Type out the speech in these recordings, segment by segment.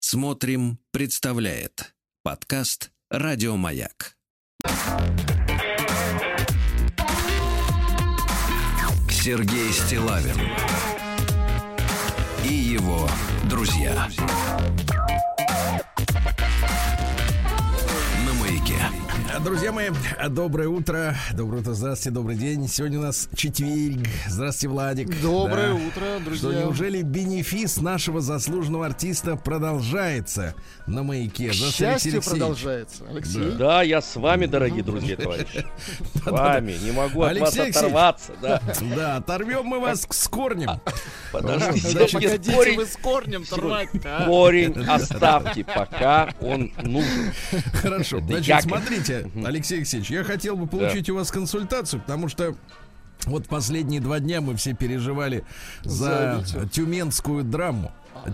Смотрим, представляет подкаст «Радиомаяк». Сергей Стиллавин и его друзья на Маяке. Друзья мои, доброе утро, здравствуйте, добрый день. Сегодня у нас четверг. Здравствуйте, Владик. Доброе утро, друзья. Что, неужели бенефис нашего заслуженного артиста продолжается на Маяке? К счастью, продолжается, Алексей. Да, я с вами, дорогие друзья, товарищи. С вами, не могу от вас оторваться. Да, оторвем мы вас с корнем. Подождите, погодите вы с корнем рвать-то. Корень оставьте, пока он нужен. Хорошо, значит, смотрите, Алексей Алексеевич, я хотел бы получить у вас консультацию, потому что вот последние 2 дня мы все переживали за тюменскую драму.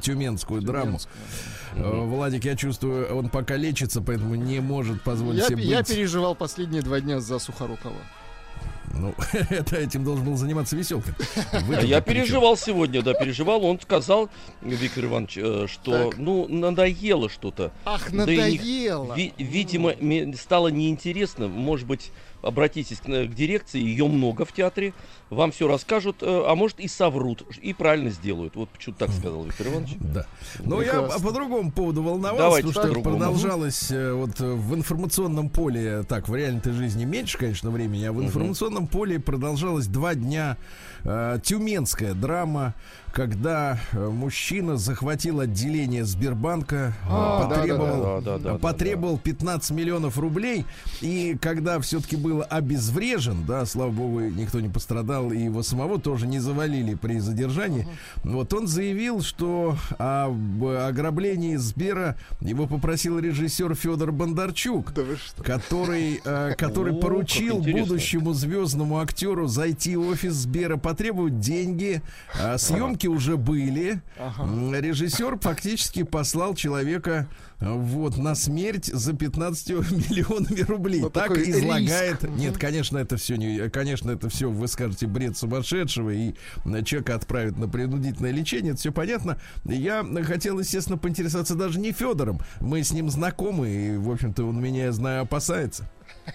Владик, я чувствую, он пока лечится, поэтому не может позволить себе быть. Я переживал последние 2 дня за Сухорукова. Ну, этим должен был заниматься Веселкин. Я переживал сегодня, переживал. Он сказал, Виктор Иванович, что, надоело что-то. Ах, надоело. Видимо, стало неинтересно. Может быть, обратитесь к дирекции, ее много в театре. Вам все расскажут, а может и соврут, и правильно сделают. Вот почему-то так сказал Виктор Иванович. Да. Но я по другому поводу волновался, потому что продолжалось вот в информационном поле, так, в реальной жизни меньше, конечно, времени, а в информационном поле продолжалось 2 дня тюменская драма, когда мужчина захватил отделение Сбербанка, потребовал 15 миллионов рублей, и когда все-таки был обезврежен, да, слава богу, никто не пострадал, и его самого тоже не завалили при задержании, вот он заявил, что об ограблении Сбера его попросил режиссер Федор Бондарчук, который поручил будущему звездному актеру зайти в офис Сбера, потребовать деньги, съемки уже были. Режиссер фактически послал человека на смерть за 15 миллионами рублей. Так излагает. Нет, конечно, это все вы скажете бред сумасшедшего, и человека отправят на принудительное лечение. Это все понятно. Я хотел, естественно, поинтересоваться даже не Федором. Мы с ним знакомы, и, в общем-то, он меня, я знаю, опасается.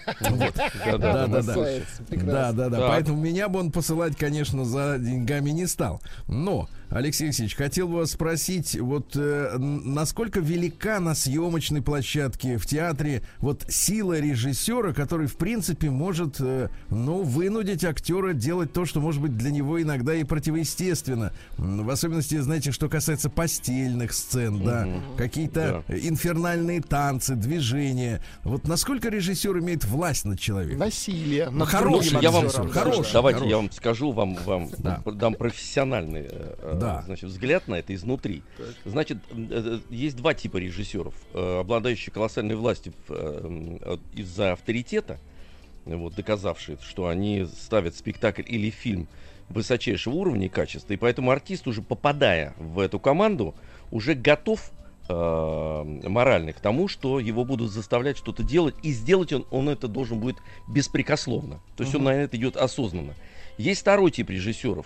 Да. Поэтому меня бы он посылать, конечно, за деньгами не стал. Но, Алексей Алексеевич, хотел бы вас спросить, вот насколько велика на съемочной площадке в театре вот сила режиссера, который, в принципе, может, вынудить актера делать то, что, может быть, для него иногда и противоестественно. В особенности, знаете, что касается постельных сцен, какие-то инфернальные танцы, движения. Вот насколько режиссер имеет власть над человеком? Насилие. Давайте я вам скажу, дам профессиональный взгляд на это изнутри. Значит, есть 2 типа режиссеров, обладающие колоссальной властью из-за авторитета, доказавшие, что они ставят спектакль или фильм высочайшего уровня и качества, и поэтому артист, уже попадая в эту команду, уже готов морально к тому, что его будут заставлять что-то делать, и сделать он это должен будет беспрекословно. То есть он на это идет осознанно. Есть 2 тип режиссеров,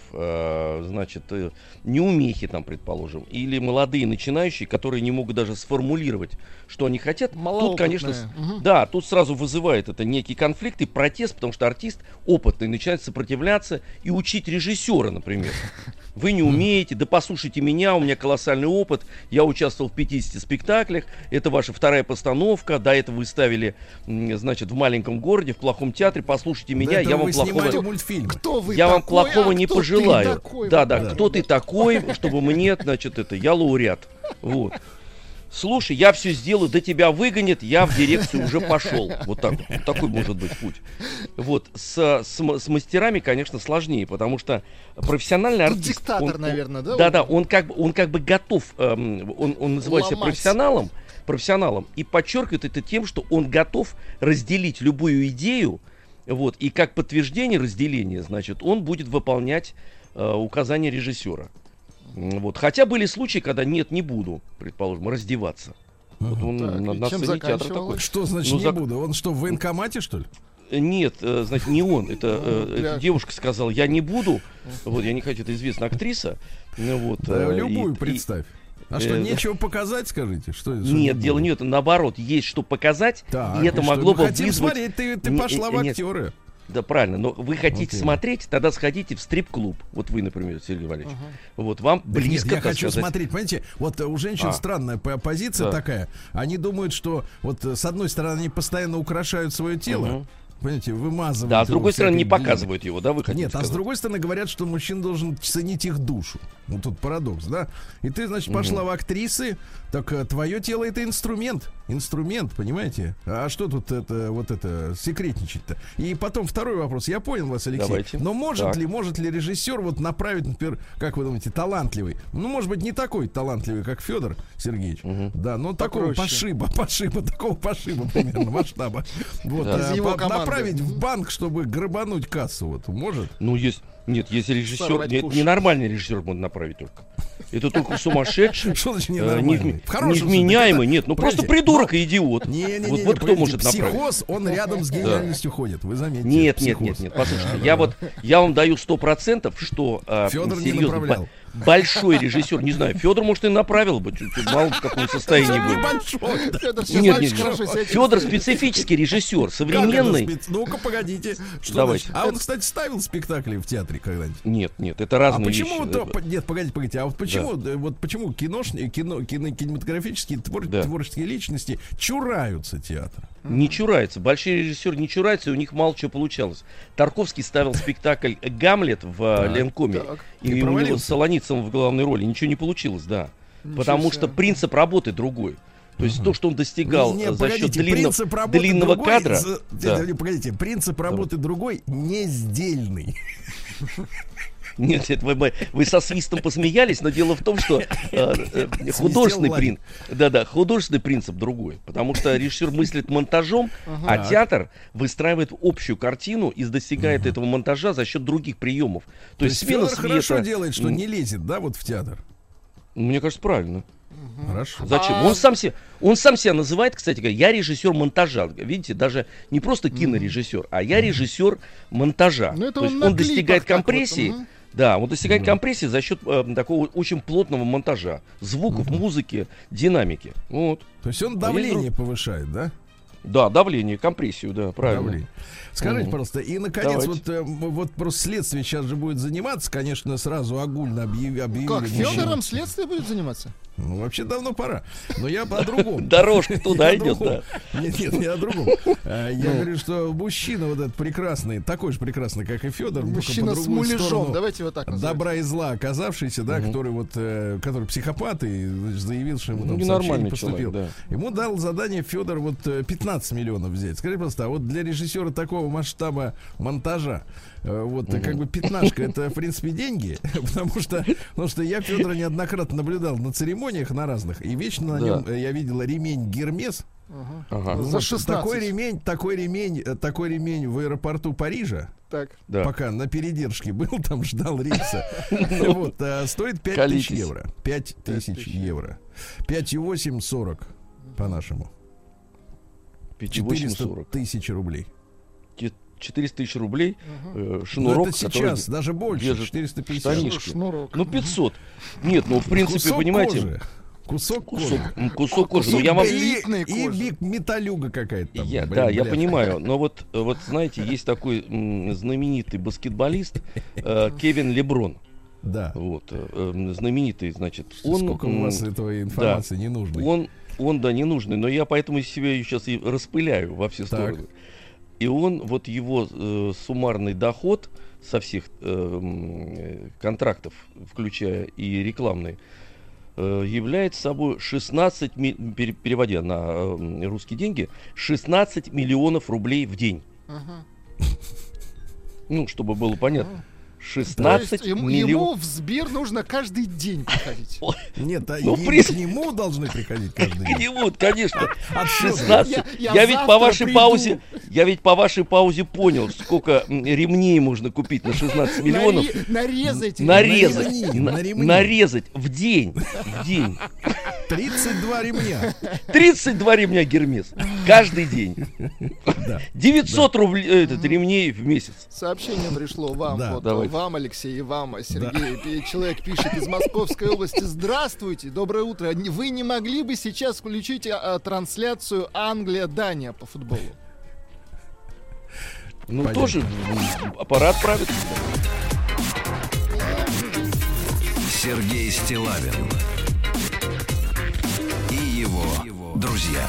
неумехи там, предположим, или молодые начинающие, которые не могут даже сформулировать, что они хотят. Тут, конечно, тут сразу вызывает это некий конфликт и протест, потому что артист опытный начинает сопротивляться и учить режиссера, например. Вы не умеете, да послушайте меня, у меня колоссальный опыт, я участвовал в 50 спектаклях, это ваша 2-я постановка, до этого вы ставили, в маленьком городе, в плохом театре, послушайте меня, я вам плохого не желаю. Кто ты такой, чтобы мне, я лауреат. Вот. Слушай, я все сделаю, да тебя выгонят, я в дирекцию уже пошел. Вот так. Вот такой может быть путь. Вот. С мастерами, конечно, сложнее, потому что профессиональный артист... Диктатор, наверное, да? Да, он как бы готов, он называет себя профессионалом, и подчеркивает это тем, что он готов разделить любую идею, и как подтверждение разделения, он будет выполнять указания режиссера. Хотя были случаи, когда не буду, предположим, раздеваться. Он на сцене театра такой. Что значит не буду? Он что, в военкомате, что ли? Нет, не он. Это девушка сказала, я не буду. Я не хочу, это известная актриса. Любую представь. А что, нечего показать, скажите? Нет, дело не это, наоборот, есть что показать, и это могло бы вызвать... смотреть, ты пошла в актеры. Да, правильно, но вы хотите смотреть, тогда сходите в стрип-клуб. Вот вы, например, Сергей Валерьевич. Вот вам близко. Нет, я хочу смотреть, понимаете, вот у женщин странная позиция такая. Они думают, что вот с одной стороны они постоянно украшают свое тело. Понимаете, вымазывают. Да, а с другой стороны не показывают его, да, вы хотите Нет, сказать? А с другой стороны говорят, что мужчина должен ценить их душу. Вот тут парадокс, да? И ты, значит, пошла в актрисы, так твое тело — это инструмент, понимаете? А что тут это секретничать-то? И потом второй вопрос. Я понял вас, Алексей. Давайте. Но может ли режиссер вот направить, например, как вы думаете, талантливый? Ну, может быть, не такой талантливый, как Федор Сергеевич, да, но такого пошиба примерно масштаба. Вот, направить в банк, чтобы грабануть кассу, вот, может? Ну, Нет, если режиссер, ненормальный режиссер будет направить только. Это только сумасшедший, что значит ненормальный? Невменяемый, нет, ну просто придурок и идиот. Вот кто может направить? Психоз, он рядом с гениальностью ходит, вы заметите. Нет, послушайте, я вам даю 100%, что Федор не направлял. Большой режиссер, не знаю, Федор, может, и направил бы, мало в каком состоянии был. Нет, Федор специфический режиссер, современный. Ну-ка, погодите. Давайте. А он, кстати, ставил спектакли в театре когда-нибудь? Нет, это разные вещи. Нет, погодите, а вот почему кинематографические творческие личности чураются театра? Не чураются. Большие режиссеры не чураются, и у них мало чего получалось. Тарковский ставил спектакль «Гамлет» в Ленкоме, и у него с Солоницыным в главной роли. Ничего не получилось, да. Потому что принцип работы другой. То есть то, что он достигал за счет длинного кадра... Погодите, принцип работы другой, не сдельный. Нет, вы со свистом посмеялись, но дело в том, что художественный принцип другой. Потому что режиссер мыслит монтажом, а театр выстраивает общую картину и достигает этого монтажа за счет других приемов. То есть смена света... хорошо делает, что не лезет, да, вот в театр? Мне кажется, правильно. Хорошо. Зачем? Он сам себя называет, кстати говоря, я режиссер монтажа. Видите, даже не просто кинорежиссер, а я режиссер монтажа. То есть он достигает компрессии. Да, он достигает компрессии за счет такого очень плотного монтажа. Звуков, музыки, динамики. Вот. То есть он давление повышает, да? Да, давление, компрессию, да, правильно. Давление. Скажите, пожалуйста, и, наконец, вот просто следствие сейчас же будет заниматься, конечно, сразу огульно объявили. Как, Федором следствие будет заниматься? Ну, вообще давно пора. Но я по-другому. Дорожка туда идет, да. Нет, я о другом. Я говорю, что мужчина вот этот прекрасный, такой же прекрасный, как и Федор. Мужчина с муляжом, давайте вот так называть. Добра и зла оказавшийся, да, который психопат и заявил, что ему там сообщение поступило. Ему дал задание Федор 15 миллионов взять. Скажи, пожалуйста, а вот для режиссера такого масштаба монтажа, как бы пятнашка, это, в принципе, деньги, потому что я Федора неоднократно наблюдал на церемониях на разных, и вечно на нем я видел ремень Гермес. За 16. Такой ремень в аэропорту Парижа. Так. Пока на передержке был, там ждал рейса. Стоит 5 тысяч евро. 5 тысяч евро. 5,8 40 по-нашему. 400 тысяч рублей. 400 тысяч рублей, шнурок, это сейчас, даже больше, 450. Шнурок. Ну, 500. Нет, ну, в принципе, кусок понимаете... Кожи. Кусок кожи. Кусок кожи. Ну, я вам... И металюга какая-то. Я понимаю. Но вот, знаете, есть такой знаменитый баскетболист Кевин Леброн. Да. Вот, знаменитый, значит. Сколько у вас этого информации не нужно? Он, да, ненужный, но я поэтому себя сейчас и распыляю во все стороны. И его суммарный доход со всех контрактов, включая и рекламные, является собой 16, переводя на русские деньги, 16 миллионов рублей в день. Ну, чтобы было понятно. 16 миллионов. Ему в Сбер нужно каждый день приходить. Нет, к нему должны приходить каждый день. К нему, конечно. 16. Я ведь по вашей паузе понял, сколько ремней можно купить на 16 миллионов. Нарезать в день. 32 ремня. 32 ремня Гермес. Каждый день. 900 рублей ремней в месяц. Сообщение пришло вам, вам, Алексей, и вам, Сергей. Человек пишет из Московской области. Здравствуйте, доброе утро. Вы не могли бы сейчас включить трансляцию Англия-Дания по футболу? Ну, тоже пора отправиться. Сергей Стиллавин и его друзья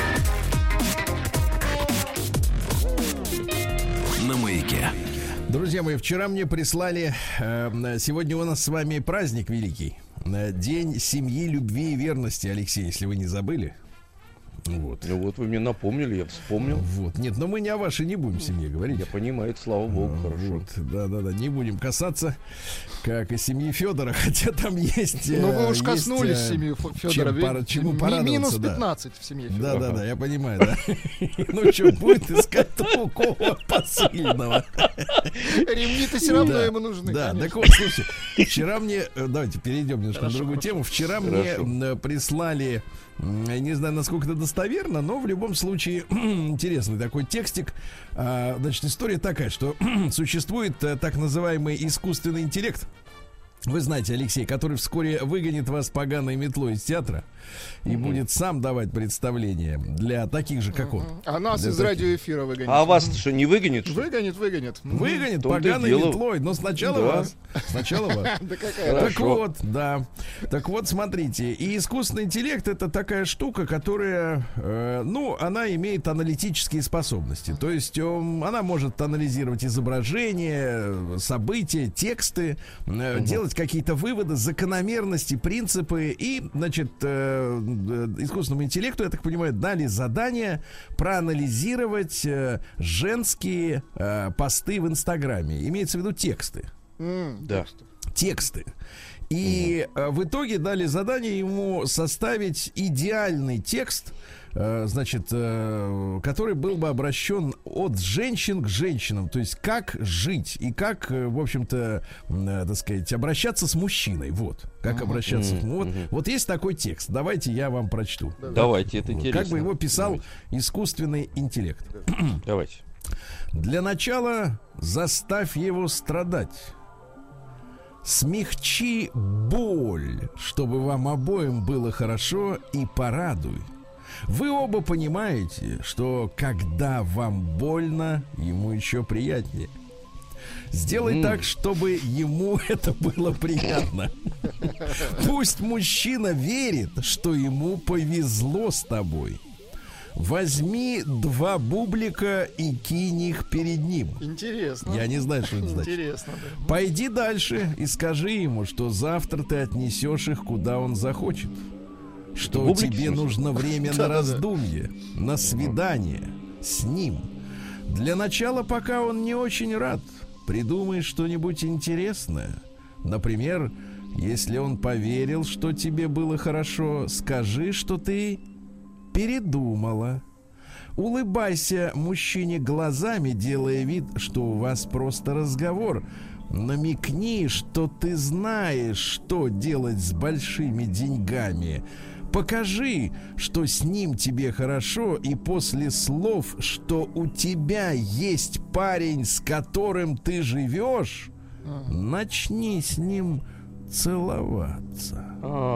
на Маяке. Друзья мои, вчера мне прислали, сегодня у нас с вами праздник великий, День семьи, любви и верности, Алексей, если вы не забыли. Вот. Ну вот вы мне напомнили, я вспомнил. Вот. Нет, но мы не о вашей не будем семье говорить. Я понимаю, это, слава богу, хорошо. Вот. Да, не будем касаться, как и семьи Федора, хотя там есть. Ну вы уж коснулись семьи Федора. Чему порадоваться, минус 15 в семье Федора. Да, я понимаю, да. Ну что, будет искать такого посыльного. Ремни-то все равно ему нужны. Да, так вот, слушайте, вчера мне, давайте перейдем немножко на другую тему. Вчера мне прислали, не знаю, насколько это достоверно, но в любом случае интересный такой текстик. Значит, история такая, что существует так называемый искусственный интеллект. Вы знаете, Алексей, который вскоре выгонит вас поганой метлой из театра и будет сам давать представление для таких же, как он. А нас из радиоэфира выгонит. А вас что, не выгонит? Выгонит. Выгонит поганой метлой, но сначала вас. Сначала вас. Да какая. Так вот, да. Так вот, смотрите. И искусственный интеллект — это такая штука, которая, она имеет аналитические способности. То есть она может анализировать изображения, события, тексты, делать какие-то выводы, закономерности, принципы. И, значит, искусственному интеллекту, я так понимаю, дали задание проанализировать женские посты в Инстаграме. Имеется в виду тексты. Да. Тексты. И в итоге дали задание ему составить идеальный текст, значит, который был бы обращен от женщин к женщинам. То есть как жить и как, в общем-то, так сказать, обращаться с мужчиной. Вот. Как обращаться. Вот есть такой текст. Давайте я вам прочту. Давайте, это интересно. Как бы его писал искусственный интеллект. Давайте. Для начала заставь его страдать. Смягчи боль, чтобы вам обоим было хорошо, и порадуй. Вы оба понимаете, что когда вам больно, ему еще приятнее. Сделай так, чтобы ему это было приятно. Пусть мужчина верит, что ему повезло с тобой. Возьми 2 бублика и кинь их перед ним. Интересно. Я не знаю, что это значит. Интересно, да. Пойди дальше и скажи ему, что завтра ты отнесешь их, куда он захочет. Что бублики, тебе нужно время на раздумье, на свидание с ним. Для начала, пока он не очень рад, придумай что-нибудь интересное. Например, если он поверил, что тебе было хорошо, скажи, что ты передумала. Улыбайся мужчине глазами, делая вид, что у вас просто разговор. Намекни, что ты знаешь, что делать с большими деньгами. Покажи, что с ним тебе хорошо, и после слов, что у тебя есть парень, с которым ты живешь, начни с ним целоваться.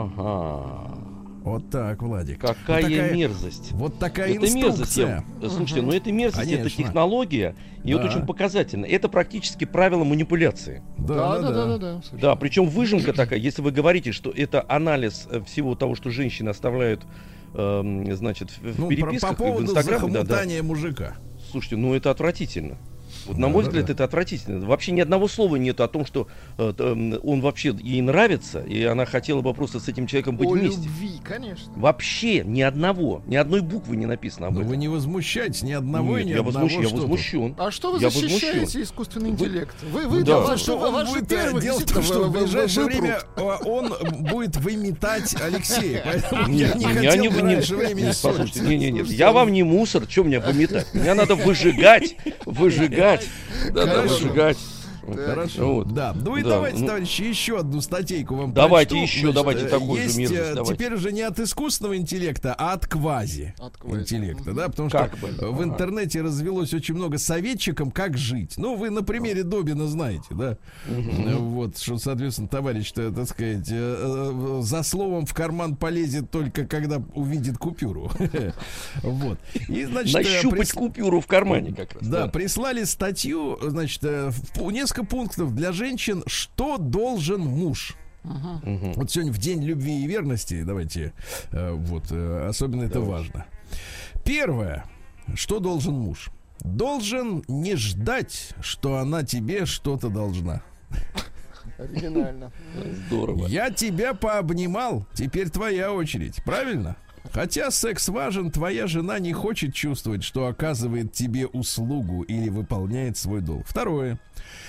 Ага. Вот так, Владик. Какая вот такая, мерзость. Вот такая это инструкция. Мерзость. Слушайте, ну это мерзость, конечно. Это технология. И вот очень показательно. Это практически правило манипуляции. Да. Да, причем выжимка такая. Если вы говорите, что это анализ всего того, что женщины оставляют, значит, в переписках, по поводу в Инстаграме. захомутания мужика. Слушайте, ну это отвратительно. Вот, на мой взгляд, это отвратительно. Вообще ни одного слова нет о том, что он вообще ей нравится, и она хотела бы просто с этим человеком быть вместе. Любви, конечно. Вообще ни одной буквы не написано об этом. Но вы не возмущаетесь ни одного, Нет, ни я одного. Я возмущен. А что вы защищаете искусственный интеллект? Вы дело в том, что в ближайшее время он будет выметать Алексея. Поэтому я не хотел бы раньше времени ссориться. Нет, я вам не мусор, что мне выметать? Меня надо выжигать. Надо выжигать. Хорошо. Вот. Да. Ну и давайте, товарищи, еще одну статейку вам давайте прочту. Еще, давайте такую же мерзость. Теперь уже не от искусственного интеллекта, а от квази-интеллекта, да, потому что в интернете развелось очень много советчиков, как жить. Ну, вы на примере Добина знаете, да? Вот, что, соответственно, товарищ-то, так сказать, за словом в карман полезет только когда увидит купюру. Вот. И, значит, нащупать купюру в кармане как раз. Да, прислали статью, значит, несколько пунктов для женщин, что должен муж. Вот сегодня в День любви и верности, давайте, вот, особенно это важно. Первое, что должен муж? Должен не ждать, что она тебе что-то должна. Оригинально. Здорово. Я тебя пообнимал, теперь твоя очередь, правильно? Хотя секс важен, твоя жена не хочет чувствовать, что оказывает тебе услугу или выполняет свой долг. Второе.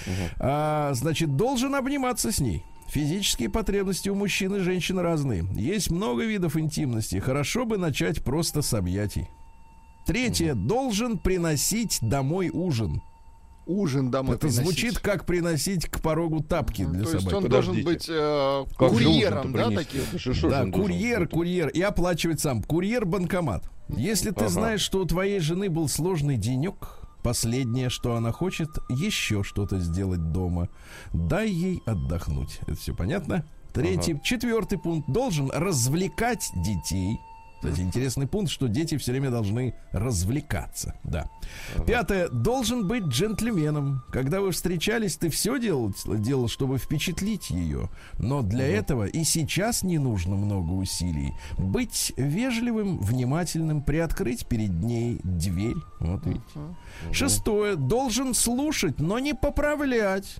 Значит, должен обниматься с ней. Физические потребности у мужчин и женщин разные. Есть много видов интимности. Хорошо бы начать просто с объятий. Третье. Должен приносить домой ужин. Ужин домой это приносить. Звучит как приносить к порогу тапки для собаки. То есть он должен быть курьером, да, таким? Да, курьер. И оплачивать сам. Курьер-банкомат. Если ты знаешь, что у твоей жены был сложный денек, последнее, что она хочет, еще что-то сделать дома. Дай ей отдохнуть. Это все понятно? Четвертый пункт. Должен развлекать детей. Кстати, интересный пункт, что дети все время должны развлекаться. Да. Пятое. Должен быть джентльменом. Когда вы встречались, ты все делал, чтобы впечатлить ее. Но для этого и сейчас не нужно много усилий. Быть вежливым, внимательным, приоткрыть перед ней дверь. Вот видите. Шестое. Должен слушать, но не поправлять.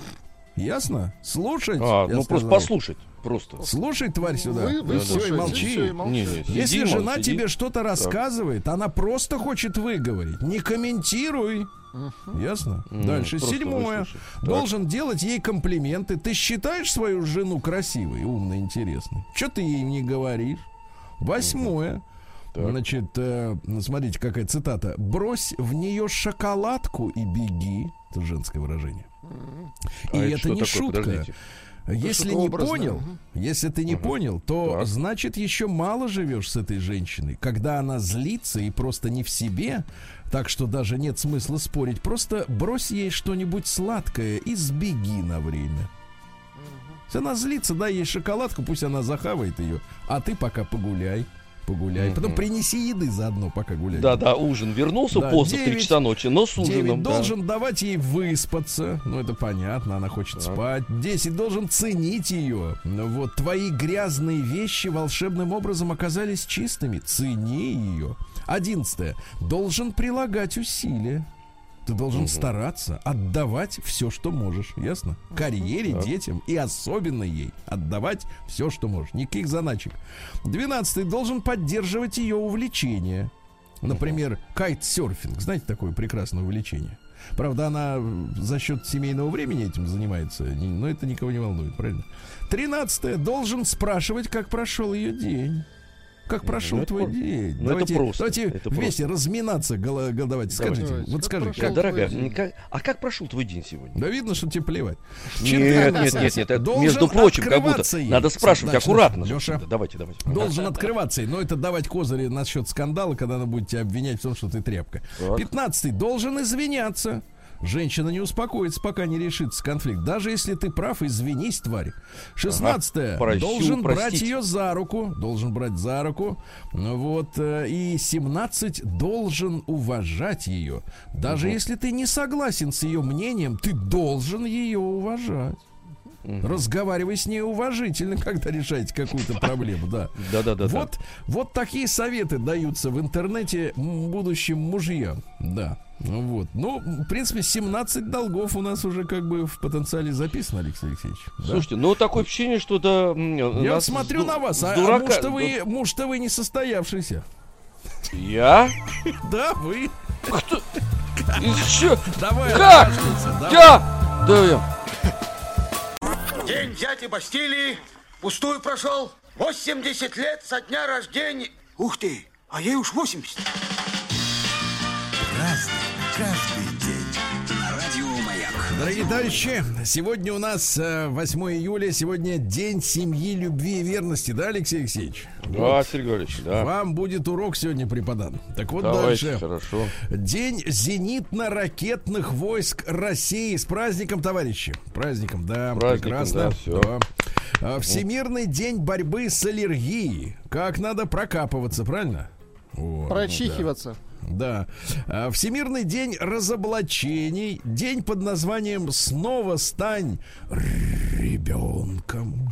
Ясно? Слушать. Просто послушать. Просто. Слушай, тварь, сюда. Вы все, и молчи. Если жена тебе что-то рассказывает, она просто хочет выговорить. Не комментируй. Ясно? Дальше. Седьмое. Должен делать ей комплименты. Ты считаешь свою жену красивой, умной, интересной? Что ты ей не говоришь? Восьмое. Значит, смотрите, какая цитата. Брось в нее шоколадку и беги. Это женское выражение. И это не шутка. Подождите. Если не понял, если ты не понял, то значит еще мало живешь с этой женщиной. Когда она злится и просто не в себе, так что даже нет смысла спорить, просто брось ей что-нибудь сладкое и сбеги на время. Если она злится, дай ей шоколадку, пусть она захавает ее, а ты пока погуляй. Потом принеси еды заодно, пока гуляй. Да, ужин. Вернулся поздно, в 3 часа ночи, но с ужином. 9 должен давать ей выспаться. Ну, это понятно, она хочет спать. 10 должен ценить ее. Вот, твои грязные вещи волшебным образом оказались чистыми. Цени ее. 11. Должен прилагать усилия. Ты должен стараться, отдавать все, что можешь. Ясно? Карьере, детям и особенно ей отдавать все, что можешь. Никаких заначек. 12. Должен поддерживать ее увлечение. Например, кайтсерфинг. Знаете, такое прекрасное увлечение? Правда, она за счет семейного времени этим занимается, но это никого не волнует, правильно? 13. Должен спрашивать, как прошел ее день. Как прошел твой день? Давайте вместе разминаться. Давайте, скажите. Вот скажи, дорогая, а как прошел твой день сегодня? Да видно, что тебе плевать. Нет. Между прочим, как будто надо спрашивать аккуратно. Леша, давайте. Должен открываться ей, но это давать козыри насчет скандала, когда она будет тебя обвинять в том, что ты тряпка. 15. Должен извиняться. Женщина не успокоится, пока не решится конфликт. Даже если ты прав, извинись, тварь. 16. Должен брать ее за руку. Должен брать за руку. Вот. И 17. Должен уважать ее. Даже если ты не согласен с ее мнением, ты должен ее уважать. Разговаривай с ней уважительно, когда решаете какую-то проблему. Да. Вот такие советы даются в интернете будущим мужьям. Да. Вот. Ну, в принципе, 17 долгов у нас уже как бы в потенциале записано, Алексей Алексеевич. Да? Слушайте, ну такое ощущение, что да. Я смотрю на вас, а муж-то вы не состоявшийся. Я? Да, вы. Кто? Еще? Давай. Как? Да. День дяди Бастилии пустую прошел. 80 лет со дня рождения. Ух ты, а ей уж 80. Разный каждый день. На радио Маяк. Дорогие товарищи, сегодня у нас 8 июля, сегодня День семьи, любви и верности, да, Алексей Алексеевич? Да, вот. Сергей Ильич, да. Вам будет урок сегодня преподан. Так вот, давайте, дальше. Хорошо. День зенитно-ракетных войск России. С праздником, товарищи. Праздником, да, прекрасно. Да, все. Да. Всемирный день борьбы с аллергией. Как надо прокапываться, правильно? Вот, прочихиваться. Да. Да. Всемирный день разоблачений. День под названием «Снова стань ребенком».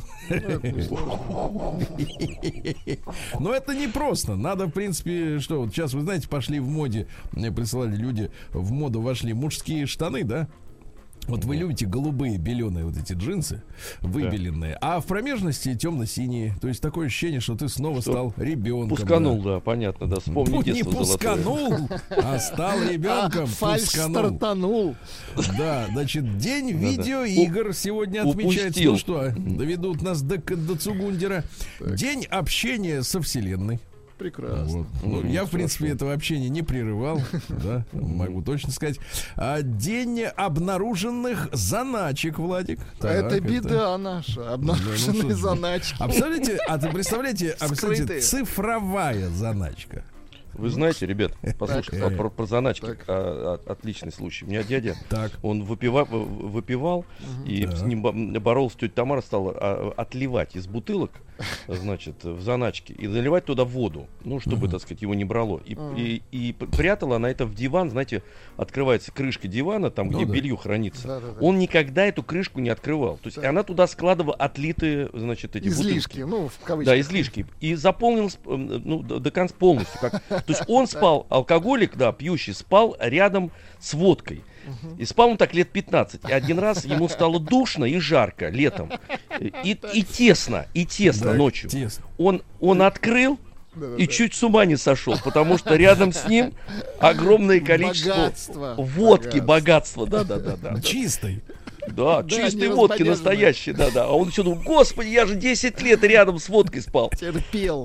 Но это не просто. Надо, в принципе, что вот сейчас, вы знаете, пошли в моде, мне присылали люди, в моду вошли мужские штаны, да? Вот вы любите голубые, беленые вот эти джинсы, выбеленные, а в промежности темно-синие. То есть такое ощущение, что ты снова стал ребенком. Пусканул, да, понятно, да. Вспомни детство. Не пусканул, а стал ребенком. Фальш стартанул. Да, значит, день видеоигр сегодня отмечается. Ну что, доведут нас до Цугундера. День общения со Вселенной. Прекрасно. Вот. Я, в принципе, этого общения не прерывал, да, могу точно сказать. День обнаруженных заначек, Владик. Это беда наша, обнаруженные заначки. Представляете, цифровая заначка. Вы знаете, ребят, послушайте, про заначки отличный случай. У меня дядя, он выпивал и с ним боролся, тетя Тамара стала отливать из бутылок, значит, в заначки и наливать туда воду, ну, чтобы, так сказать, его не брало. И прятала она это в диван, знаете, открывается крышка дивана, там, где белье хранится. Он никогда эту крышку не открывал. То есть она туда складывала отлитые, значит, эти излишки, бутылки. Ну, в кавычках. Да, излишки. И заполнил, ну, до конца полностью. То есть он спал, алкоголик, да, пьющий, спал рядом с водкой. И спал он так лет 15. И один раз ему стало душно и жарко летом. И тесно ночью. Тесно. Он открыл и чуть с ума не сошел, потому что рядом с ним огромное количество водки, богатства. Да. Чистой. Да, чистой водки настоящей, да. А он еще думал, господи, я же 10 лет рядом с водкой спал. Терпел.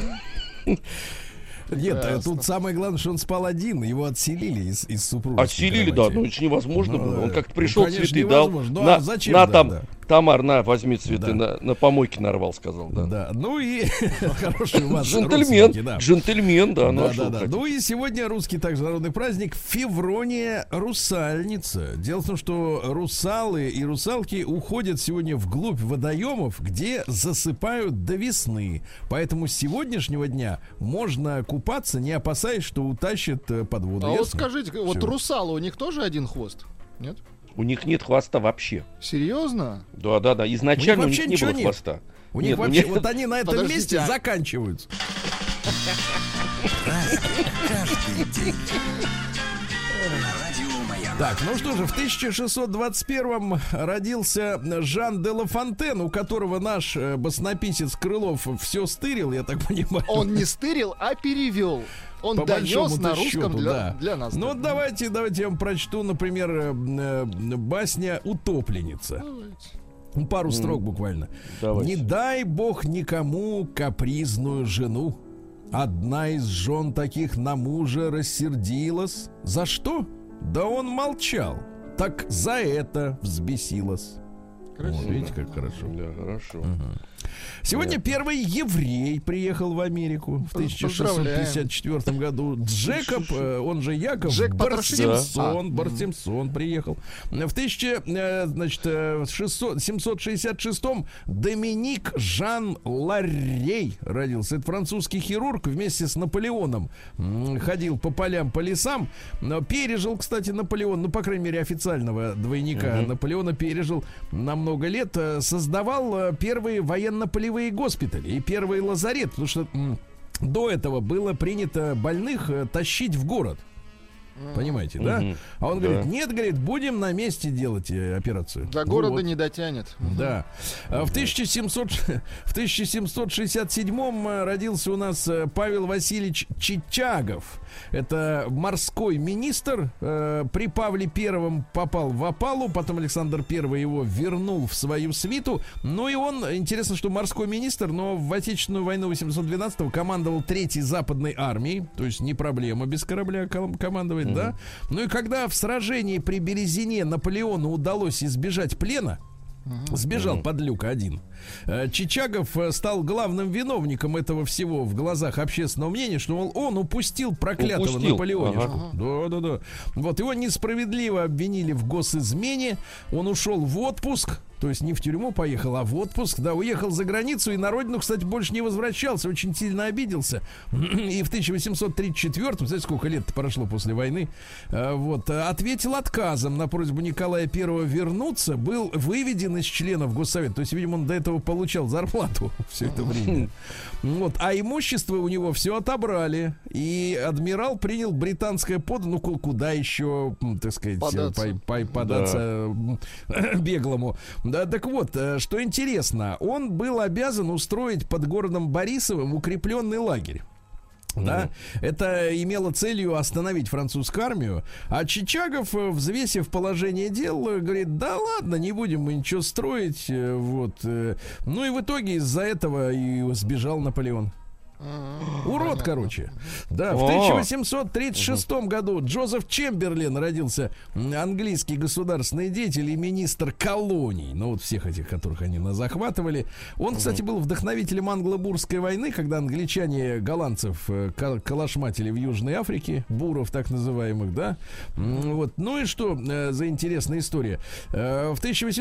Нет, тут самое главное, что он спал один, его отселили из супруги. Отселили, да, ну это невозможно было. Он как-то пришел, цветы дал. Ну, зачем? Тамар, на, возьми цветы, на помойке нарвал, сказал, да. Да, ну и хороший у вас джентльмен, да, нашел. Ну и сегодня русский также народный праздник Феврония Русальница. Дело в том, что русалы и русалки уходят сегодня вглубь водоемов, где засыпают до весны. Поэтому с сегодняшнего дня можно купаться, не опасаясь, что утащат под воду. А вот скажите, вот русалы, у них тоже один хвост? Нет? У них нет хвоста вообще. Серьезно? Да. Изначально у них не было хвоста. У них вообще, вот они на этом месте заканчиваются. Так, ну что же, в 1621-м родился Жан де Ла Фонтен, у которого наш баснописец Крылов все стырил, я так понимаю. Он не стырил, а перевел. Он донес на русском для нас. Ну, давайте я вам прочту, например, басня «Утопленница». Пару строк буквально. Давайте. «Не дай бог никому капризную жену. Одна из жен таких на мужа рассердилась. За что? Да он молчал. Так за это взбесилась». Красиво. Видите, как хорошо. Да, хорошо. Сегодня первый еврей приехал в Америку в 1654 году. Джекоб, он же Яков Барсимсон приехал. В 1766-м Доминик Жан Ларрей родился. Это французский хирург, вместе с Наполеоном ходил по полям, по лесам. Пережил, кстати, Наполеон, ну, по крайней мере, официального двойника Наполеона пережил на много лет. Создавал первые военно-полевые госпитали и первый лазарет, потому что до этого было принято больных тащить в город. Понимаете, да? А он говорит, нет, говорит, будем на месте делать операцию. До города не дотянет. Да. В 1767-м родился у нас Павел Васильевич Чичагов. Это морской министр. При Павле Первом попал в опалу, потом Александр I его вернул в свою свиту. Ну и он, интересно, что морской министр, но в Отечественную войну 812-го командовал 3-й западной армией. То есть не проблема без корабля командовать. да? Ну и когда в сражении при Березине Наполеону удалось избежать плена, сбежал подлюка один, Чичагов стал главным виновником этого всего в глазах общественного мнения, что, мол, он упустил проклятого Наполеонишку. Да. Вот его несправедливо обвинили в госизмене, он ушел в отпуск, то есть не в тюрьму поехал, а в отпуск, да, уехал за границу и на родину, кстати, больше не возвращался, очень сильно обиделся. И в 1834-м, знаете, сколько лет прошло после войны, вот, ответил отказом на просьбу Николая I вернуться, был выведен из членов Госсовета, то есть, видимо, он до этого получал зарплату все это время. Вот, а имущество у него все отобрали, и адмирал принял британское подданство, ну, куда еще, так сказать, податься беглому. Да, так вот, что интересно, он был обязан устроить под городом Борисовым укрепленный лагерь. Да, это имело целью остановить французскую армию, а Чичагов, взвесив положение дел, говорит: да ладно, не будем мы ничего строить, вот. Ну и в итоге из-за этого и сбежал Наполеон. Урод, короче. Да, в 1836 году Джозеф Чемберлен родился, английский государственный деятель и министр колоний, ну вот всех этих, которых они захватывали. Он, кстати, был вдохновителем англо-бурской войны, когда англичане голландцев калашматили в Южной Африке, буров так называемых, да. Вот. Ну и что за интересная история? В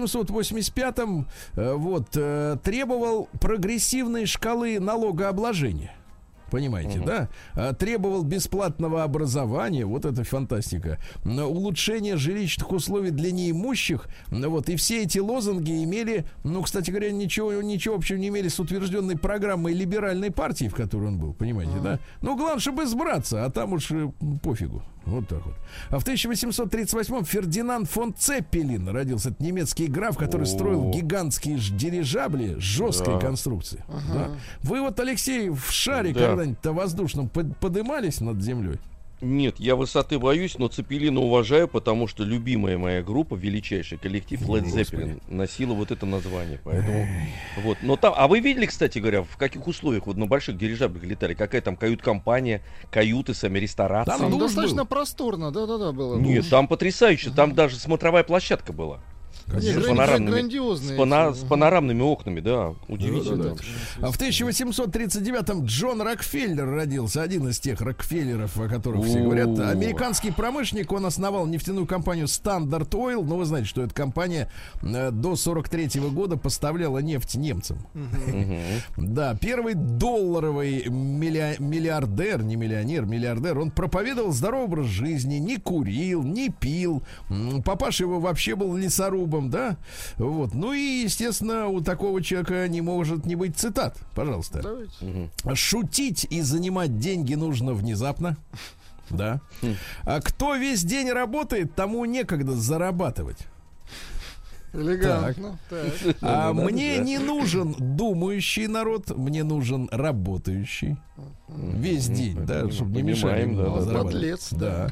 1885-м вот, требовал прогрессивной шкалы налогообложения. Понимаете, да? Требовал бесплатного образования, вот это фантастика, улучшение жилищных условий для неимущих, вот, и все эти лозунги имели, ну, кстати говоря, ничего общего не имели с утвержденной программой либеральной партии, в которой он был, понимаете, да? Ну, главное, чтобы избраться, а там уж пофигу. Вот так вот. А в 1838-м Фердинанд фон Цеппелин родился. Это немецкий граф, который строил гигантские дирижабли жесткой конструкции. Да. Вы вот, Алексей, в шаре когда-нибудь-то воздушном подымались над землей? Нет, я высоты боюсь, но Цеппелина уважаю, потому что любимая моя группа, величайший коллектив Led Zeppelin, носила вот это название. Поэтому, вот. Но там, а вы видели, кстати говоря, в каких условиях вот на больших дирижаблях летали? Какая там кают-компания, каюты, сами ресторации? Там достаточно просторно, да-да-да, было. Нет, там потрясающе, там даже смотровая площадка была. С панорамными окнами, да, удивительно. А в 1839-м Джон Рокфеллер родился, один из тех Рокфеллеров, о которых все говорят. Американский промышленник, он основал нефтяную компанию Standard Oil, но вы знаете, что эта компания до 43-го года поставляла нефть немцам. Да, первый долларовый миллиардер, не миллионер, миллиардер, он проповедовал здоровый образ жизни, не курил, не пил. Папаша его вообще был лесорубом, да, вот, ну и, естественно, у такого человека не может не быть цитат, пожалуйста. Шутить и занимать деньги нужно внезапно, да. А кто весь день работает, тому некогда зарабатывать. Элегантно. Так. А мне не нужен думающий народ, мне нужен работающий. Весь день, да, чтобы не мешали зарабатывать.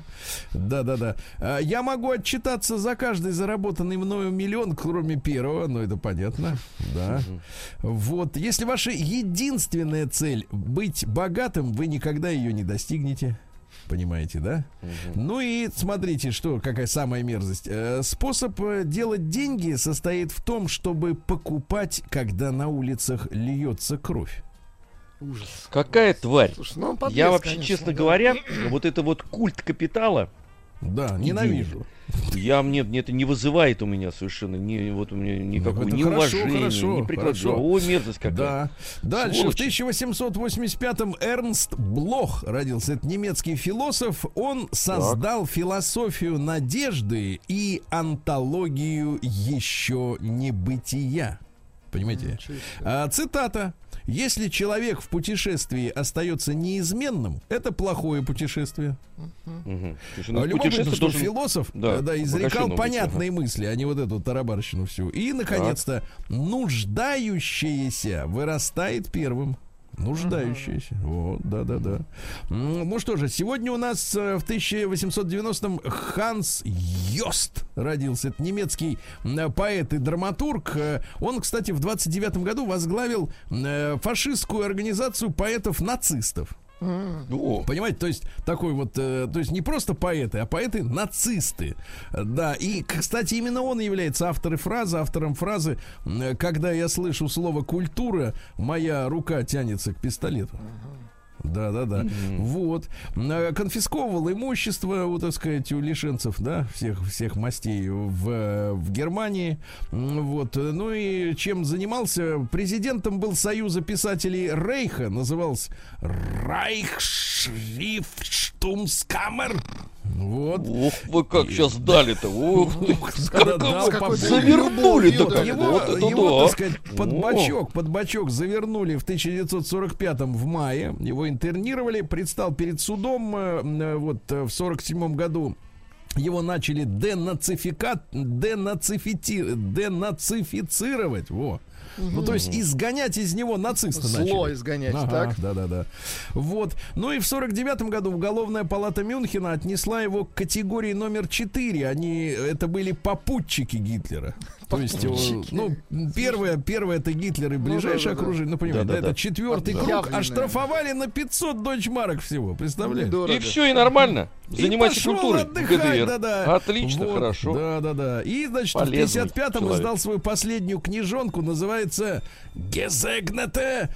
Да. Я могу отчитаться за каждый заработанный мною миллион, кроме первого, но это понятно. Да. Вот, если ваша единственная цель быть богатым, вы никогда ее не достигнете. Понимаете, да? Ну и смотрите, что, какая самая мерзость. Способ делать деньги состоит в том, чтобы покупать, когда на улицах льется кровь. Ужас. Какая тварь. Слушай, ну, подлец, я вообще, конечно, честно говоря, вот это вот культ капитала. Да, ненавижу. Мне это не вызывает у меня совершенно вот у меня никакого ни уважения, ни прекрасного. О, мерзость какая. Да. Дальше, сволочи. В 1885-м Эрнст Блох родился. Это немецкий философ. Он создал философию надежды и антологию еще небытия. Понимаете? Цитата. Если человек в путешествии остается неизменным, это плохое путешествие. Любопытно, что философ изрекал понятные мысли, а не вот эту тарабарщину всю. И, наконец-то, нуждающееся вырастает первым. Нуждающиеся. Вот, да. Ну что же, сегодня у нас в 1890-м Ханс Йост родился. Это немецкий поэт и драматург. Он, кстати, в 29-м году возглавил фашистскую организацию поэтов-нацистов. Понимаете, то есть такой вот, то есть не просто поэты, а поэты-нацисты. Да, и, кстати, именно он является автором фразы «Когда я слышу слово «культура», моя рука тянется к пистолету». Да. Вот. Конфисковывал имущество, вот, так сказать, у лишенцев, да, всех мастей в Германии. Вот. Ну и чем занимался? Президентом был Союза писателей Рейха, назывался Райхшрифтштумскаммер. Вот. Ох, вы как сейчас дали-то. Ох, завернули-то. Его, так сказать, под бочок завернули в 1945-м в мае. Его интернировали, предстал перед судом вот в 1947 году. Его начали денацифицировать. Во. Ну, то есть изгонять из него нациста начали. Зло изгонять, так? Да. Вот. Ну и в 49-м году Уголовная палата Мюнхена отнесла его к категории номер 4. Это были попутчики Гитлера. То есть, ну, первое это Гитлер и ближайшее окружение. Ну, понимаете, это четвертый круг. Оштрафовали на 500 дойчмарок всего. Представляете? И все, и нормально. Занимайся культурой. Отдыхать, да. Отлично, вот, хорошо. Да. И, значит, в 55-м издал свою последнюю книжонку, называется «Gesegnete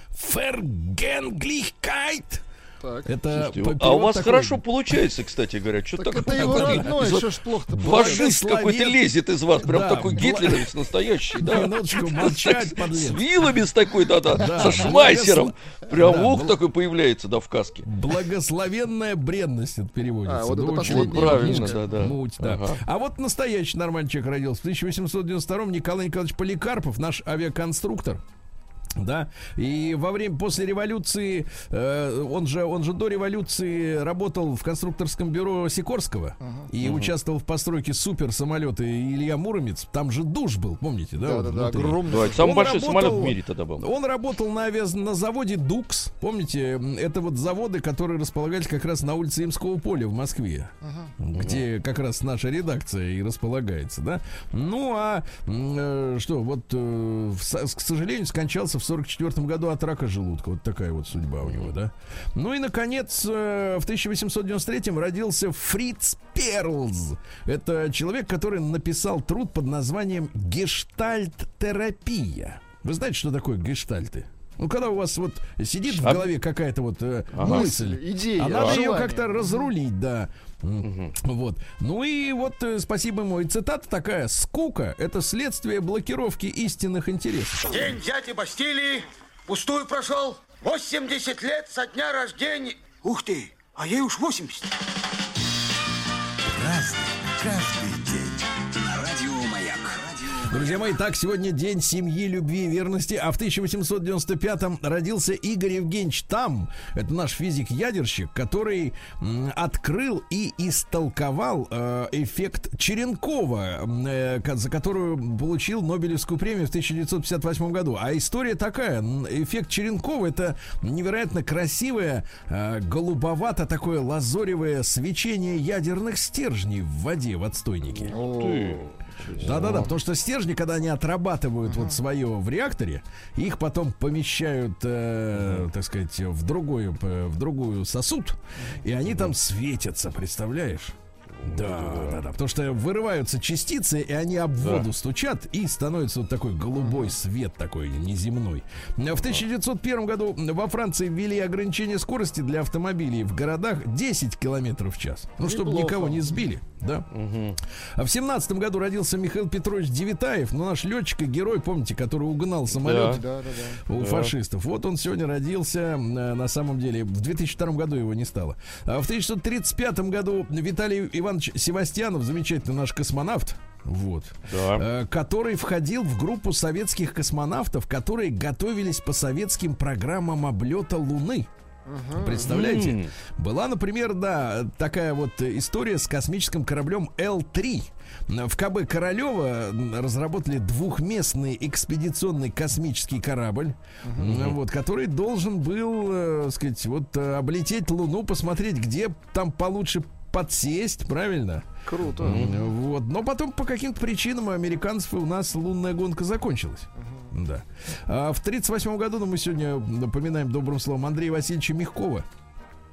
Vergänglichkeit». Это а у вас хорошо получается, кстати говоря. Что так это его родной, что ж плохо-то. Фашист какой-то лезет из вас, прям такой гитлеровец настоящий, да? Минуточку, молчать, подлец. С вилами с такой, со шмайсером. Прям ух такой появляется, да, в каске. Благословенная бредность это переводится. Вот это последняя правильно, да. Муть, да. А вот настоящий нормальный человек родился в 1892-м. Николай Николаевич Поликарпов, наш авиаконструктор. Да, и после революции, он же до революции работал в конструкторском бюро Сикорского и участвовал в постройке суперсамолета Илья Муромец. Там же душ был, помните, да? Да, огромный. Самый большой самолет в мире тогда был. Он работал на заводе Дукс, помните, это вот заводы, которые располагались как раз на улице Имского поля в Москве, где как раз наша редакция и располагается, да? Ну, что, вот, к сожалению, скончался в 1944 году от рака желудка. Вот такая вот судьба у него, да. Ну и, наконец, в 1893 родился Фриц Перлз. Это человек, который написал труд под названием «Гештальт-терапия». Вы знаете, что такое гештальты? Ну, когда у вас вот сидит в голове какая-то вот мысль, идея, надо ее как-то разрулить, да. Вот. Ну и вот, спасибо ему. И цитата такая: «Скука — это следствие блокировки истинных интересов». День дяди Бастилии пустую прошел. 80 лет со дня рождения. Ух ты, а ей уж 80. Разный, каждый день. На радио Маяк. Друзья мои, так, сегодня день семьи, любви и верности. А в 1895-м родился Игорь Евгеньевич Там. Это наш физик-ядерщик, который открыл и истолковал эффект Черенкова, за которую получил Нобелевскую премию в 1958 году. А история такая: эффект Черенкова — это невероятно красивое, голубовато такое лазоревое свечение ядерных стержней в воде в отстойнике. Да, потому что стержни, когда они отрабатывают вот свое в реакторе, их потом помещают, так сказать, в другую сосуд, и они там светятся, представляешь? Да, потому что вырываются частицы, и они об воду стучат, и становится вот такой голубой свет такой неземной. В 1901 году во Франции ввели ограничение скорости для автомобилей в городах 10 км в час. Ну, чтобы никого не сбили. Да. А в 17 году родился Михаил Петрович Девитаев, наш летчик и герой, помните, который угнал самолет у фашистов. Вот он сегодня родился, на самом деле. В 2002 году его не стало. А в 1935 году Виталий Иванович Севастьянов, замечательный наш космонавт, вот, который входил в группу советских космонавтов, которые готовились по советским программам облета Луны. Представляете? Была, например, такая вот история с космическим кораблем Л-3. В КБ Королева разработали двухместный экспедиционный космический корабль, вот, который должен был, сказать, вот, облететь Луну, посмотреть, где там получше подсесть, правильно? Круто. Вот. Но потом по каким-то причинам у американцев у нас лунная гонка закончилась. Да. А в 1938 году, мы сегодня напоминаем добрым словом Андрея Васильевича Мягкова.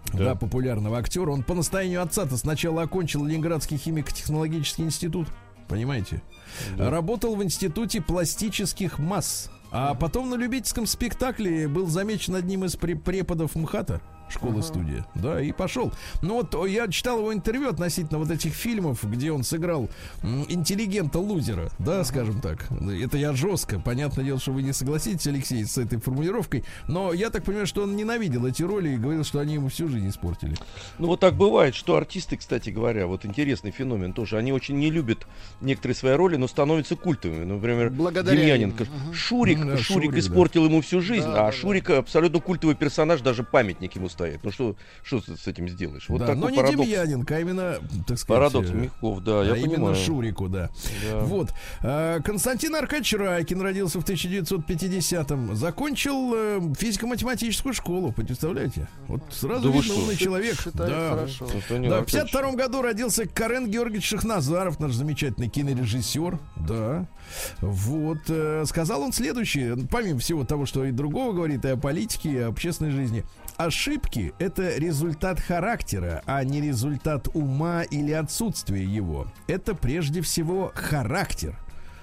Да, популярного актера. Он по настоянию отца-то сначала окончил Ленинградский химико-технологический институт. Понимаете? Да. Работал в институте пластических масс. А потом на любительском спектакле был замечен одним из преподов МХАТа, школы-студия, да, и пошел. Ну вот я читал его интервью относительно вот этих фильмов, где он сыграл интеллигента-лузера, да, скажем так. Это я жестко, понятное дело, что вы не согласитесь, Алексей, с этой формулировкой, но я так понимаю, что он ненавидел эти роли и говорил, что они ему всю жизнь испортили. Ну вот так бывает, что артисты, кстати говоря, вот интересный феномен тоже, они очень не любят некоторые свои роли, но становятся культовыми. Например, Демьяненко. Шурик испортил ему всю жизнь, а Шурик абсолютно культовый персонаж, даже памятник ему стоит. Ну что с этим сделаешь? Вот да, но не Демьяненко, а именно, так сказать, парадокс Мягков, да, я понимаю. Именно Шурику, да. Вот. Константин Аркадьевич Райкин родился в 1950-м. Закончил физико-математическую школу, представляете? Вот сразу видно, умный человек. Да. В 52-м году родился Карен Георгиевич Шахназаров, наш замечательный кинорежиссер. Да. Вот. Сказал он следующее, помимо всего того, что и другого говорит, и о политике, и о общественной жизни. Ошибки — это результат характера, а не результат ума или отсутствия его. Это прежде всего характер.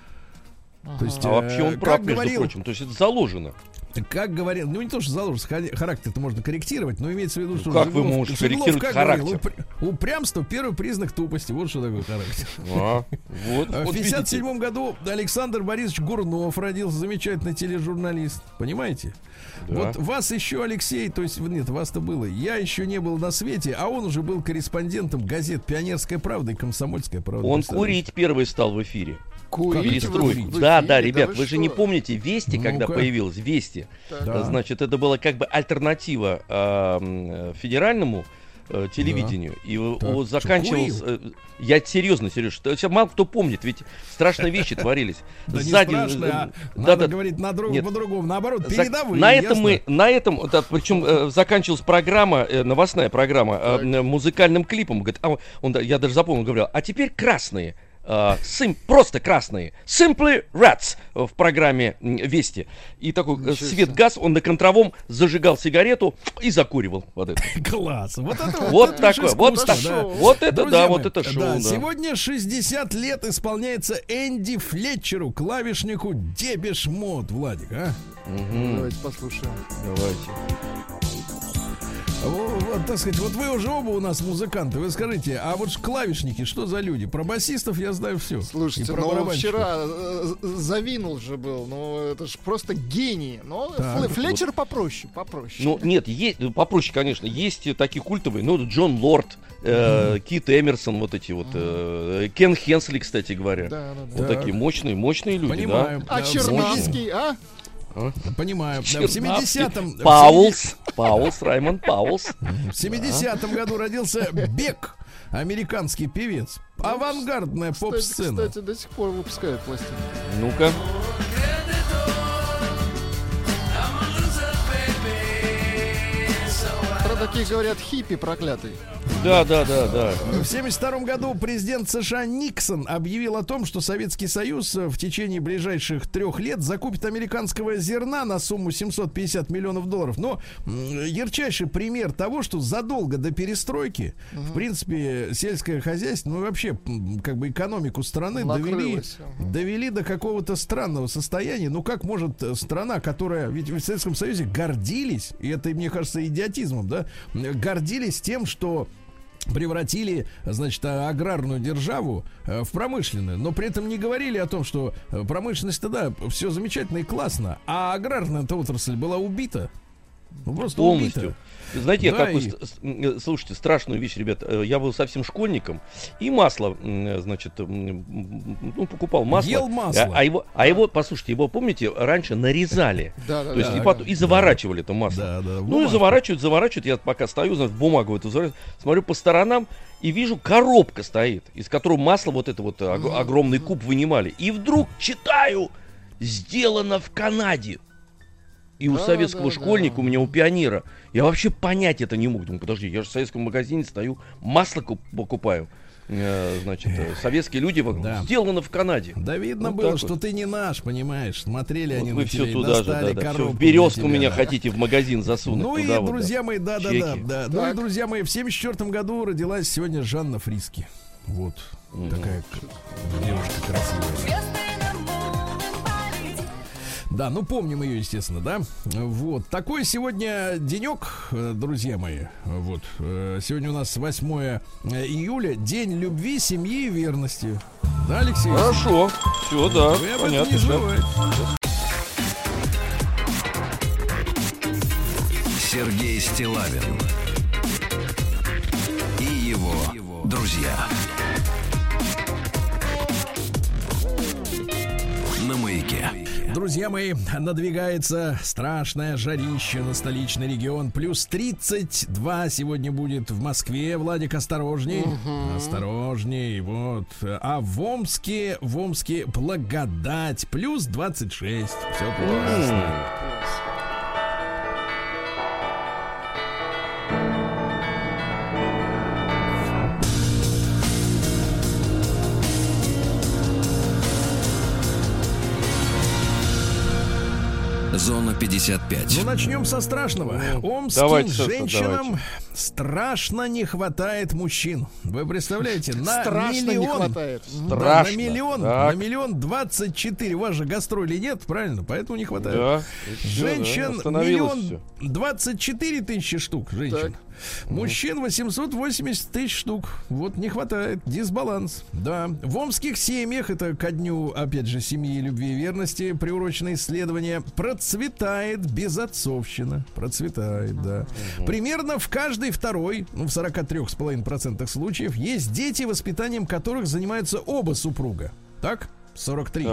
То есть, вообще он прав, между прочим, то есть это заложено. Как говорил, ну не то, что заложено, характер-то можно корректировать, но имеется в виду, что... Как вы можете корректировать характер? Упрямство — первый признак тупости. Вот что такое характер. В 57 году Александр Борисович Гурнов родился, замечательный тележурналист. Понимаете? Да. Вот вас еще, Алексей, то есть, нет, вас-то было. Я еще не был на свете, а он уже был корреспондентом газет «Пионерская правда» и «Комсомольская правда». Он курить первый стал в эфире. Перестройку. Да, ребят, вы же не помните Вести, когда появилось Вести. Значит, это была как бы альтернатива федеральному телевидению. И заканчивался... Я серьезно, Сереж, мало кто помнит, ведь страшные вещи творились. Да не страшно, надо говорить по-другому, наоборот, передовые. На этом, причем заканчивалась программа, новостная программа, музыкальным клипом. Я даже запомнил, говорил, а теперь красные. Просто красные. Simply Rats в программе Вести. И такой свет газ, он на контровом зажигал сигарету и закуривал. Вот это. Класс. Вот это вот такое. Вот это шоу. Сегодня 60 лет исполняется Энди Флетчеру, клавишнику Депеш Мод. Владик, а? Давайте послушаем. Давайте. Вот, так сказать, вот вы уже оба у нас музыканты. Вы скажите, а вот клавишники, что за люди? Про басистов я знаю все. Слушайте, ну вчера Завинул же был, ну это же просто гений. Но Флетчер попроще. Ну нет, есть, попроще, конечно. Есть такие культовые, ну Джон Лорд, Кит Эмерсон, вот эти вот, Кен Хенсли, кстати говоря. Вот такие мощные люди. Понимаю. Да? А Чернавский, а? Понимаю. В 70-м... Паулс, Раймонд Паулс. В 70-м году родился Бек, американский певец. Авангардная поп-сцена. Кстати, до сих пор выпускают пластинки. Ну-ка. Про таких говорят хиппи проклятый. Да. В 1972 году президент США Никсон объявил о том, что Советский Союз в течение ближайших 3 лет закупит американского зерна на сумму $750 миллионов. Но ярчайший пример того, что задолго до перестройки, в принципе, сельское хозяйство, ну и вообще, как бы экономику страны довели до какого-то странного состояния. Ну как может страна, которая, ведь в Советском Союзе гордились, и это, мне кажется, идиотизмом, да, гордились тем, что превратили, значит, аграрную державу в промышленную, но при этом не говорили о том, что промышленность-то, да, все замечательно и классно, а аграрная-то отрасль была убита. Ну, просто полностью. Убита. Знаете, я слушайте, страшную вещь, ребят. Я был совсем школьником, и масло, значит, покупал масло. Ел масло. А его, послушайте, его, помните, раньше нарезали. То есть и заворачивали это масло. Ну и заворачивают. Я пока стою, значит, бумагу эту смотрю по сторонам и вижу, коробка стоит, из которой масло вот это вот огромный куб вынимали. И вдруг читаю, сделано в Канаде. И у советского школьника, у меня у пионера, я вообще понять это не мог. Думаю, подожди, я же в советском магазине стою, масло покупаю. значит, советские люди, сделано в Канаде. Да видно вот было, что ты не наш, понимаешь. Смотрели вот они на тебя и достали коробку. В березку меня хотите в магазин засунуть. Ну и, друзья мои, да. Ну и, друзья мои, в 1974 году родилась сегодня Жанна Фриске. Вот. Такая девушка красивая. Да, ну помним ее, естественно, да. Вот. Такой сегодня денек, друзья мои. Вот. Сегодня у нас 8 июля. День любви, семьи и верности. Да, Алексей? Хорошо. Все, да. Вы об этом не забывайте. Сергей Стиллавин и его друзья. На маяке. Друзья мои, надвигается страшное жарище на столичный регион. Плюс 32 сегодня будет в Москве. Владик, осторожней. Осторожней, вот. А в Омске благодать. Плюс 26. Все прекрасно. Зона 55. Ну, начнем со страшного. Омским женщинам страшно не хватает мужчин. Вы представляете, на страшно миллион, не хватает. Да, на миллион 24. У вас же гастролей нет, правильно? Поэтому не хватает. Да, женщин миллион 24 тысячи штук женщин. Так. Мужчин 880 тысяч штук. Вот не хватает. Дисбаланс. Да. В омских семьях, это ко дню, опять же, семьи, любви и верности, приуроченное исследование, процветает безотцовщина. Процветает, да. Примерно в каждой второй, в 43,5% случаев, есть дети, воспитанием которых занимаются оба супруга. Так? 43.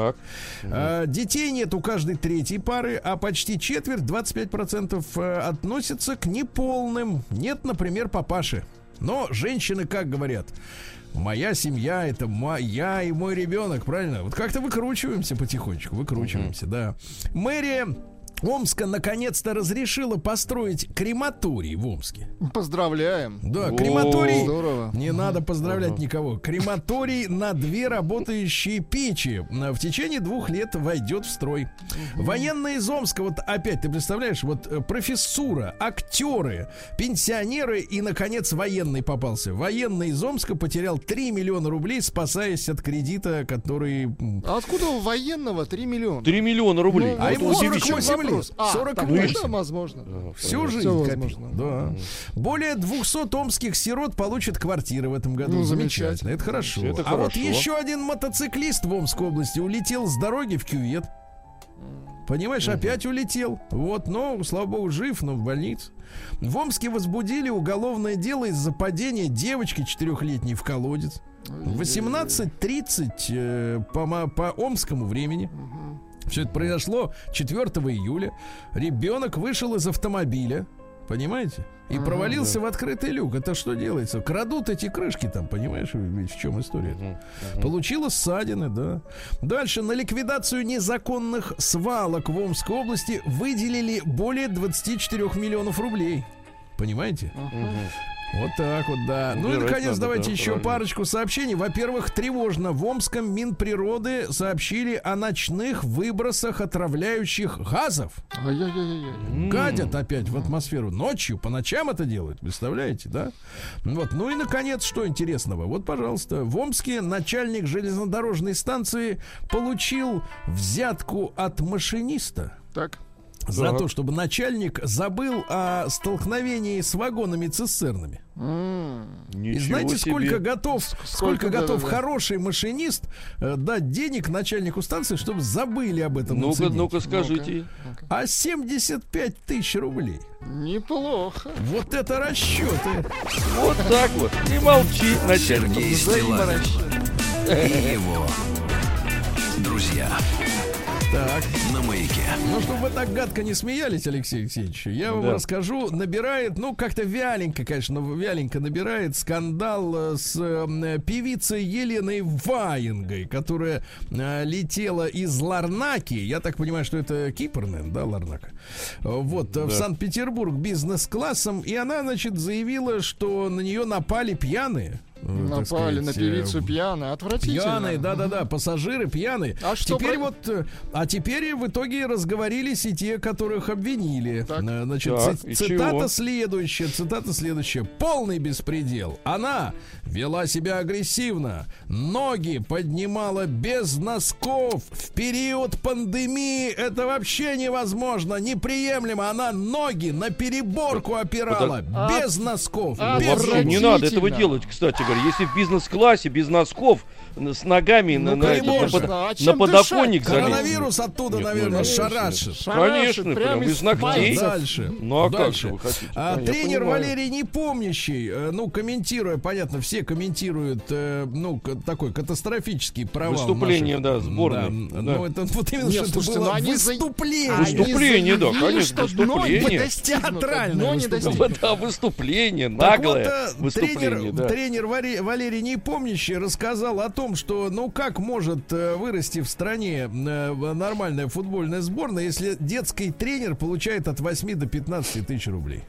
Детей нет у каждой третьей пары, а почти четверть, 25%, относятся к неполным. Нет, например, папаши. Но женщины как говорят? Моя семья — это я и мой ребенок, правильно? Вот как-то выкручиваемся потихонечку, да. Мэрия Омска наконец-то разрешила построить крематорий в Омске. Поздравляем. Да, крематорий. Здорово. Не надо поздравлять никого. Крематорий на 2 работающие печи в течение 2 лет войдет в строй. Военные из Омска, вот опять, ты представляешь, вот профессура, актеры, пенсионеры и, наконец, военный попался. Военный из Омска потерял 3 миллиона рублей, спасаясь от кредита, который... А откуда у военного 3 миллиона? 3 миллиона рублей. А ему 48 лет. 48. Да, возможно. Всю жизнь копил. Да. Более 200 омских сирот получат квартиры в этом году. Замечательно. Это хорошо. Вот еще один мотоциклист в Омской области улетел с дороги в кювет. Понимаешь, опять улетел. Вот, но, слава богу, жив, но в больнице. В Омске возбудили уголовное дело из-за падения девочки 4-летней в колодец. В 18:30 по омскому времени. Все это произошло 4 июля. Ребенок вышел из автомобиля, понимаете? И провалился в открытый люк. Это что делается? Крадут эти крышки там, понимаешь? Ведь в чем история? Получила ссадины, да. Дальше. На ликвидацию незаконных свалок в Омской области выделили более 24 миллионов рублей. Понимаете? Вот так вот, да. Ну и, наконец, давайте еще парочку сообщений. Во-первых, тревожно. В Омском Минприроды сообщили о ночных выбросах отравляющих газов. Гадят опять в атмосферу. Ночью, по ночам это делают. Представляете, да? Вот. Ну и, наконец, что интересного? Вот, пожалуйста. В Омске начальник железнодорожной станции получил взятку от машиниста. Так. За то, чтобы начальник забыл о столкновении с вагонами-цистернами. И знаете, сколько готов хороший машинист дать денег начальнику станции, чтобы забыли об этом инциденте? Ну-ка, скажите. А 75 тысяч рублей. Неплохо. Вот это расчеты. Вот так вот. Не молчи, начальник. Сергей Стиллавин и его друзья. Так. На маяке. Ну, чтобы вы так гадко не смеялись, Алексей Алексеевич, я вам расскажу. Набирает, ну, как-то вяленько, конечно, вяленько набирает скандал с певицей Еленой Ваенгой, которая летела из Ларнаки. Я так понимаю, что это Кипр, наверное, да, Ларнака? Вот, в Санкт-Петербург бизнес-классом. И она, значит, заявила, что на нее напали пьяные. Напали на певицу пьяные, отвратительно. Пьяные, да-да-да, пассажиры пьяные. Теперь в итоге разговорились и те, которых обвинили. Значит, цитата следующая. Полный беспредел. Она вела себя агрессивно, ноги поднимала без носков. В период пандемии это вообще невозможно, неприемлемо. Она ноги на переборку опирала, без носков. Вообще не надо этого делать, кстати говоря. Если в бизнес-классе без носков, с ногами на подоконник залезть. Коронавирус оттуда, наверное, шарашит. Конечно, прям без ногтей. Дальше. Ну а как же вы хотите? Тренер Валерий Непомнящий, комментируя, понятно, все комментируют, такой катастрофический провал. Выступление, сборной. Ну, это вот именно, что это было выступление. Выступление, да, конечно, выступление. Театральное. Да, выступление, наглое выступление. Тренер Валерий Непомнящий рассказал о том, что, как может вырасти в стране нормальная футбольная сборная, если детский тренер получает от 8 до 15 тысяч рублей.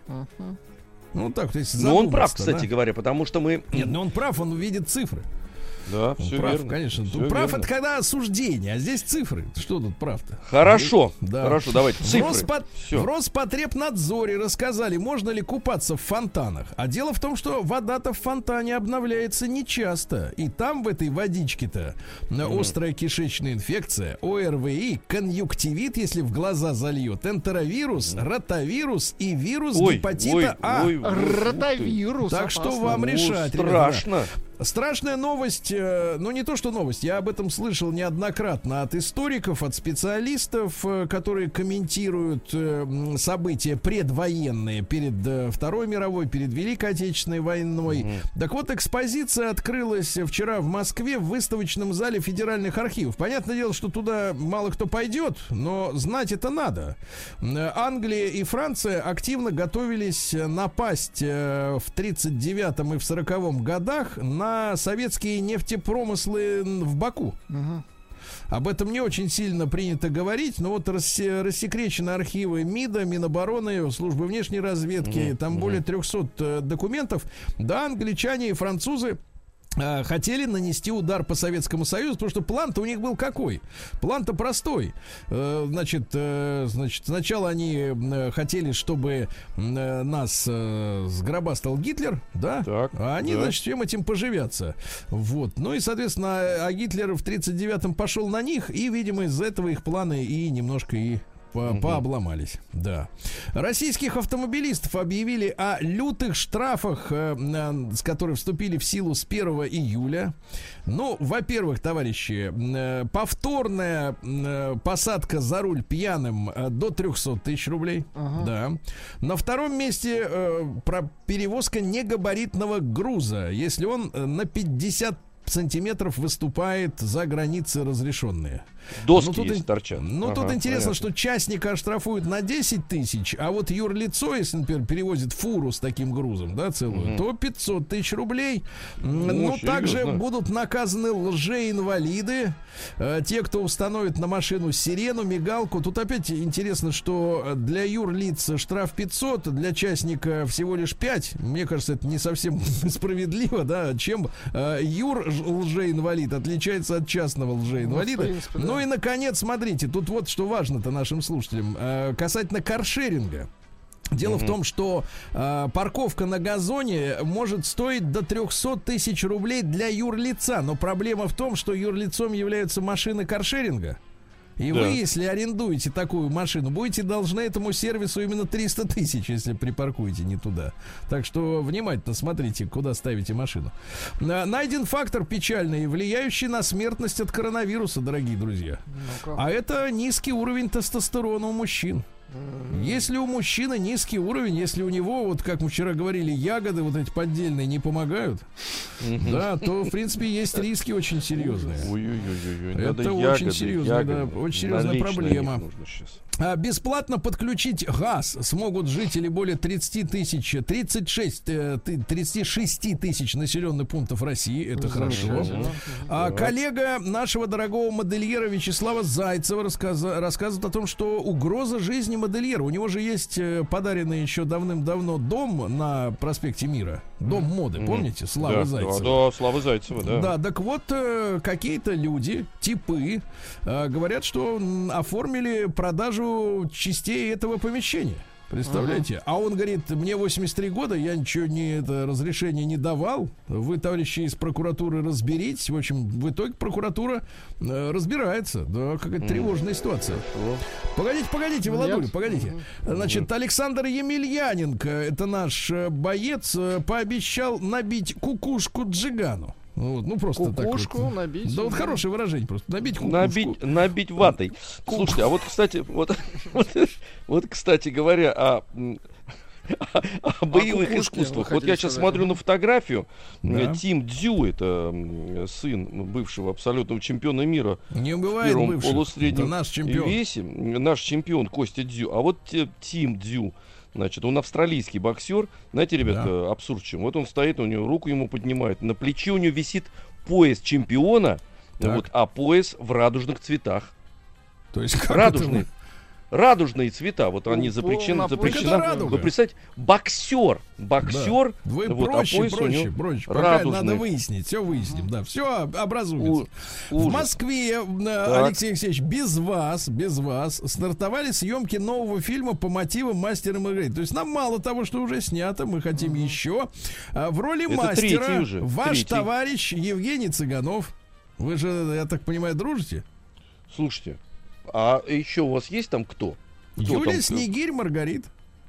Так, то есть но он прав, кстати говоря, потому что мы... Нет, он прав, он видит цифры. Да, все прав, верно. Конечно. Прав верно. Это когда осуждение, а здесь цифры. Что тут прав-то? Хорошо, хорошо, давайте цифры. В Роспотребнадзоре рассказали, можно ли купаться в фонтанах. А дело в том, что вода-то в фонтане обновляется нечасто. И там в этой водичке-то острая кишечная инфекция, ОРВИ, конъюнктивит, если в глаза зальет, энтеровирус, ротавирус и вирус гепатита А. Ротавирус. Так что вам решать. Страшно. Ребята. Страшная новость, не то что новость, я об этом слышал неоднократно от историков, от специалистов, которые комментируют события предвоенные перед Второй мировой, перед Великой Отечественной войной. Так вот, экспозиция открылась вчера в Москве в выставочном зале Федеральных архивов. Понятное дело, что туда мало кто пойдет, но знать это надо. Англия и Франция активно готовились напасть в 1939 и в 1940 годах на советские нефтепромыслы в Баку. Об этом не очень сильно принято говорить, но вот рассекречены архивы МИДа, Минобороны, службы внешней разведки, там более 300 документов. Да, англичане и французы хотели нанести удар по Советскому Союзу, потому что план-то у них был какой? План-то простой. Значит, сначала они хотели, чтобы нас сгробастал Гитлер, да? Так, а они, значит, всем этим поживятся. Вот. Ну и, соответственно, Гитлер в 1939-м пошел на них, и, видимо, из-за этого их планы и немножко пообломались. Да. Российских автомобилистов объявили о лютых штрафах, с которыми вступили в силу с 1 июля. Ну, во-первых, товарищи, повторная посадка за руль пьяным до 300 тысяч рублей. Да. На втором месте перевозка негабаритного груза, если он на 50 сантиметров выступает за границы разрешенные. Доски есть, торчат. Тут интересно, что частника оштрафуют на 10 тысяч, а вот юрлицо, если, например, перевозит фуру с таким грузом, да, целую, то 500 тысяч рублей. Также будут наказаны лжеинвалиды, те, кто установит на машину сирену, мигалку. Тут опять интересно, что для юрлиц штраф 500, для частника всего лишь 5. Мне кажется, это не совсем справедливо, да, чем лжеинвалид отличается от частного лжеинвалида. Ну и, наконец, смотрите, тут вот что важно-то нашим слушателям. Касательно каршеринга. Дело в том, что парковка на газоне может стоить до 300 тысяч рублей для юрлица. Но проблема в том, что юрлицом являются машины каршеринга. И вы, если арендуете такую машину, будете должны этому сервису именно 300 тысяч, если припаркуете не туда. Так что внимательно смотрите, куда ставите машину. Найден фактор печальный, влияющий на смертность от коронавируса, дорогие друзья. А это низкий уровень тестостерона у мужчин. Если у мужчины низкий уровень, если у него, вот как мы вчера говорили, ягоды вот эти поддельные не помогают, да, то, в принципе, есть риски очень серьезные. Это очень серьезная, очень серьезная проблема. Бесплатно подключить газ смогут жители более 36 тысяч населенных пунктов России. Это хорошо. Коллега нашего дорогого модельера Вячеслава Зайцева рассказывает о том, что угроза жизни модельера. У него же есть подаренный еще давным-давно дом на проспекте Мира. Дом моды, помните? Слава Зайцева. Зайцева. Да, Славы Зайцева, да. Да, так вот, какие-то люди, типы, говорят, что оформили продажу частей этого помещения. Представляете? А он говорит, мне 83 года, я ничего разрешения не давал. Вы, товарищи из прокуратуры, разберитесь. В общем, в итоге прокуратура разбирается. Да, какая-то тревожная ситуация. Погодите, Володуль, погодите. Значит, Александр Емельяненко, это наш боец, пообещал набить кукушку Джигану. Вот, ну просто кукушку так вот. Набить. Да вот хорошее выражение просто. Набить кукушку. Набить ватой. Слушайте, а вот, кстати, вот, кстати говоря, о боевых искусствах. Вот я сейчас смотрю на фотографию. Тим Дзю, это сын бывшего абсолютного чемпиона мира. Не бывает в первом полусреднем наш чемпион. Весе. Наш чемпион Костя Дзю. А вот Тим Дзю, значит, он австралийский боксер. Знаете, ребята, абсурд чем. Вот он стоит, у него руку ему поднимают. На плече у него висит пояс чемпиона, вот, а пояс в радужных цветах. То есть как радужный. Радужные цвета, вот они запрещены. Вы представьте, боксер. Да. Вы вот, проще. Пока надо выяснить, все выясним, да, все образуется. В Москве, Алексей Алексеевич, без вас стартовали съемки нового фильма по мотивам «Мастера и Маргариты». То есть нам мало того, что уже снято, мы хотим еще. В роли мастера ваш товарищ Евгений Цыганов. Вы же, я так понимаю, дружите? Слушайте. А еще у вас есть там кто? Юлия Снегирь, Маргарит.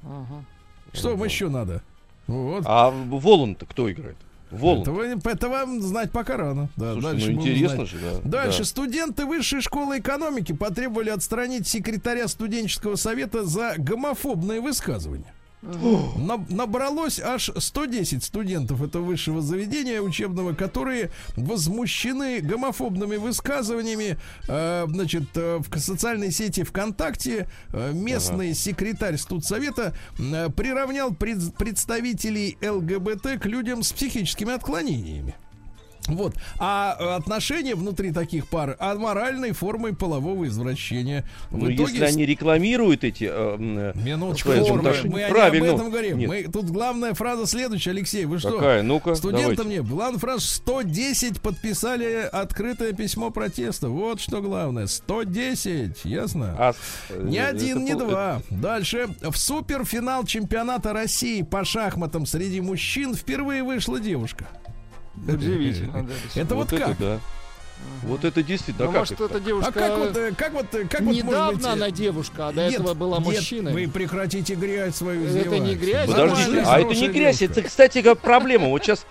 Что вам еще надо? Вот. А Волан-то кто играет? Это вам знать пока рано. Да, слушайте, дальше интересно же, да. Дальше. Студенты Высшей школы экономики потребовали отстранить секретаря студенческого совета за гомофобные высказывания. Набралось аж 110 студентов этого высшего заведения учебного, которые возмущены гомофобными высказываниями. Значит, в социальной сети ВКонтакте местный секретарь студсовета приравнял представителей ЛГБТ к людям с психическими отклонениями. Вот. А отношения внутри таких пар аморальной формой полового извращения. Ну, если они рекламируют эти минуточку, мы правильно. об этом говорим. Тут главная фраза следующая, Алексей. Вы что? Какая? Ну-ка, студентам не. Главная фраза: 110 подписали открытое письмо протеста. Вот что главное. 110. Ясно? Ни один, ни два. Дальше. В суперфинал чемпионата России по шахматам среди мужчин впервые вышла девушка. Удивительно. Это вот как? Вот это действительно. Может, эта девушка. Как недавно она девушка, а до этого была мужчина. Вы прекратите грязь свою изливать. Это не грязь. Подождите, а это не грязь. Это, кстати, как проблема. Вот сейчас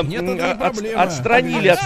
отстранили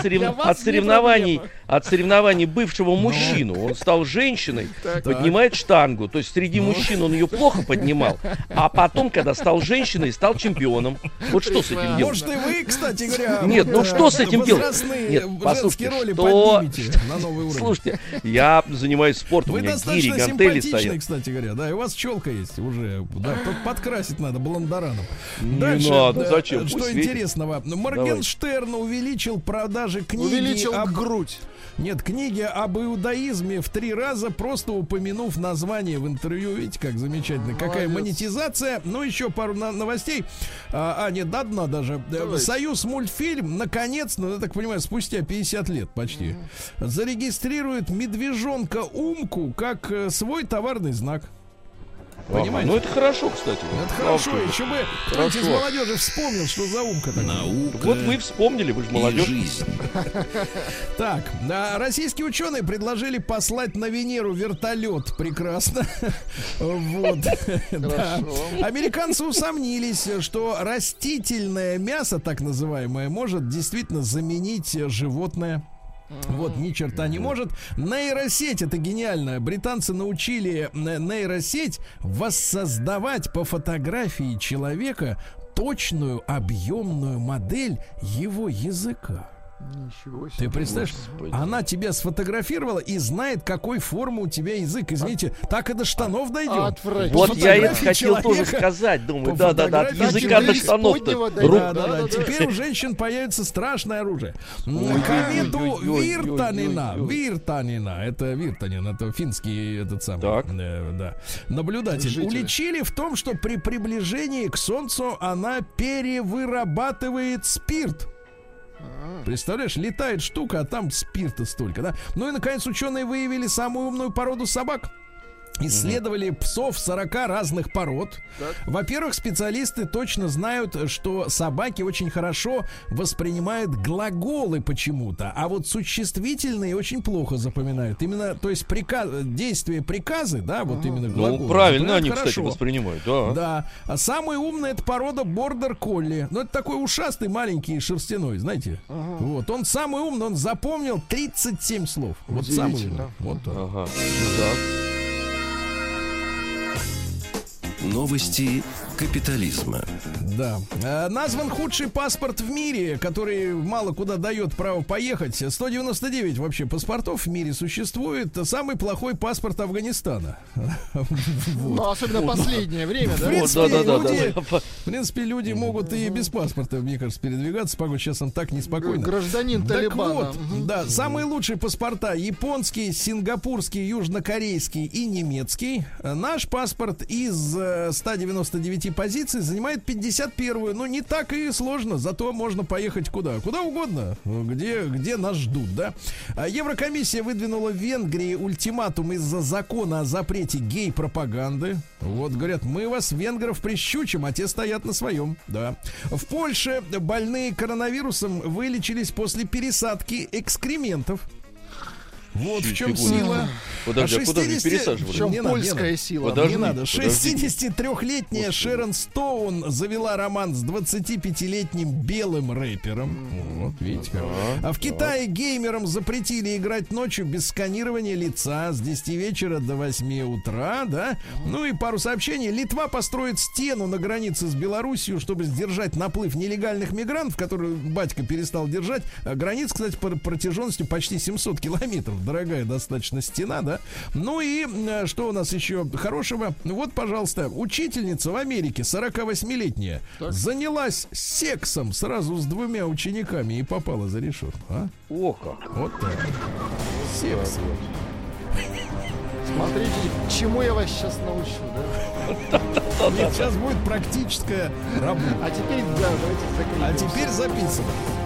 от соревнований бывшего мужчину. Он стал женщиной, поднимает штангу. То есть среди мужчин он ее плохо поднимал. А потом, когда стал женщиной, стал чемпионом. Вот что с этим делать? Может, и вы, кстати говоря. Нет, ну что с этим делать? Нет, послушайте, на новый уровень. Слушайте, я занимаюсь спортом, вы у меня достаточно гири, гантели симпатичный, стоят. кстати говоря, да, и у вас челка есть уже, да, подкрасить надо блондораном. Не дальше, надо, зачем? Что интересного? Моргенштерн увеличил продажи книги. Увеличил грудь. Нет, книги об иудаизме в 3 раза, просто упомянув название в интервью. Видите, как замечательно. Молодец. Какая монетизация. Ну, еще пару новостей. Нет, до дна даже. Давайте. Союз мультфильм, наконец, ну, я так понимаю, спустя 50 лет почти, зарегистрирует медвежонка Умку как свой товарный знак. Понимаете? Ну это хорошо, кстати. Это хорошо. Еще бы кто-нибудь из молодежи вспомнил, что за Умка такая. Наука. Вот вы вспомнили, вы же молодежь. Так, российские ученые предложили послать на Венеру вертолет. Прекрасно. Вот. Американцы усомнились, что растительное мясо, так называемое, может действительно заменить животное. Вот, ни черта не может. Нейросеть, это гениально. Британцы научили нейросеть воссоздавать по фотографии человека точную объемную модель его языка. Ничего себе. Ты представляешь, она тебя сфотографировала и знает, какой формы у тебя язык. Извините, так и до штанов дойдем. Вот я это хотел тоже сказать. Думаю, да, от языка до штанов-то. Да. Теперь у женщин появится страшное оружие. Комету Виртанина, это Виртанин, это финский этот самый наблюдатель, уличили в том, что при приближении к Солнцу она перевырабатывает спирт. Представляешь, летает штука, а там спирта столько, да? Ну и, наконец, ученые выявили самую умную породу собак. Исследовали псов 40 разных пород. Во-первых, специалисты точно знают, что собаки очень хорошо воспринимают глаголы почему-то, а вот существительные очень плохо запоминают. Именно, то есть действия, приказы, да, вот именно глаголы. Ну, правильно они, хорошо, кстати, воспринимают, да. Да. А самая умная — это порода бордер-колли. Ну, это такой ушастый, маленький, шерстяной, знаете. Вот, он самый умный, он запомнил 37 слов. Вот самый умный. Вот так. Новости капитализма. Да. Назван худший паспорт в мире, который мало куда дает право поехать. 199 вообще паспортов в мире существует. Самый плохой паспорт Афганистана. Ну, особенно последнее время, да? В принципе, люди могут и без паспорта, мне кажется, передвигаться. Сейчас он так неспокойно. Гражданин Талибана. Да, самые лучшие паспорта: японский, сингапурский, южнокорейский и немецкий. Наш паспорт из 199 позиций занимает 51-ю. Ну, не так и сложно, зато можно поехать куда угодно, где нас ждут, да. Еврокомиссия выдвинула в Венгрии ультиматум из-за закона о запрете гей-пропаганды. Вот, говорят, мы вас, венгров, прищучим, а те стоят на своем, да. В Польше больные коронавирусом вылечились после пересадки экскрементов. Вот в чем сила. Подожди, куда же пересаживали? В чем польская сила? Не надо. 63-летняя Шерон Стоун завела роман с 25-летним белым рэпером. Вот, видите как. А в Китае геймерам запретили играть ночью без сканирования лица с 10 вечера до 8 утра, да? Ну и пару сообщений. Литва построит стену на границе с Белоруссией, чтобы сдержать наплыв нелегальных мигрантов, которые батька перестал держать. Граница, кстати, протяженностью почти 700 километров. Дорогая достаточно стена, да? Ну и что у нас еще хорошего? Вот, пожалуйста, учительница в Америке, 48-летняя, занялась сексом сразу с 2 учениками и попала за решетку. О, как! Вот так. Секс. Смотрите, чему я вас сейчас научу, да? Нет, сейчас будет практическая работа. А теперь, да, давайте закрепим. А теперь записываем.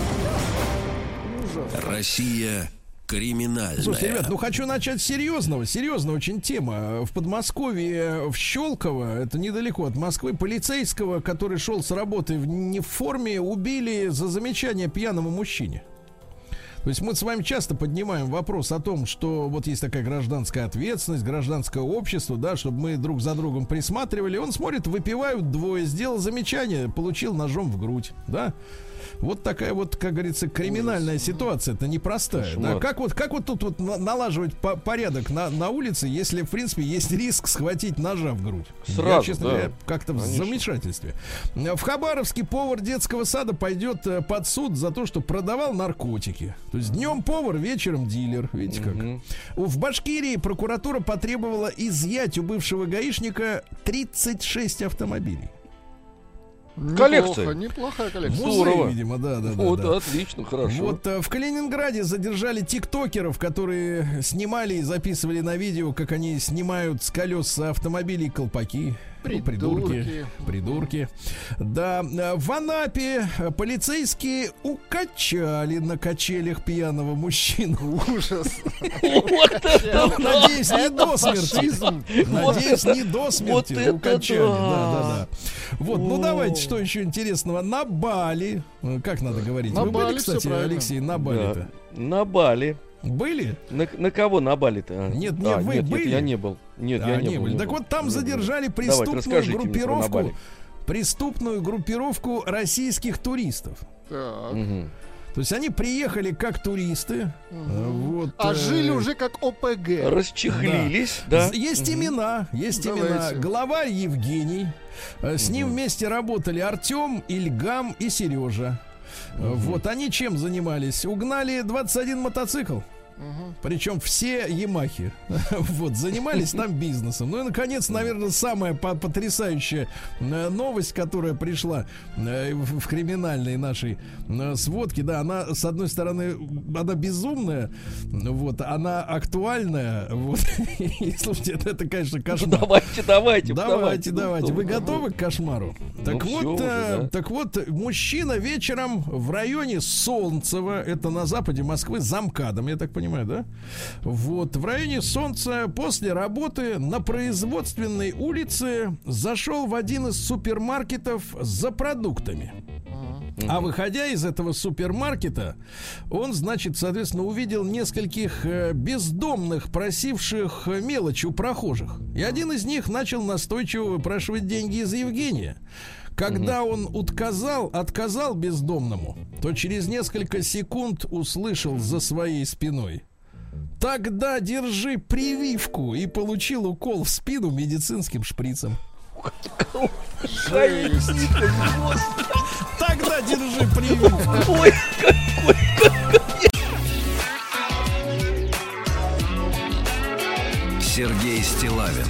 Россия криминальная. Слушайте, ребят, хочу начать с серьезного очень тема. В Подмосковье, в Щелково, это недалеко от Москвы, полицейского, который шел с работы не в форме, убили за замечание пьяному мужчине. То есть мы с вами часто поднимаем вопрос о том, что вот есть такая гражданская ответственность, гражданское общество, да, чтобы мы друг за другом присматривали. Он смотрит, выпивают двое, сделал замечание, получил ножом в грудь, да. Вот такая вот, как говорится, криминальная ситуация. Это непростая. Да? Как вот тут вот налаживать порядок на улице, если, в принципе, есть риск схватить ножа в грудь? Сразу, я, честно говоря, как-то в замешательстве. В Хабаровске повар детского сада пойдет под суд за то, что продавал наркотики. То есть днем повар, вечером дилер. Видите как? В Башкирии прокуратура потребовала изъять у бывшего гаишника 36 автомобилей. Коллекция. Неплохая коллекция. Музей, видимо, да. Вот, отлично, хорошо. Вот в Калининграде задержали тиктокеров, которые снимали и записывали на видео, как они снимают с колес автомобилей колпаки. Придурки. Да, в Анапе полицейские укачали на качелях пьяного мужчину. Ужас. Надеюсь, не до смерти. Надеюсь, не до смерти укачали. Да. Вот, ну давайте, что еще интересного. На Бали. Как надо говорить? Вы были, кстати, Алексей, на Бали-то? На Бали. Были? На кого на Бали-то? Нет, вы были? Нет, я не был. Я не был. Так вот там задержали преступную группировку российских туристов. Так. То есть они приехали как туристы, а жили уже как ОПГ. Расчехлились, да. Есть имена. Главарь Евгений. С ним вместе работали Артем, Ильгам и Сережа. Вот они чем занимались? Угнали 21 мотоцикл. Причем все Ямахи вот, занимались там бизнесом. Ну и, наконец, наверное, самая потрясающая новость, которая пришла в криминальной нашей сводке. Да, она, с одной стороны, она безумная, вот, она актуальная. Вот. И, слушайте, это, конечно, кошмар. Давайте. Вы готовы к кошмару? Так вот, мужчина вечером в районе Солнцево, это на западе Москвы, за МКАДом, я так понимаю, да? Вот, в районе Солнца после работы на Производственной улице зашел в один из супермаркетов за продуктами. А выходя из этого супермаркета, он, значит, соответственно, увидел нескольких бездомных, просивших мелочи у прохожих. И один из них начал настойчиво выпрашивать деньги из Евгения. Когда он отказал бездомному, то через несколько секунд услышал за своей спиной: «Тогда держи прививку», и получил укол в спину медицинским шприцем. Тогда держи прививку. Ой, какой. Сергей Стиллавин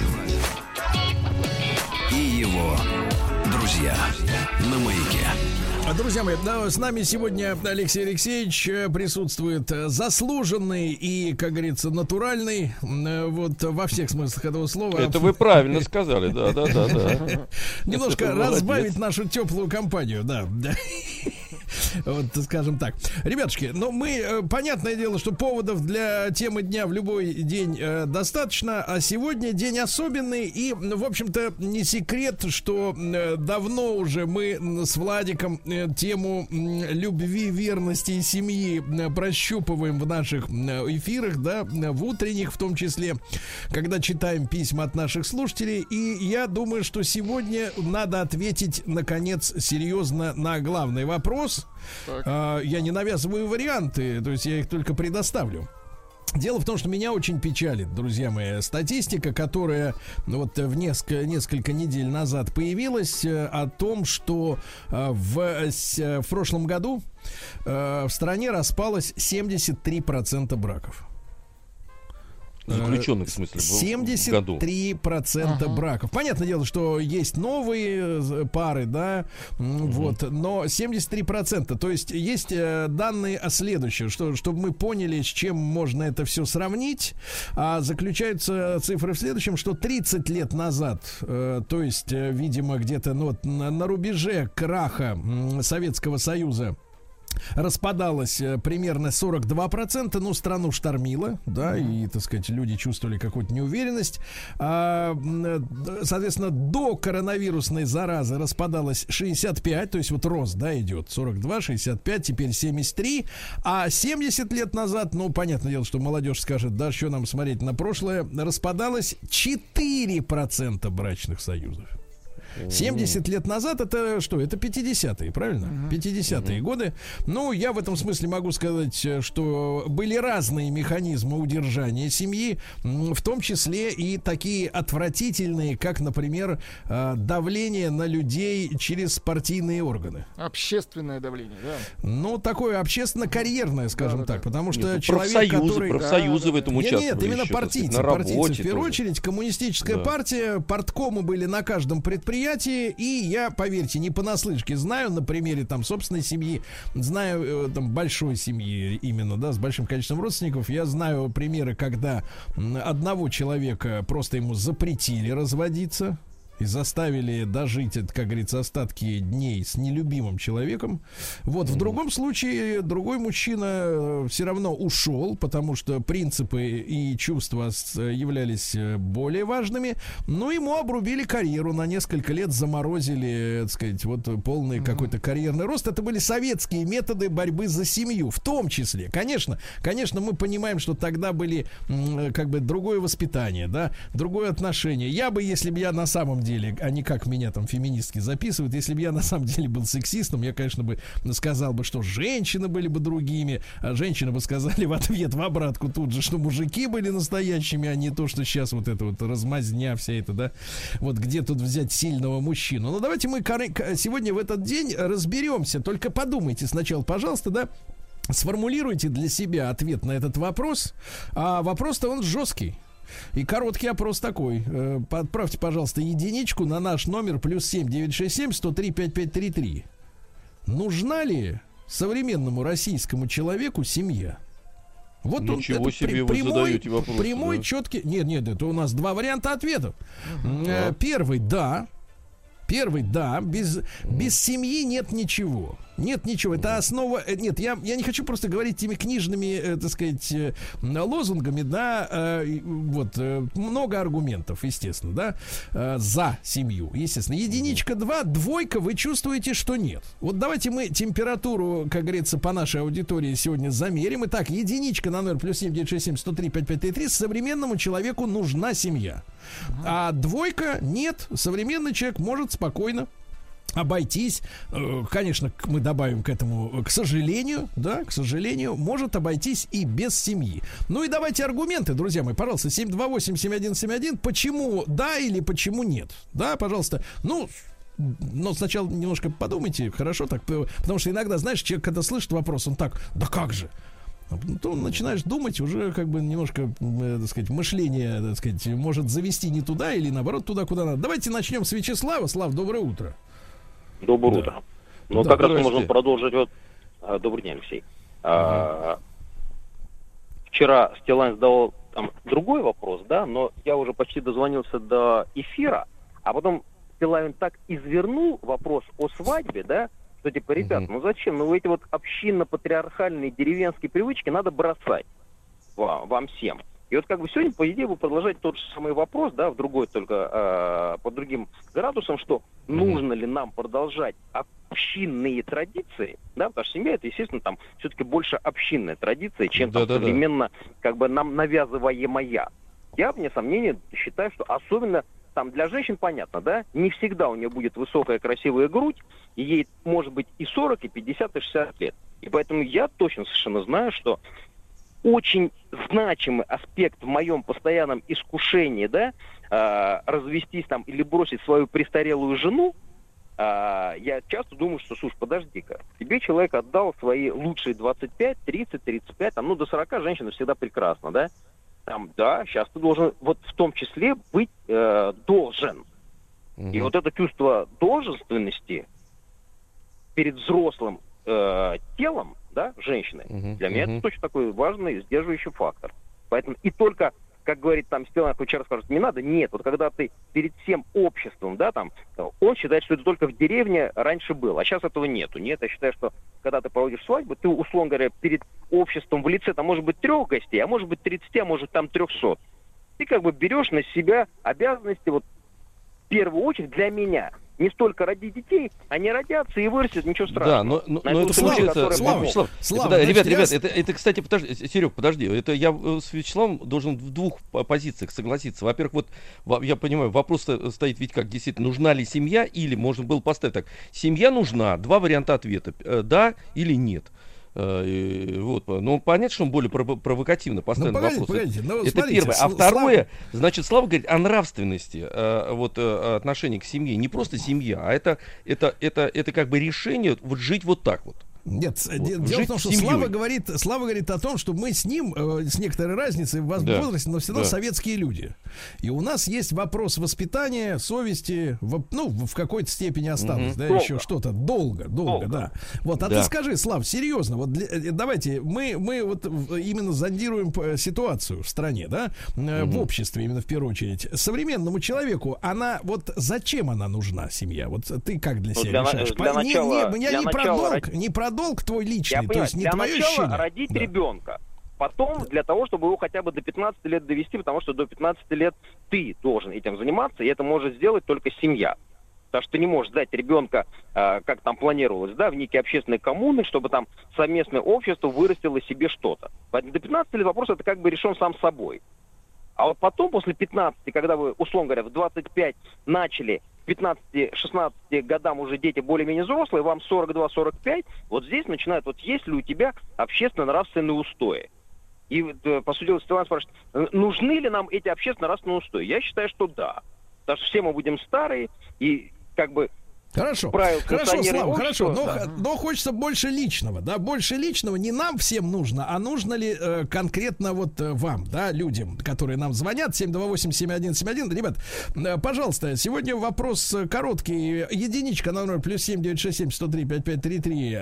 и его друзья на Маяке. Друзья мои, с нами сегодня Алексей Алексеевич присутствует, заслуженный и, как говорится, натуральный, вот во всех смыслах этого слова. Это вы правильно сказали, да. Немножко разбавить нашу теплую компанию, да. Вот, скажем так. Ребятушки, мы, понятное дело, что поводов для темы дня в любой день достаточно, а сегодня день особенный, и, в общем-то, не секрет, что давно уже мы с Владиком тему любви, верности и семьи прощупываем в наших эфирах, да, в утренних в том числе, когда читаем письма от наших слушателей, и я думаю, что сегодня надо ответить, наконец, серьезно на главный вопрос. Я не навязываю варианты, то есть я их только предоставлю. Дело в том, что меня очень печалит, друзья мои, статистика, которая вот несколько недель назад появилась, о том, что в прошлом году в стране распалось 73% браков. Заключенных, в смысле, в году. 73% браков. Понятное дело, что есть новые пары, да, вот, но 73%. То есть есть данные о следующем, чтобы мы поняли, с чем можно это все сравнить. А заключаются цифры в следующем, что 30 лет назад, то есть, видимо, где-то на рубеже краха Советского Союза, распадалось примерно 42%, страну штормило, да, и, так сказать, люди чувствовали какую-то неуверенность. Соответственно, до коронавирусной заразы распадалось 65%, то есть вот рост, да, идет 42, 65, теперь 73, а 70 лет назад, понятное дело, что молодежь скажет, да, что нам смотреть на прошлое, распадалось 4% брачных союзов. 70 лет назад это что? Это 50-е, правильно? 50-е годы. Я в этом смысле могу сказать, что были разные механизмы удержания семьи, в том числе и такие отвратительные, как, например, давление на людей через партийные органы. Общественное давление, да? Такое общественно-карьерное, скажем так, потому что человек, который... Профсоюзы в этом участвовали. Нет, именно партийцы. Партийцы, в первую очередь, коммунистическая партия, парткомы были на каждом предприятии, и я, поверьте, не понаслышке знаю, на примере там собственной семьи, знаю там большой семьи именно, да, с большим количеством родственников, я знаю примеры, когда одного человека просто ему запретили разводиться и заставили дожить, как говорится, остатки дней с нелюбимым человеком. Вот, в другом случае, другой мужчина все равно ушел, потому что принципы и чувства являлись более важными, но ему обрубили карьеру, на несколько лет заморозили, так сказать, вот полный какой-то карьерный рост. Это были советские методы борьбы за семью, в том числе. Конечно, мы понимаем, что тогда были как бы другое воспитание, да, другое отношение. Если бы я на самом деле, а не как меня там феминистки записывают, если бы я на самом деле был сексистом, я, конечно, бы сказал бы, что женщины были бы другими, а женщины бы сказали в ответ, в обратку тут же, что мужики были настоящими, а не то, что сейчас вот это вот размазня вся эта, да, вот где тут взять сильного мужчину. Давайте мы сегодня в этот день разберемся, только подумайте сначала, пожалуйста, да, сформулируйте для себя ответ на этот вопрос. А вопрос-то он жесткий. И короткий опрос такой. Отправьте, пожалуйста, единичку на наш номер +7 967 103 5533. Нужна ли современному российскому человеку семья? Вот ничего себе вы задаете вопрос. Прямой, четкий. Нет, это у нас два варианта ответов. Первый, да. Без семьи нет ничего. Нет ничего. Это основа. Нет, я не хочу просто говорить теми книжными, так сказать, лозунгами, да. Вот много аргументов, естественно, да, за семью, естественно. Единичка, 2, двойка, вы чувствуете, что нет. Вот давайте мы температуру, как говорится, по нашей аудитории сегодня замерим. Итак, единичка на номер +7 967 103 5533. Современному человеку нужна семья. А двойка нет. Современный человек может спокойно обойтись, конечно, мы добавим к этому, к сожалению, может обойтись и без семьи. Ну и давайте аргументы, друзья мои, пожалуйста, 728-7171, почему да или почему нет, да, пожалуйста, но сначала немножко подумайте, хорошо так, потому что иногда, знаешь, человек, когда слышит вопрос, он так, да как же, то начинаешь думать, уже как бы немножко, так сказать, мышление, так сказать, может завести не туда или наоборот туда, куда надо. Давайте начнем с Вячеслава. Слав, доброе утро. Доброе утро. Ну, как раз можем продолжить. Добрый день, Алексей. Вчера Стилайн задал там другой вопрос, да, но я уже почти дозвонился до эфира, а потом Стилайн так извернул вопрос о свадьбе, да, что типа, ребят, ну зачем? Ну эти вот общинно-патриархальные деревенские привычки надо бросать вам всем. И вот как бы сегодня, по идее, вы продолжаете тот же самый вопрос, да, в другой, только под другим градусом, что нужно ли нам продолжать общинные традиции, да, потому что семья это, естественно, там все-таки больше общинная традиция, чем там современно как бы нам навязываемая. Я, вне сомнения, считаю, что особенно там для женщин понятно, да, не всегда у нее будет высокая красивая грудь, и ей может быть и 40, и 50, и 60 лет. И поэтому я точно совершенно знаю, что очень значимый аспект в моем постоянном искушении, да, развестись там или бросить свою престарелую жену, я часто думаю, что, слушай, подожди-ка, тебе человек отдал свои лучшие 25, 30, 35, там, ну, до 40 женщина всегда прекрасна, да, там, да, сейчас ты должен, вот в том числе, быть должен. И вот это чувство долженственности перед взрослым телом, да, женщины, для меня это точно такой важный сдерживающий фактор. Поэтому и только, как говорит там Стилайн, хоть раз скажет, не надо, нет, вот когда ты перед всем обществом, да, там, он считает, что это только в деревне раньше было, а сейчас этого нету. Нет, я считаю, что когда ты проводишь свадьбу, ты, условно говоря, перед обществом в лице, там, может быть, 3 гостей, а может быть, 30, а может, там, 300. Ты как бы берешь на себя обязанности, вот, в первую очередь, для меня. Не столько родить детей, они родятся и вырастут, ничего страшного. Да, но это получается... Слава, ребят, это, кстати, подожди, Серег, подожди, это я с Вячеславом должен в 2 позициях согласиться. Во-первых, вот, я понимаю, вопрос стоит ведь как, действительно, нужна ли семья, или можно было поставить так, семья нужна, 2 варианта ответа, да или нет. Вот, ну понятно, что он более провокативно поставлен вопрос. Это смотрите, первое. А второе, значит, Слава говорит о нравственности вот, отношения к семье. Не просто семья, а это как бы решение вот, жить вот так вот. Нет, дело в том, что Слава говорит о том, что мы с ним, с некоторой разницей в возрасте, но все равно советские люди. И у нас есть вопрос воспитания, совести, в какой-то степени осталось, да, еще что-то. Долго, да. Вот, а ты скажи, Слав, серьезно, вот давайте, мы вот именно зондируем ситуацию в стране, да, в обществе, именно в первую очередь. Современному человеку, вот зачем она нужна, семья? Вот ты как для себя решаешь? Не про долг твой личный, то есть не твое ощущение. Для начала родить ребенка, потом для того, чтобы его хотя бы до 15 лет довести, потому что до 15 лет ты должен этим заниматься, и это может сделать только семья. Потому что ты не можешь дать ребенка, как там планировалось, да, в некие общественные коммуны, чтобы там совместное общество вырастило себе что-то. Поэтому до 15 лет вопрос это как бы решен сам собой. А вот потом, после 15, когда вы, условно говоря, в 25 начали, к 15-16 годам уже дети более-менее взрослые, вам 42-45, вот здесь начинают, вот есть ли у тебя общественно-нравственные устои? И, по сути дела, Стилайн спрашивает, нужны ли нам эти общественно-нравственные устои? Я считаю, что да. Потому что все мы будем старые, и как бы Хорошо, Слава, хорошо, но хочется больше личного, да, больше личного не нам всем нужно, а нужно ли конкретно вот вам, да, людям, которые нам звонят, 728-7171, ребят, пожалуйста, сегодня вопрос короткий, единичка на номер +7 967 103 5533,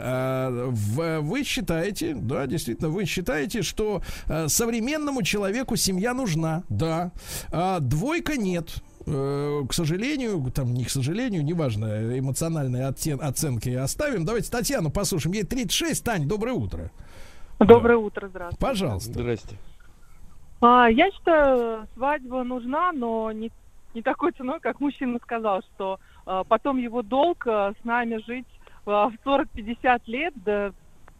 вы считаете, да, действительно, вы считаете, что современному человеку семья нужна, да, двойка нет. К сожалению, там не к сожалению, неважно, эмоциональные оценки оставим. Давайте Татьяну послушаем. Ей 36. Тань, доброе утро. Доброе утро, здравствуйте. Пожалуйста. Здрасте. Я считаю, свадьба нужна, но не такой ценой, как мужчина сказал, что потом его долг с нами жить в 40-50 лет, да.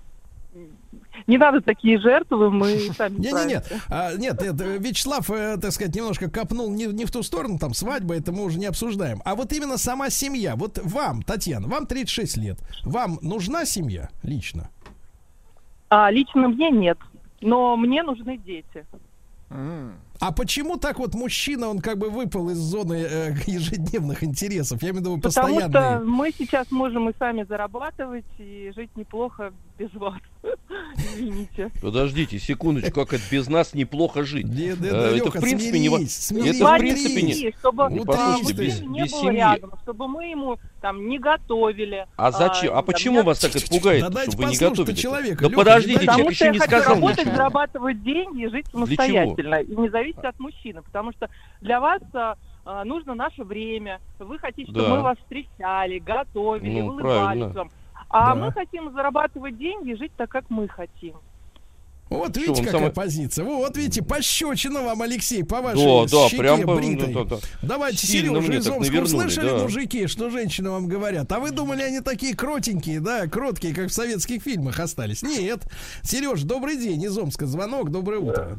Не надо такие жертвы, мы сами Нет, Вячеслав, так сказать, немножко копнул не в ту сторону, там свадьба, это мы уже не обсуждаем. А вот именно сама семья. Вот вам, Татьяна, вам 36 лет. Вам нужна семья лично? Лично мне нет, но мне нужны дети. А почему так вот мужчина, он как бы выпал из зоны ежедневных интересов? Я имею в виду постоянные. Потому что мы сейчас можем и сами зарабатывать, и жить неплохо без вас. Извините. Подождите, секундочку, как это без нас неплохо жить? Это в принципе не... Чтобы мужчине не было рядом, чтобы мы ему там не готовили. А зачем? А почему вас так это пугает, чтобы вы не готовили? Да подождите, человек еще не сказал ничего. Потому что я хочу работать, зарабатывать деньги и жить самостоятельно. И не зависеть от мужчины, потому что для вас нужно наше время. Вы хотите, чтобы мы вас встречали, готовили, улыбались вам. А мы хотим зарабатывать деньги и жить так, как мы хотим. Вот видите, какая позиция. Вот видите, пощечина вам, Алексей, по вашей щеке бритой. Давайте, Сережа из Омска, услышали, мужики, что женщины вам говорят? А вы думали, они такие кротенькие, да, кроткие, как в советских фильмах остались? Нет. Сереж, добрый день, из Омска звонок, доброе утро.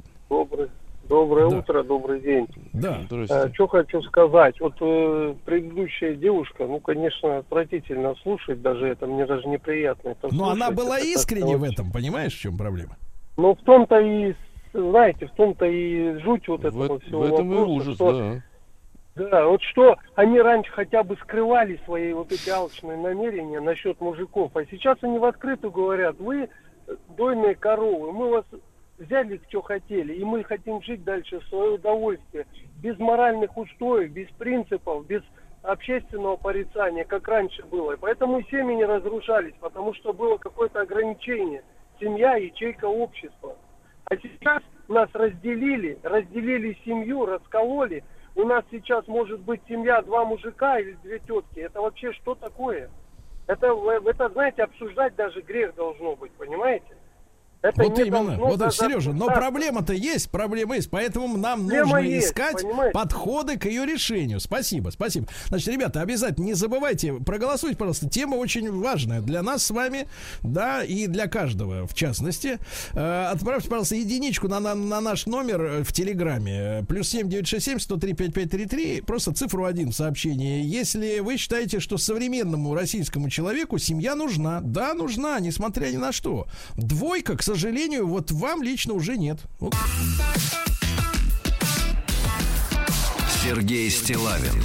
Доброе утро, добрый день. Да. Что хочу сказать. Вот предыдущая девушка, конечно, отвратительно слушать, даже это мне даже неприятно. Это но она была искренне в этом, понимаешь, в чем проблема? Ну, в том-то и, знаете, в том-то и жуть вот этого всего. В этом вопроса, и ужас, что, да, вот что они раньше хотя бы скрывали свои вот эти алчные намерения насчет мужиков, а сейчас они в открытую говорят: вы дойные коровы, мы вас взяли, что хотели, и мы хотим жить дальше в свое удовольствие, без моральных устоев, без принципов, без общественного порицания, как раньше было. И поэтому и семьи не разрушались, потому что было какое-то ограничение. Семья — ячейка общества. А сейчас нас разделили семью, раскололи. У нас сейчас может быть семья 2 мужика или 2 тетки. Это вообще что такое? Это, знаете, обсуждать даже грех должно быть, понимаете? Это вот именно, вот это, Сережа, но проблема есть, поэтому нам нужно искать подходы к ее решению. Спасибо. Значит, ребята, обязательно не забывайте, проголосуйте, пожалуйста, тема очень важная для нас с вами, да, и для каждого, в частности. Отправьте, пожалуйста, единичку на наш номер в Телеграме, +7 967 103 5533, просто цифру 1 в сообщении. Если вы считаете, что современному российскому человеку семья нужна, да, нужна, несмотря ни на что. Двойка, к сожалению, вот вам лично уже нет. Вот. Сергей Стиллавин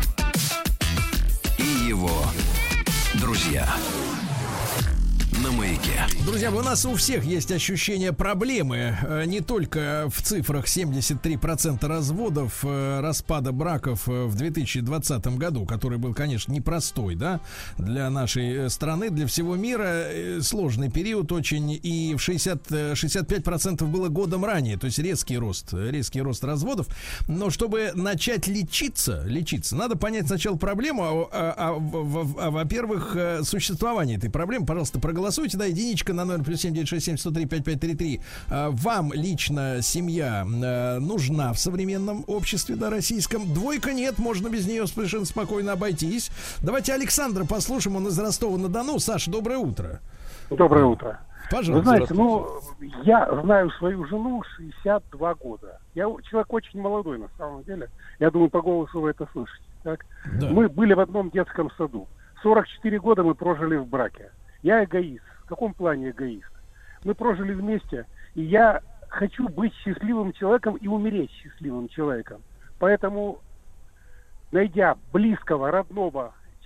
и его друзья на Маяке. Друзья, у нас у всех есть ощущение проблемы, не только в цифрах 73% разводов, распада браков в 2020 году, который был, конечно, непростой, да, для нашей страны, для всего мира, сложный период очень, и в 65% было годом ранее, то есть резкий рост разводов. Но чтобы начать лечиться, надо понять сначала проблему, во-первых, существование этой проблемы. Пожалуйста, проголосуйте, да, единичка на номер +7 967 103 5533. Вам лично семья нужна в современном обществе, да, российском? Двойка нет, можно без нее совершенно спокойно обойтись. Давайте Александра послушаем, он из Ростова-на-Дону. Саша, доброе утро. Доброе утро. Пожалуйста. Вы знаете, я знаю свою жену 62 года. Я человек очень молодой, на самом деле. Я думаю, по голосу вы это слышите. Так? Да. Мы были в одном детском саду. 44 года мы прожили в браке. Я эгоист. В каком плане эгоист? Мы прожили вместе, и я хочу быть счастливым человеком и умереть счастливым человеком. Поэтому, найдя близкого, родного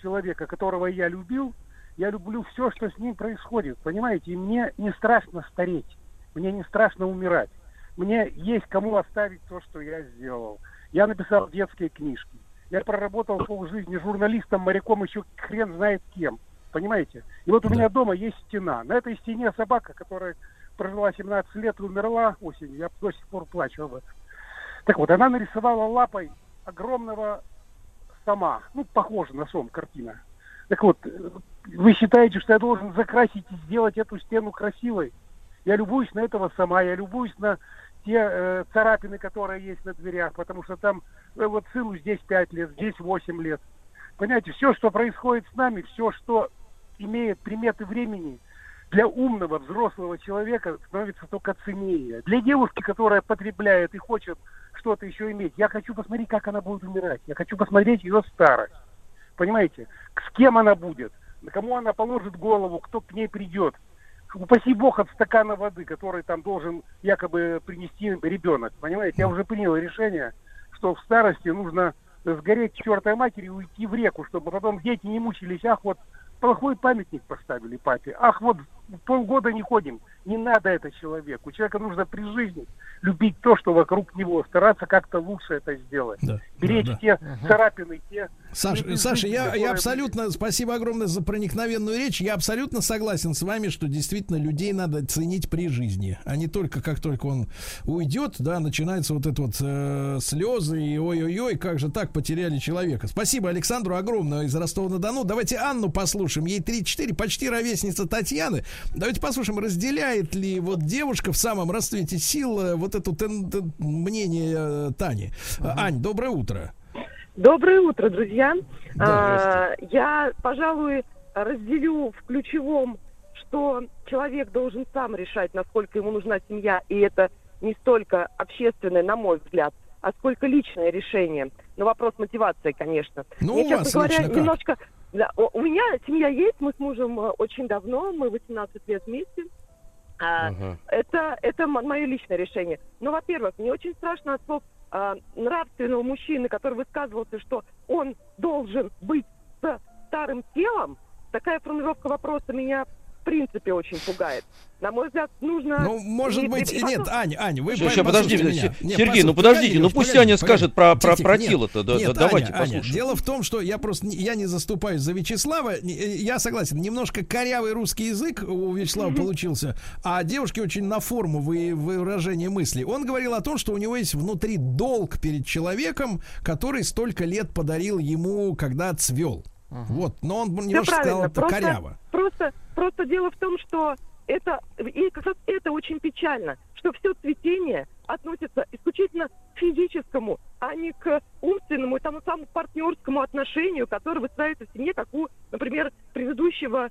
человека, которого я любил, я люблю все, что с ним происходит, понимаете? И мне не страшно стареть, мне не страшно умирать. Мне есть кому оставить то, что я сделал. Я написал детские книжки. Я проработал полжизни журналистом, моряком, еще хрен знает кем. Понимаете? И вот у меня дома есть стена. На этой стене собака, которая прожила 17 лет и умерла осенью. Я до сих пор плачу об этом. Так вот, она нарисовала лапой огромного сома. Ну, похоже на сом, картина. Так вот, вы считаете, что я должен закрасить и сделать эту стену красивой? Я любуюсь на этого сома, я любуюсь на те царапины, которые есть на дверях, потому что там, вот сыну здесь 5 лет, здесь 8 лет. Понимаете, все, что происходит с нами, все, что имеет приметы времени, для умного, взрослого человека становится только ценнее. Для девушки, которая потребляет и хочет что-то еще иметь, я хочу посмотреть, как она будет умирать. Я хочу посмотреть ее старость. Понимаете? С кем она будет, на кому она положит голову, кто к ней придет. Упаси Бог от стакана воды, который там должен якобы принести ребенок. Понимаете? Я уже принял решение, что в старости нужно сгореть к чертовой матери и уйти в реку, чтобы потом дети не мучились. Ах, вот плохой памятник поставили папе. Ах, вот полгода не ходим. Не надо это человеку. Человеку нужно при жизни любить то, что вокруг него, стараться как-то лучше это сделать. Да, беречь те царапины, те... Саша, я абсолютно, спасибо огромное за проникновенную речь. Я абсолютно согласен с вами, что действительно людей надо ценить при жизни, а не только как только он уйдет, да, начинается вот это вот слезы и ой-ой-ой, как же так потеряли человека. Спасибо Александру огромное из Ростова-на-Дону. Давайте Анну послушаем, ей 34, почти ровесница Татьяны. Давайте послушаем, разделяет ли вот девушка в самом расцвете сил вот это мнение Тани. Ань, доброе утро. Доброе утро, друзья. Я, пожалуй, разделю в ключевом, что человек должен сам решать, насколько ему нужна семья, и это не столько общественное, на мой взгляд, а сколько личное решение. Но вопрос мотивации, конечно. Ну, мне, честно говоря, немножко... Да, у меня семья есть, мы с мужем очень давно, мы 18 лет вместе. Это мое личное решение. Но, во-первых, мне очень страшно от слов нравственного мужчины, который высказывался, что он должен быть с старым телом. Такая формулировка вопроса меня в принципе очень пугает. На мой взгляд, нужно... Ну, может быть... Нет, Ань, вы... Сейчас, подожди, Сергей, ну подождите, ну пусть Аня скажет про тело-то. Давайте послушаем. Дело в том, что я не заступаюсь за Вячеслава. Я согласен, немножко корявый русский язык у Вячеслава получился, а девушки очень на форму выражения мысли. Он говорил о том, что у него есть внутри долг перед человеком, который столько лет подарил ему, когда цвел. Вот, но он немножко сказал это коряво. Просто дело в том, что это очень печально, что все цветение относится исключительно к физическому, а не к умственному и тому самому партнерскому отношению, которое выстраивается в семье, как у, например, предыдущего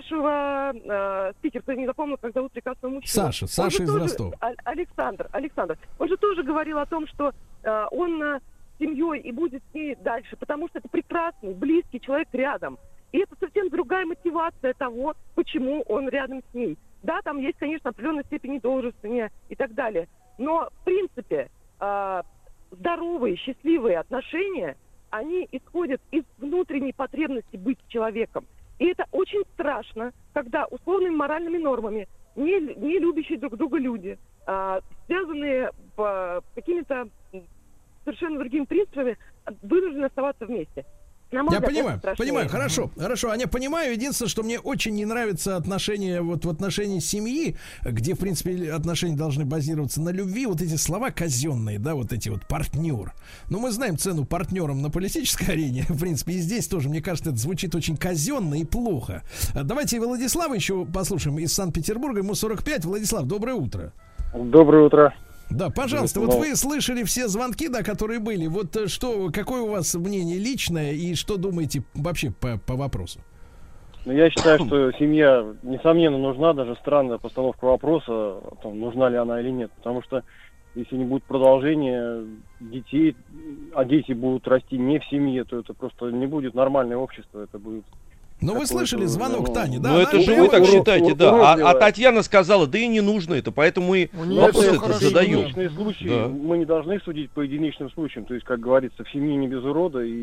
вашего спикера, кто не запомнил, как зовут прекрасного мужчину. Саша из Ростова. Александр. Он же тоже говорил о том, что он семьей и будет с ней дальше, потому что это прекрасный, близкий человек рядом. И это совсем другая мотивация того, почему он рядом с ней. Да, там есть, конечно, определенная степень должности и так далее. Но, в принципе, здоровые, счастливые отношения, они исходят из внутренней потребности быть человеком. И это очень страшно, когда условными моральными нормами не любящие друг друга люди, связанные какими-то совершенно другими принципами, вынуждены оставаться вместе. Я понимаю, хорошо, Аня, понимаю. Единственное, что мне очень не нравится отношения, вот в отношении семьи, где, в принципе, отношения должны базироваться на любви, вот эти слова казенные, да, вот эти вот партнер. Но мы знаем цену партнерам на политической арене, в принципе, и здесь тоже, мне кажется, это звучит очень казенно и плохо. Давайте Владислава еще послушаем из Санкт-Петербурга, ему 45. Владислав, доброе утро. Доброе утро. Да, пожалуйста, вот вы слышали все звонки, да, которые были. Вот какое у вас мнение личное и что думаете вообще по вопросу? Ну, я считаю, что семья, несомненно, нужна. Даже странная постановка вопроса, нужна ли она или нет. Потому что если не будет продолжения детей, а дети будут расти не в семье, то это просто не будет нормальное общество. Это будет... Ну, вы слышали звонок Тани, да? Ну, это же вы так считаете, да. А Татьяна сказала, да и не нужно это, поэтому и вопрос это задаем. Мы не должны судить по единичным случаям. То есть, как говорится, в семье не без урода, и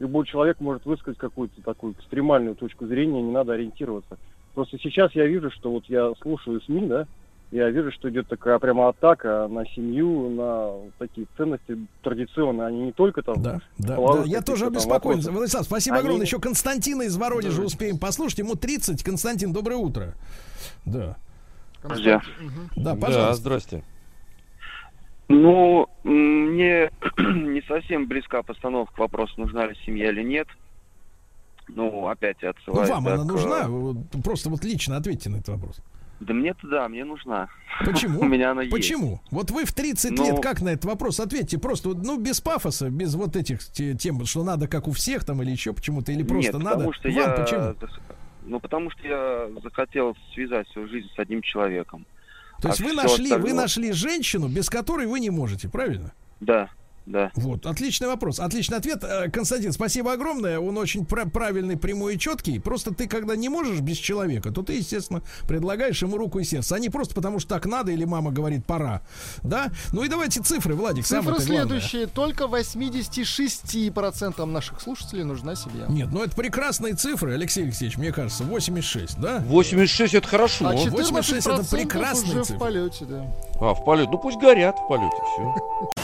любой человек может высказать какую-то такую экстремальную точку зрения, не надо ориентироваться. Просто сейчас я вижу, что вот я слушаю СМИ, да, я вижу, что идет такая прямо атака на семью, на такие ценности традиционные, они не только там... Да. Я тоже обеспокоен. Владислав, спасибо огромное. Еще Константина из Воронежа успеем послушать. Ему 30. Константин, доброе утро. Да. Да, пожалуйста. Да, здрасте. Ну, мне не совсем близка постановка вопроса, нужна ли семья или нет. Ну, опять отсылаюсь. Вам она нужна? Просто вот лично ответьте на этот вопрос. Да мне-то да, мне нужна. Почему? У меня она есть. Почему? Вот вы в 30 лет как на этот вопрос ответьте? Просто, без пафоса, без вот этих тем, что надо как у всех там или еще почему-то, или просто Нет, надо. Потому что почему? Ну, потому что я захотел связать свою жизнь с одним человеком. То есть вы нашли женщину, без которой вы не можете, правильно? Да. Вот, отличный вопрос, отличный ответ. Константин, спасибо огромное. Он очень правильный, прямой и четкий. Просто ты, когда не можешь без человека, то ты, естественно, предлагаешь ему руку и сердце. А не просто потому, что так надо, или мама говорит, пора. Да? Ну и давайте цифры, Владик, цифры следующие. Только 86% наших слушателей нужна семья. Нет, это прекрасные цифры, Алексей Алексеевич, мне кажется. 86, да? 86 это хорошо. А 86 это прекрасные уже в полете, да. В полете. Ну пусть горят в полете, все.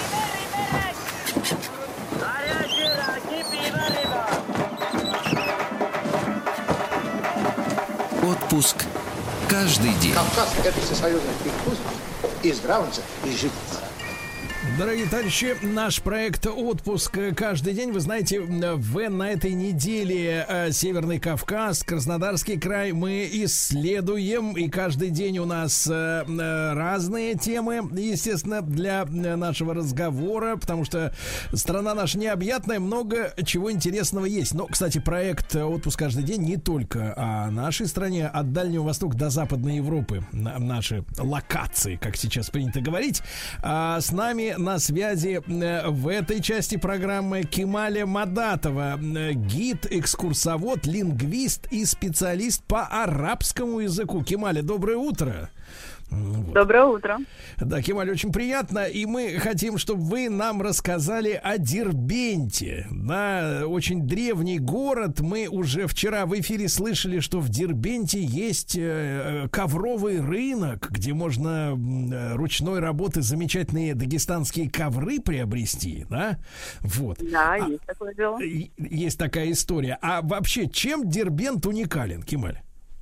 Отпуск каждый день. Кавказ — это всесоюзный перекус и здравница, и житница. Дорогие товарищи, наш проект «Отпуск каждый день». Вы знаете, на этой неделе Северный Кавказ, Краснодарский край мы исследуем. И каждый день у нас разные темы, естественно, для нашего разговора. Потому что страна наша необъятная, много чего интересного есть. Но, кстати, проект «Отпуск каждый день» не только о нашей стране, от Дальнего Востока до Западной Европы. Наши локации, как сейчас принято говорить. С нами на связи в этой части программы Кемаля Мадатова, гид, экскурсовод, лингвист и специалист по арабскому языку. Кемаля, доброе утро. Вот. Доброе утро. Да, Кемаль, очень приятно. И мы хотим, чтобы вы нам рассказали о Дербенте. Да, очень древний город. Мы уже вчера в эфире слышали, что в Дербенте есть ковровый рынок, где можно ручной работы замечательные дагестанские ковры приобрести. Да, вот. Да, есть такое дело. Есть такая история. А вообще, чем Дербент уникален, Кемаль?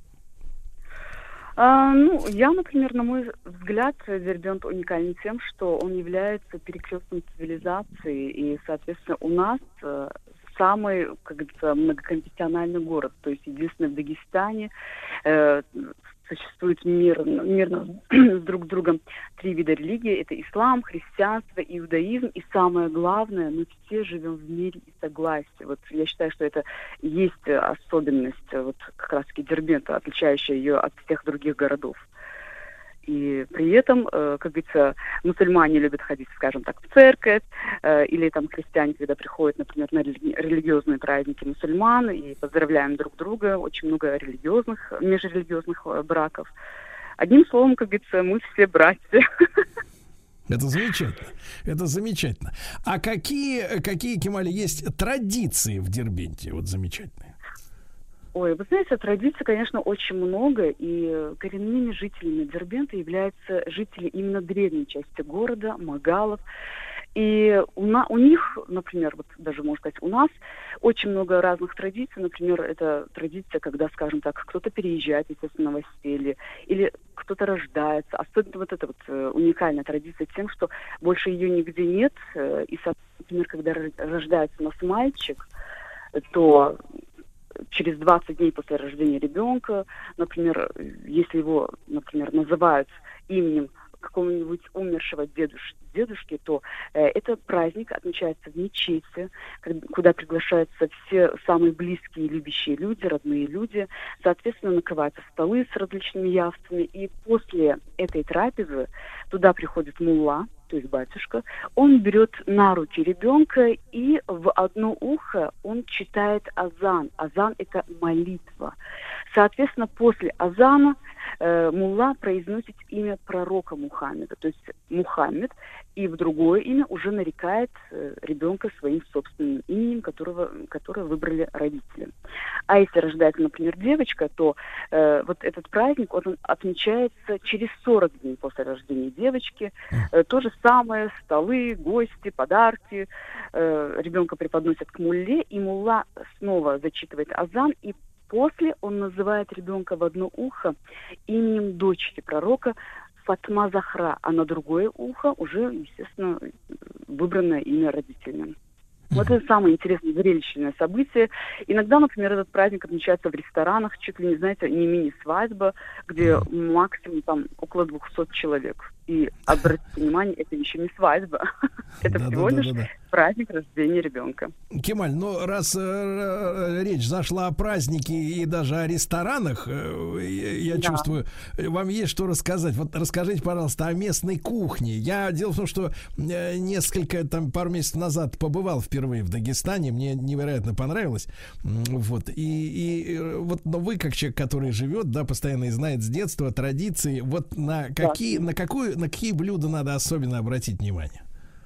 Я, например, на мой взгляд, Дербент уникален тем, что он является перекрестком цивилизации, и, соответственно, у нас самый, как говорится, многоконфессиональный город, то есть единственный в Дагестане существует мирно друг с другом 3 вида религии. Это ислам, христианство, иудаизм. И самое главное, мы все живем в мире и согласии. Вот я считаю, что это и есть особенность вот как раз-таки Дербента, отличающая ее от всех других городов. И при этом, как говорится, мусульмане любят ходить, скажем так, в церковь, или там христиане, когда приходят, например, на религиозные праздники мусульман, и поздравляем друг друга, очень много межрелигиозных браков. Одним словом, как говорится, мы все братья. Это замечательно. Это замечательно. А какие, Кемаль, есть традиции в Дербенте? Вот замечательные. Ой, вы знаете, традиций, конечно, очень много, и коренными жителями Дербента являются жители именно древней части города, магалов. И у них, например, вот даже, можно сказать, у нас очень много разных традиций. Например, это традиция, когда, скажем так, кто-то переезжает, естественно, в новостелье, или кто-то рождается. Особенно вот эта вот уникальная традиция тем, что больше ее нигде нет. И, например, когда рождается у нас мальчик, то через 20 дней после рождения ребенка, например, если его, например, называют именем какого-нибудь умершего дедушки, то этот праздник отмечается в мечети, куда приглашаются все самые близкие, любящие люди, родные люди. Соответственно, накрываются столы с различными явствами. И после этой трапезы туда приходит мулла, то есть батюшка. Он берет на руки ребенка, и в одно ухо он читает азан. Азан — это молитва. соответственно, после азана мулла произносит имя пророка Мухаммеда, то есть Мухаммед, и в другое имя уже нарекает ребенка своим собственным именем, которое выбрали родители. А если рождается, например, девочка, то вот этот праздник, он отмечается через 40 дней после рождения девочки. То же самое, столы, гости, подарки. Ребенка преподносят к мулле, и мулла снова зачитывает азан, и после он называет ребенка в одно ухо именем дочери пророка Фатма Захра, а на другое ухо уже, естественно, выбранное имя родителями. Вот это самое интересное зрелищное событие. Иногда, например, этот праздник отмечается в ресторанах, чуть ли не, знаете, не мини-свадьба, где максимум там около 200 человек. И, обратите внимание, это еще не свадьба. Это всего лишь праздник рождения ребенка. Кемаль, ну раз речь зашла о празднике и даже о ресторанах, я чувствую, вам есть что рассказать. Вот расскажите, пожалуйста, о местной кухне. Дело в том, что пару месяцев назад побывал впервые в Дагестане, мне невероятно понравилось. Вот. Но вы, как человек, который живет, постоянно и знает с детства традиции, вот на какие блюда надо особенно обратить внимание?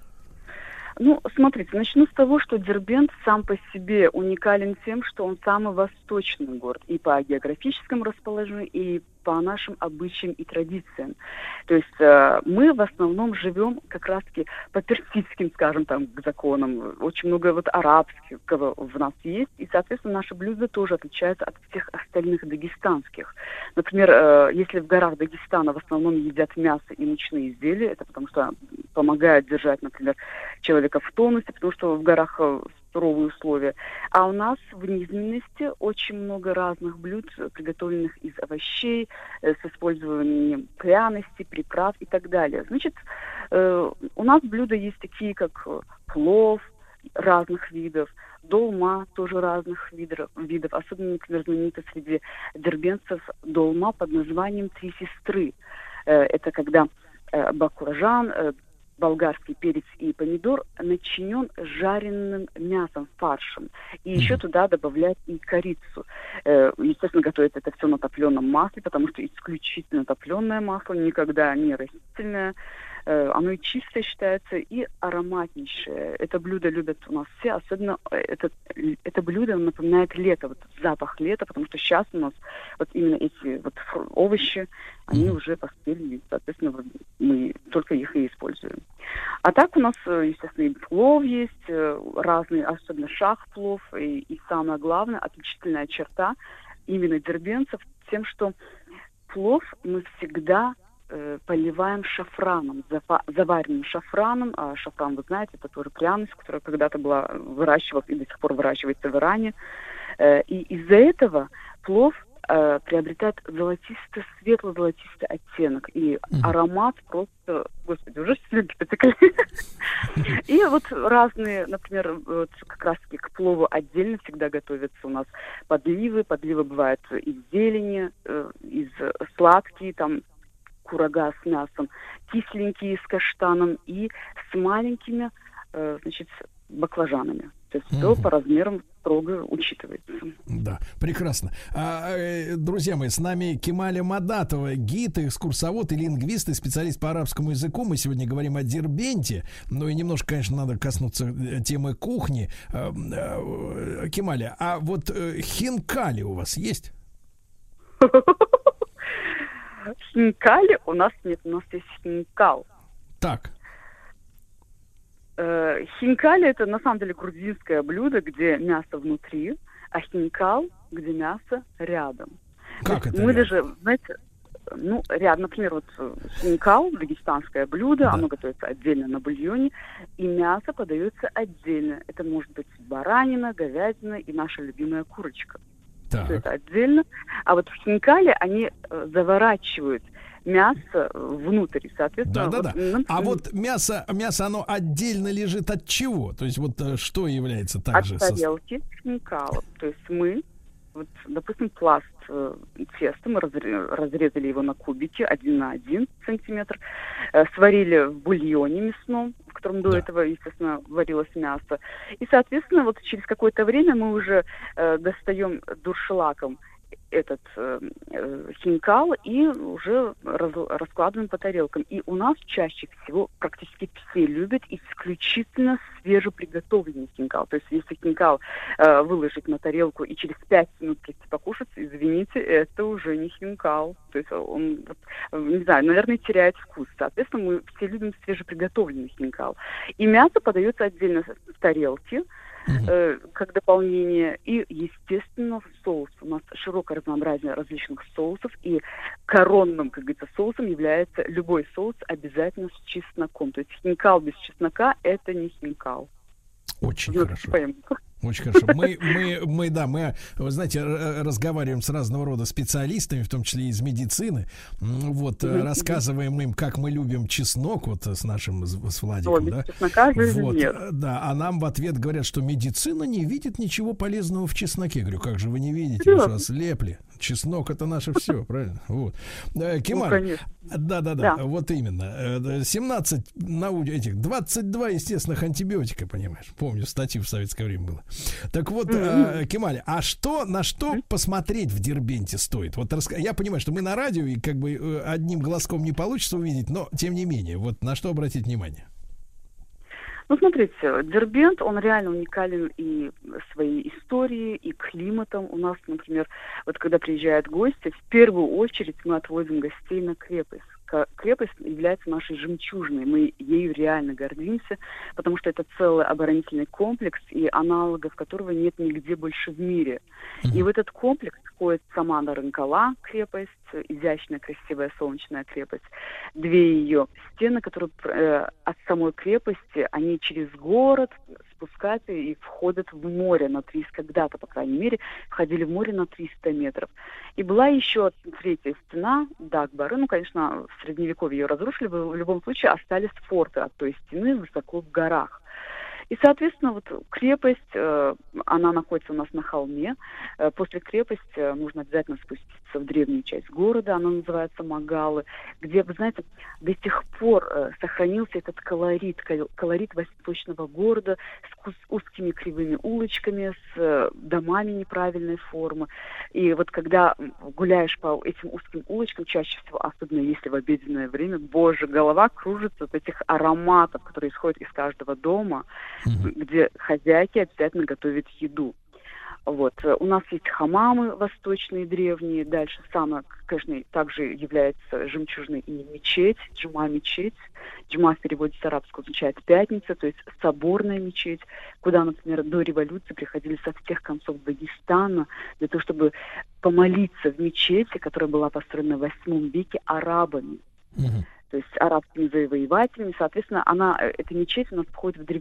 Ну, смотрите, начну с того, что Дербент сам по себе уникален тем, что он самый восточный город и по географическому расположению, и по нашим обычаям и традициям. То есть мы в основном живем как раз-таки по персидским, скажем, там, законам. Очень много вот арабского в нас есть, и, соответственно, наши блюда тоже отличаются от всех остальных дагестанских. Например, если в горах Дагестана в основном едят мясо и мучные изделия, это потому что помогает держать, например, человека в тонусе, потому что в горах суровые условия. А у нас в низменности очень много разных блюд, приготовленных из овощей, с использованием пряностей, приправ и так далее. Значит, у нас блюда есть такие, как плов разных видов, долма тоже разных видов. Особенно, например, знаменита среди дербентцев долма под названием «Три сестры». Это когда баклажан, болгарский перец и помидор начинен жареным мясом, фаршем. И еще туда добавляют и корицу. Естественно, готовят это все на топленом масле, потому что исключительно топленое масло, никогда не растительное. Оно и чистое считается, и ароматнейшее. Это блюдо любят у нас все, особенно это блюдо напоминает лето, вот запах лета, потому что сейчас у нас вот именно эти вот овощи, они уже поспели, и, соответственно, мы только их и используем. А так у нас, естественно, и плов есть, разные, особенно шах-плов, и самое главное, отличительная черта именно дербентцев тем, что плов мы всегда поливаем шафраном, заваренным шафраном. А шафран, вы знаете, это тоже пряность, которая когда-то была выращивалась и до сих пор выращивается в Иране. И из-за этого плов приобретает светло-золотистый оттенок. И аромат просто, господи, уже слюнки потекли. И вот разные, например, вот как раз-таки к плову отдельно всегда готовятся у нас подливы. Подливы бывают из зелени, из сладкие, там, курага с мясом, кисленькие с каштаном и с маленькими, значит, баклажанами. То есть все по размерам строго учитывается. Да, прекрасно. Друзья мои, с нами Кемаля Мадатова, гид, экскурсовод и лингвист, и специалист по арабскому языку. Мы сегодня говорим о Дербенте. Ну и немножко, конечно, надо коснуться темы кухни. Кемаля, а вот хинкали у вас есть? Хинкали у нас нет, у нас есть хинкал. Так. Хинкали — это на самом деле грузинское блюдо, где мясо внутри, а хинкал, где мясо рядом. Как это? Мы даже, знаете, рядом, например, вот хинкал, дагестанское блюдо, да. Оно готовится отдельно на бульоне, и мясо подается отдельно. Это может быть баранина, говядина и наша любимая курочка. Так. Все это отдельно. А вот в хинкале они заворачивают мясо внутрь, соответственно. Да. А вот мясо, оно отдельно лежит от чего? То есть вот что является также? От тарелки хинкала. То есть мы, вот, допустим, пласт теста, мы разрезали его на кубики 1 на 1 сантиметр, сварили в бульоне мясном, в котором до этого, естественно, варилось мясо. И, соответственно, вот через какое-то время мы уже достаем дуршлагом этот хинкал и уже раскладываем по тарелкам. И у нас чаще всего практически все любят исключительно свежеприготовленный хинкал. То есть если хинкал выложить на тарелку и через 5 минут прийти покушать, извините, это уже не хинкал. То есть он, не знаю, наверное, теряет вкус. Соответственно, мы все любим свежеприготовленный хинкал. И мясо подается отдельно в тарелке, как дополнение. И, естественно, соус. У нас широкое разнообразие различных соусов. И коронным, как говорится, соусом является любой соус обязательно с чесноком. То есть хинкал без чеснока – это не хинкал. Очень хорошо. Очень хорошо. Мы, вы знаете, разговариваем с разного рода специалистами, в том числе из медицины. Вот, рассказываем им, как мы любим чеснок, вот с нашим, с Владиком, да? Чеснока вот, нет. Да, а нам в ответ говорят, что медицина не видит ничего полезного в чесноке. Я говорю, как же вы не видите? Вы же ослепли. Чеснок — это наше все, правильно? Вот. Кемаль, да, вот именно. 17 этих, 22 естественных антибиотика, понимаешь? Помню, статью в советское время было. Так вот, Кемаль, а на что посмотреть в Дербенте стоит? Вот я понимаю, что мы на радио, и как бы одним глазком не получится увидеть, но тем не менее, вот на что обратить внимание? Ну, смотрите, Дербент, он реально уникален и своей историей, и климатом. У нас, например, вот когда приезжают гости, в первую очередь мы отводим гостей на крепость. Крепость является нашей жемчужиной. Мы ею реально гордимся, потому что это целый оборонительный комплекс, и аналогов которого нет нигде больше в мире. И в этот комплекс входит сама Нарынкала крепость, изящная, красивая, солнечная крепость. 2 ее стены, которые от самой крепости, они через город спускаются и входят в море на 300, когда-то, по крайней мере, входили в море на 300 метров. И была еще 3-я стена, Дагбары, ну, конечно, в Средневековье ее разрушили, в любом случае остались форты от той стены высоко в горах. И, соответственно, вот крепость, она находится у нас на холме. После крепости нужно обязательно спуститься в древнюю часть города, она называется Магалы, где, вы знаете, до сих пор сохранился этот колорит восточного города с узкими кривыми улочками, с домами неправильной формы. И вот когда гуляешь по этим узким улочкам, чаще всего, особенно если в обеденное время, боже, голова кружится от этих ароматов, которые исходят из каждого дома, где хозяйки обязательно готовят еду. Вот. У нас есть хамамы восточные, древние. Дальше самое, конечно, также является жемчужной и мечеть, джума-мечеть. Джума в переводе с арабского означает пятница, то есть соборная мечеть, куда, например, до революции приходили со всех концов Дагестана для того, чтобы помолиться в мечети, которая была построена в 8 веке арабами. То есть арабскими завоевателями. Соответственно, эта мечеть у нас входит в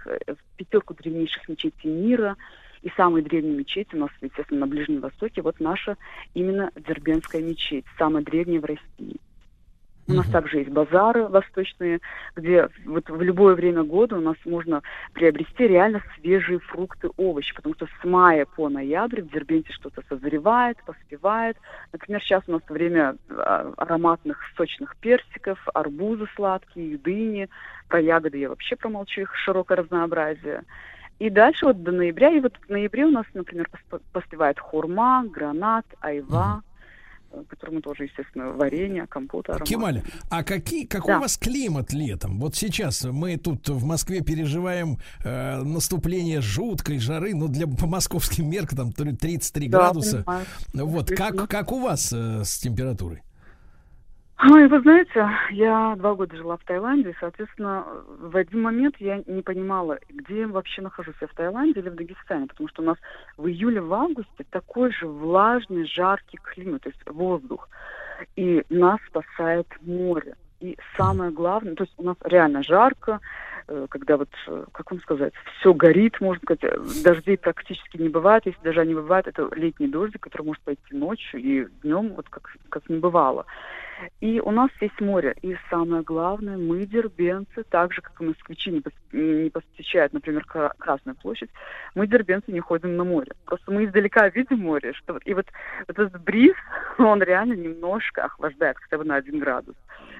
5 древнейших мечетей мира. И самые древние мечети у нас, естественно, на Ближнем Востоке. Вот наша именно Дербентская мечеть, самая древняя в России. У нас также есть базары восточные, где вот в любое время года у нас можно приобрести реально свежие фрукты, овощи, потому что с мая по ноябрь в Дербенте что-то созревает, поспевает. Например, сейчас у нас время ароматных сочных персиков, арбузы сладкие, дыни. Про ягоды я вообще промолчу, их широкое разнообразие. И дальше вот до ноября, и вот в ноябре у нас, например, поспевает хурма, гранат, айва, которому тоже, естественно, варенье, компот, аромат. Кемаль, а какой у вас климат летом? Вот сейчас мы тут в Москве переживаем наступление жуткой жары, ну, по московским меркам, там 33 градуса. Понимаю. Вот, как у вас с температурой? Ой, вы знаете, я 2 года жила в Таиланде, и, соответственно, в один момент я не понимала, где я вообще нахожусь, я в Таиланде или в Дагестане, потому что у нас в июле, в августе такой же влажный, жаркий климат, то есть воздух, и нас спасает море. И самое главное, то есть у нас реально жарко, когда вот, как вам сказать, все горит, можно сказать, дождей практически не бывает, если даже они бывают, это летний дождик, который может пойти ночью и днем, вот как не бывало. И у нас есть море. И самое главное, мы, дербенцы, так же, как и москвичи не посещают, например, Красную площадь, мы, дербенцы, не ходим на море. Просто мы издалека видим море. И вот этот бриз, он реально немножко охлаждает, хотя бы на 1 градус.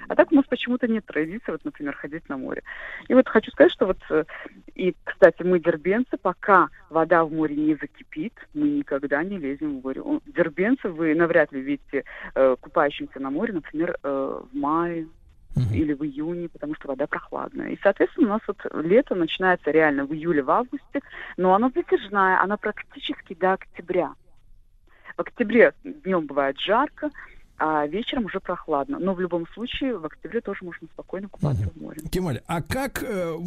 А так у нас почему-то нет традиции, вот, например, ходить на море. И вот хочу сказать, что вот, и, кстати, мы, дербенцы, пока вода в море не закипит, мы никогда не лезем в море. Дербенцы вы навряд ли видите купающимся на море, например, в мае или в июне, потому что вода прохладная. И, соответственно, у нас вот лето начинается реально в июле, в августе, но она затяжная, она практически до октября. В октябре днем бывает жарко, а вечером уже прохладно. Но в любом случае в октябре тоже можно спокойно купаться в море. Кемаль, а как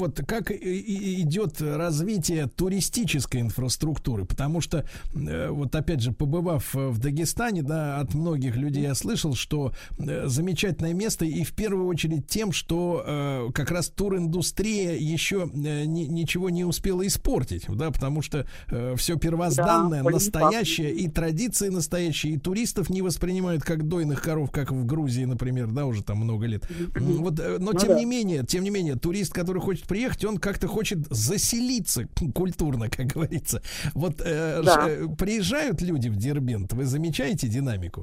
идет развитие туристической инфраструктуры? Потому что, вот опять же, побывав в Дагестане, да, от многих людей я слышал, что замечательное место, и в первую очередь тем, что как раз туриндустрия еще ничего не успела испортить, да, потому что все первозданное, настоящее, и традиции настоящие, и туристов не воспринимают как дойных коров, как в Грузии, например, да, уже там много лет. Вот, но тем не менее, турист, который хочет приехать, он как-то хочет заселиться культурно, как говорится. Вот приезжают люди в Дербент, вы замечаете динамику?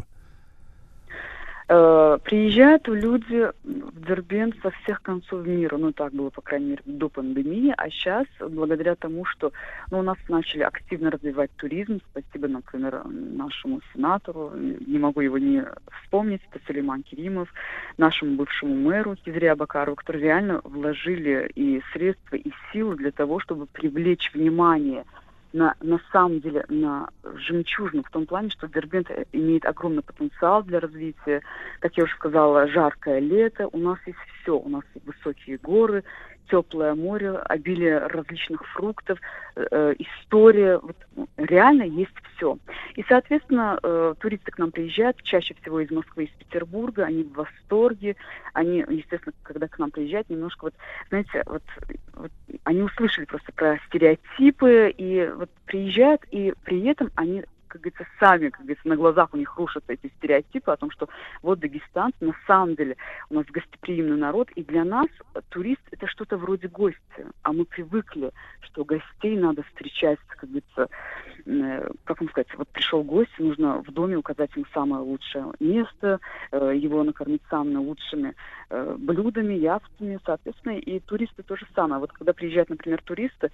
Приезжают люди в Дербент со всех концов мира, ну так было, по крайней мере, до пандемии, а сейчас, благодаря тому, что у нас начали активно развивать туризм, спасибо, например, нашему сенатору, не могу его не вспомнить, это Сулейман Керимов, нашему бывшему мэру Хизре Абакарову, которые реально вложили и средства, и силы для того, чтобы привлечь внимание на самом деле на жемчужину, в том плане, что Дербент имеет огромный потенциал для развития. Как я уже сказала, жаркое лето, у нас есть все, у нас высокие горы, теплое море, обилие различных фруктов, история, вот, реально есть все. И, соответственно, туристы к нам приезжают, чаще всего из Москвы, из Петербурга, они в восторге, они, естественно, когда к нам приезжают, немножко вот, знаете, вот они услышали просто про стереотипы, и вот приезжают, и при этом они, как говорится, сами, как говорится, на глазах у них рушатся эти стереотипы о том, что вот дагестанцы, на самом деле у нас гостеприимный народ, и для нас турист — это что-то вроде гостя, а мы привыкли, что гостей надо встречать, как говорится, как вам сказать, вот пришел гость, нужно в доме указать ему самое лучшее место, его накормить самыми лучшими блюдами, явствами, соответственно, и туристы то же самое. Вот когда приезжают, например, туристы,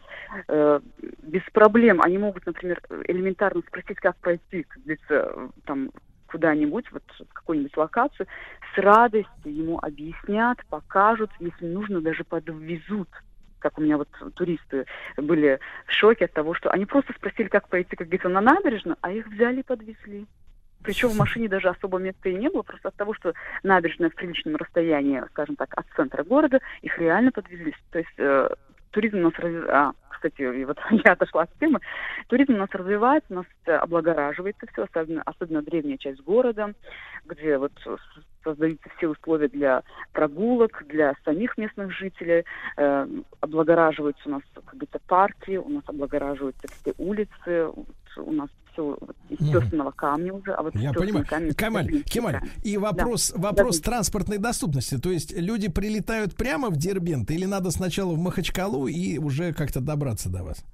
без проблем они могут, например, элементарно спросить, как пройти, как говорится, там, куда-нибудь, вот в какую-нибудь локацию, с радостью ему объяснят, покажут, если нужно, даже подвезут. Как у меня вот туристы были в шоке от того, что они просто спросили, как пройти, как говорится, на набережную, а их взяли и подвезли. Причем в машине даже особо места и не было, просто от того, что набережная в приличном расстоянии, скажем так, от центра города, их реально подвезли. То есть туризм у нас развивается. Кстати, вот я отошла от темы. Туризм у нас развивается, у нас облагораживается все, особенно древняя часть города, где вот создаются все условия для прогулок, для самих местных жителей. Облагораживаются у нас, как говорится, парки, у нас облагораживаются все улицы, у нас все из тесаного камня уже. А вот я понимаю. Кемаль, и вопрос транспортной доступности. То есть люди прилетают прямо в Дербент или надо сначала в Махачкалу и уже как-то добраться до вас?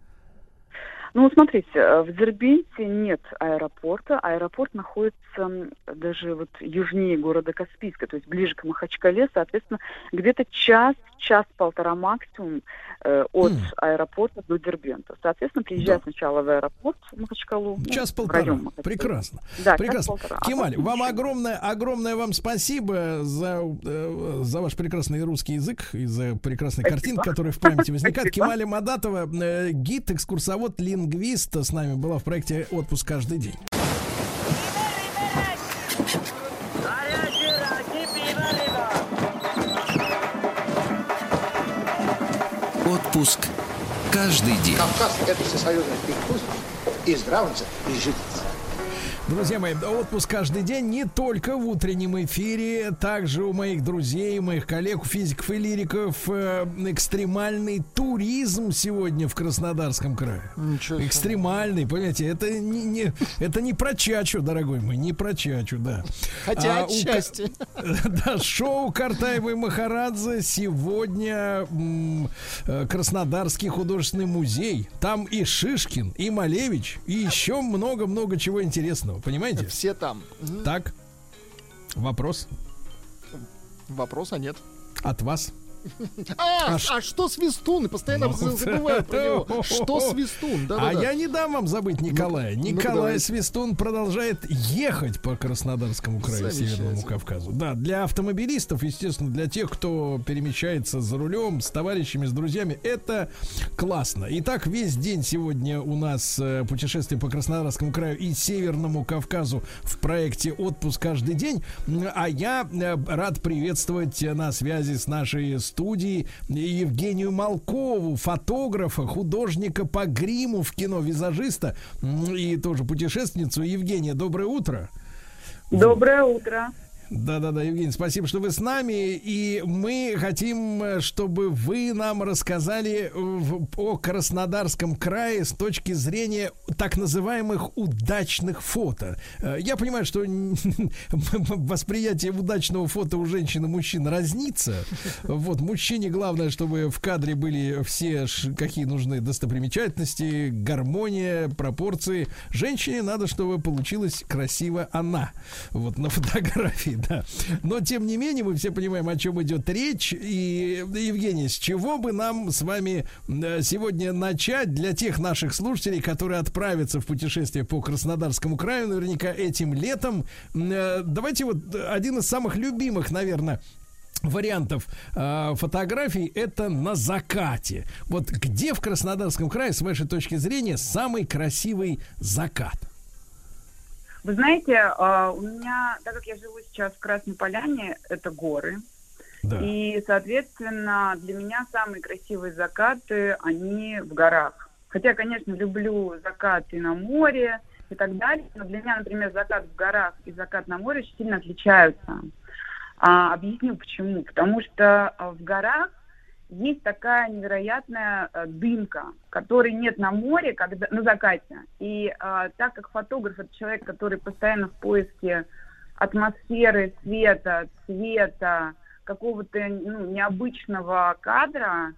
Ну, смотрите, в Дербенте нет аэропорта. Аэропорт находится даже вот южнее города Каспийска, то есть ближе к Махачкале, соответственно, где-то час-полтора максимум от аэропорта до Дербента. Соответственно, приезжать сначала в аэропорт в Махачкалу. Час-полтора. Прекрасно. Да, прекрасно. Кемаль, вам огромное вам спасибо за ваш прекрасный русский язык и за прекрасный картинку, которая в памяти возникает. Кемаль Мадатова, гид, экскурсовод, лингвист, с нами была в проекте «Отпуск каждый день». Отпуск каждый день. Кавказ — это всесоюзный перекус и здравница, и жительница. Друзья мои, отпуск каждый день не только в утреннем эфире, также у моих друзей, моих коллег, физиков и лириков экстремальный туризм сегодня в Краснодарском крае. Экстремальный, понимаете, это не про чачу, дорогой мой, не про чачу, да. Хотя отчасти. Да, шоу Картаева и Махарадзе сегодня Краснодарский художественный музей. Там и Шишкин, и Малевич, и еще много-много чего интересного. Понимаете? Все там. Так. Вопрос. Вопроса нет. От вас? А что Свистун? Постоянно забываю про него. Что Свистун? А я не дам вам забыть Николая. Николай Свистун продолжает ехать по Краснодарскому краю, Северному Кавказу. Да, для автомобилистов, естественно, для тех, кто перемещается за рулем, с товарищами, с друзьями, это классно. Итак, весь день сегодня у нас путешествие по Краснодарскому краю и Северному Кавказу в проекте «Отпуск каждый день». А я рад приветствовать на связи с нашей студии Евгению Малкову, фотографа, художника по гриму в кино, визажиста и тоже путешественницу. Евгения, доброе утро. Доброе утро. Да-да-да, Евгений, спасибо, что вы с нами. И мы хотим, чтобы вы нам рассказали о Краснодарском крае с точки зрения так называемых удачных фото. Я понимаю, что восприятие удачного фото у женщин и мужчин разнится. Вот, мужчине главное, чтобы в кадре были все, какие нужны достопримечательности, гармония, пропорции. Женщине надо, чтобы получилась красиво она. Вот, на фотографии. Да. Но, тем не менее, мы все понимаем, о чем идет речь. И, Евгений, с чего бы нам с вами сегодня начать для тех наших слушателей, которые отправятся в путешествие по Краснодарскому краю, наверняка этим летом? Давайте вот один из самых любимых, наверное, вариантов фотографий — это на закате. Вот где в Краснодарском крае, с вашей точки зрения, самый красивый закат? Вы знаете, у меня, так как я живу сейчас в Красной Поляне, это горы. Да. И, соответственно, для меня самые красивые закаты, они в горах. Хотя, конечно, люблю закаты на море и так далее. Но для меня, например, закат в горах и закат на море очень сильно отличаются. Объясню почему. Потому что в горах есть такая невероятная дымка, которой нет на море, когда, на закате. И так как фотограф — это человек, который постоянно в поиске атмосферы, света, цвета, какого-то необычного кадра,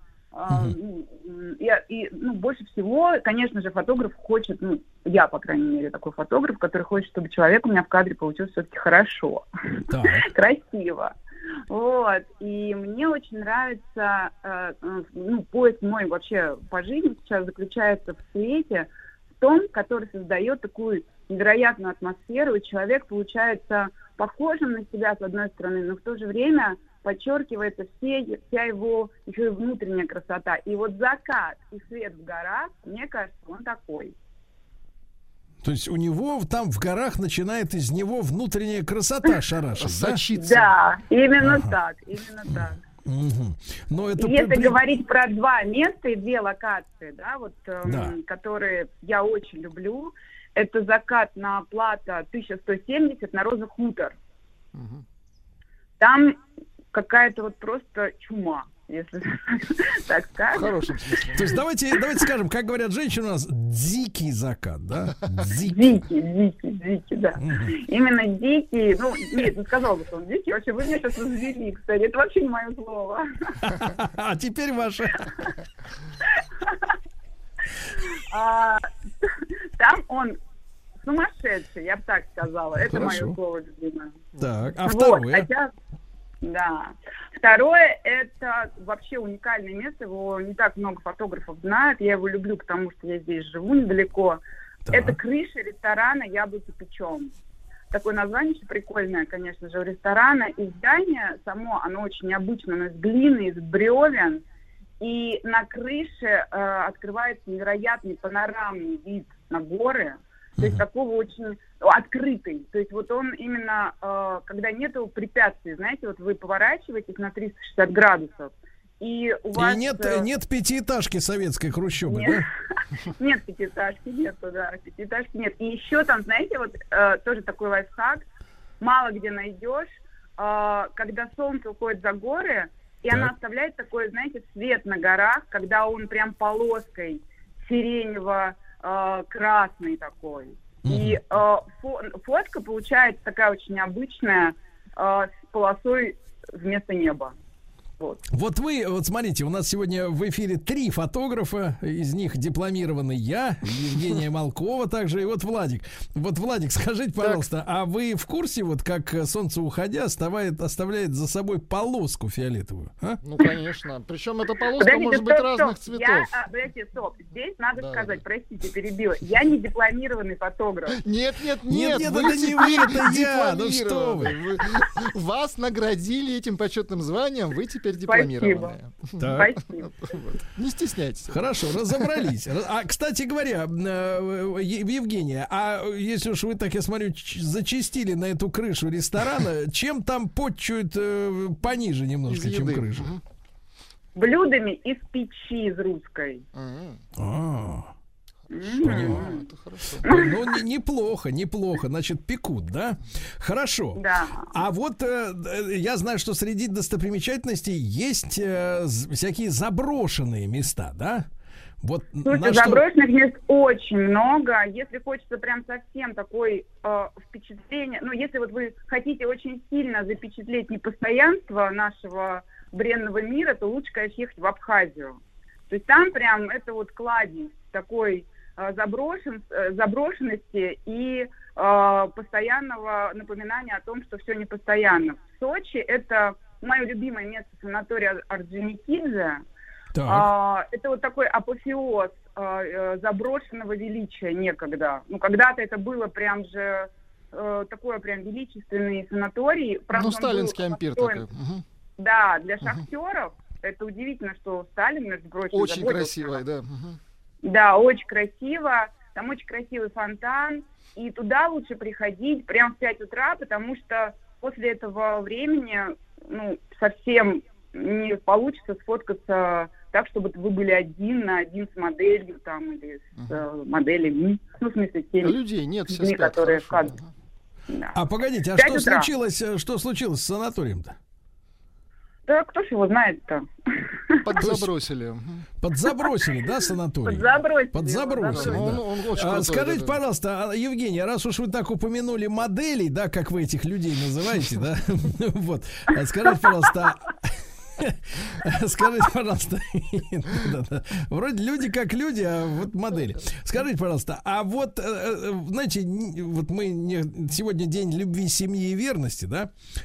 больше всего, конечно же, фотограф хочет, я, по крайней мере, такой фотограф, который хочет, чтобы человек у меня в кадре получился все-таки хорошо, красиво. Вот, и мне очень нравится, поиск мой вообще по жизни сейчас заключается в свете, в том, который создает такую невероятную атмосферу, и человек получается похожим на себя, с одной стороны, но в то же время подчеркивается вся его еще и внутренняя красота. И вот закат и свет в горах, мне кажется, он такой. То есть у него там в горах начинает из него внутренняя красота шарашить, да? Да, именно так, именно так. Но это если говорить про два места и две локации, да, вот, которые я очень люблю, это закат на плато 1170 на Роза Хутор. Там какая-то вот просто чума, если так скажем. В хорошем смысле. То есть давайте скажем, как говорят женщины у нас, дикий закат, да? Дикий, да. Именно дикий, нет, не сказал бы, что он дикий, вообще вы меня сейчас развели, кстати, это вообще не мое слово. А теперь ваше. Там он сумасшедший, я бы так сказала, это мое слово любимое. Так, а второе? Да. Второе, это вообще уникальное место, его не так много фотографов знают, я его люблю, потому что я здесь живу недалеко. Так. Это крыша ресторана «Яблоки печем». Такое название очень прикольное, конечно же, у ресторана. И здание само, оно очень необычное, оно из глины, из бревен. И на крыше открывается невероятный панорамный вид на горы. То есть такого очень открытый. То есть вот он именно, когда нету препятствий, знаете, вот вы поворачиваетесь на 360 градусов, и у вас... И нет пятиэтажки советской хрущебы, нет, да? Нет пятиэтажки, нету, да, пятиэтажки нет. И еще там, знаете, вот тоже такой лайфхак, мало где найдешь, когда солнце уходит за горы, и она оставляет такой, знаете, свет на горах, когда он прям полоской сиренево-красный такой. И фотка получается такая очень необычная, с полосой вместо неба. Вот вы, вот смотрите, у нас сегодня в эфире 3 фотографа, из них дипломированный я, Евгения Малкова также, и вот Владик. Вот, Владик, скажите, пожалуйста, а вы в курсе, вот как солнце, уходя, оставляет за собой полоску фиолетовую? А? Ну, конечно. Причем эта полоска может быть разных цветов. Подождите, стоп. Здесь надо сказать, простите, перебила. Я не дипломированный фотограф. Нет, это не вы, это я. Ну что вы? Вас наградили этим почетным званием, вы теперь дипломированные. Спасибо. Не стесняйтесь. Хорошо, разобрались. А, кстати говоря, Евгения, а если уж вы, так я смотрю, зачастили на эту крышу ресторана, чем там потчуют пониже немножко, чем крыша? Блюдами из печи, из русской. Понимаю. Ну, неплохо. Значит, пекут, да? Хорошо. Да. А вот я знаю, что среди достопримечательностей есть всякие заброшенные места, да? Вот. Слушайте, заброшенных мест очень много. Если хочется прям совсем такой впечатление, ну, если вот вы хотите очень сильно запечатлеть непостоянство нашего бренного мира, то лучше, конечно, ехать в Абхазию. То есть там прям это вот кладезь такой заброшенности и постоянного напоминания о том, что все непостоянно. В Сочи это мое любимое место, санаторий Орджоникидзе. Это вот такой апофеоз заброшенного величия некогда. Ну, когда-то это было прям же такой прям величественный санаторий. Ну, сталинский ампир такой. Да, для шахтеров. Это удивительно, что Сталин, между прочим, очень красивый, да. Да, очень красиво. Там очень красивый фонтан. И туда лучше приходить прямо в 5 утра, потому что после этого времени, ну, совсем не получится сфоткаться так, чтобы вы были один на один с моделью там или с моделями. Ну, в смысле, с теми людей нет, все спят, которые в кадре. Да. А погодите, а что случилось с санаторием-то? Да кто ж его знает-то? Подзабросили. Подзабросили, да, санаторий? Подзабросили. Да. Скажите, пожалуйста, Евгения, раз уж вы так упомянули моделей, да, как вы этих людей называете, да, вот, скажите, пожалуйста, вроде люди как люди, а вот модели. Скажите, пожалуйста, а вот, знаете, вот мы сегодня день любви, семьи и верности, да?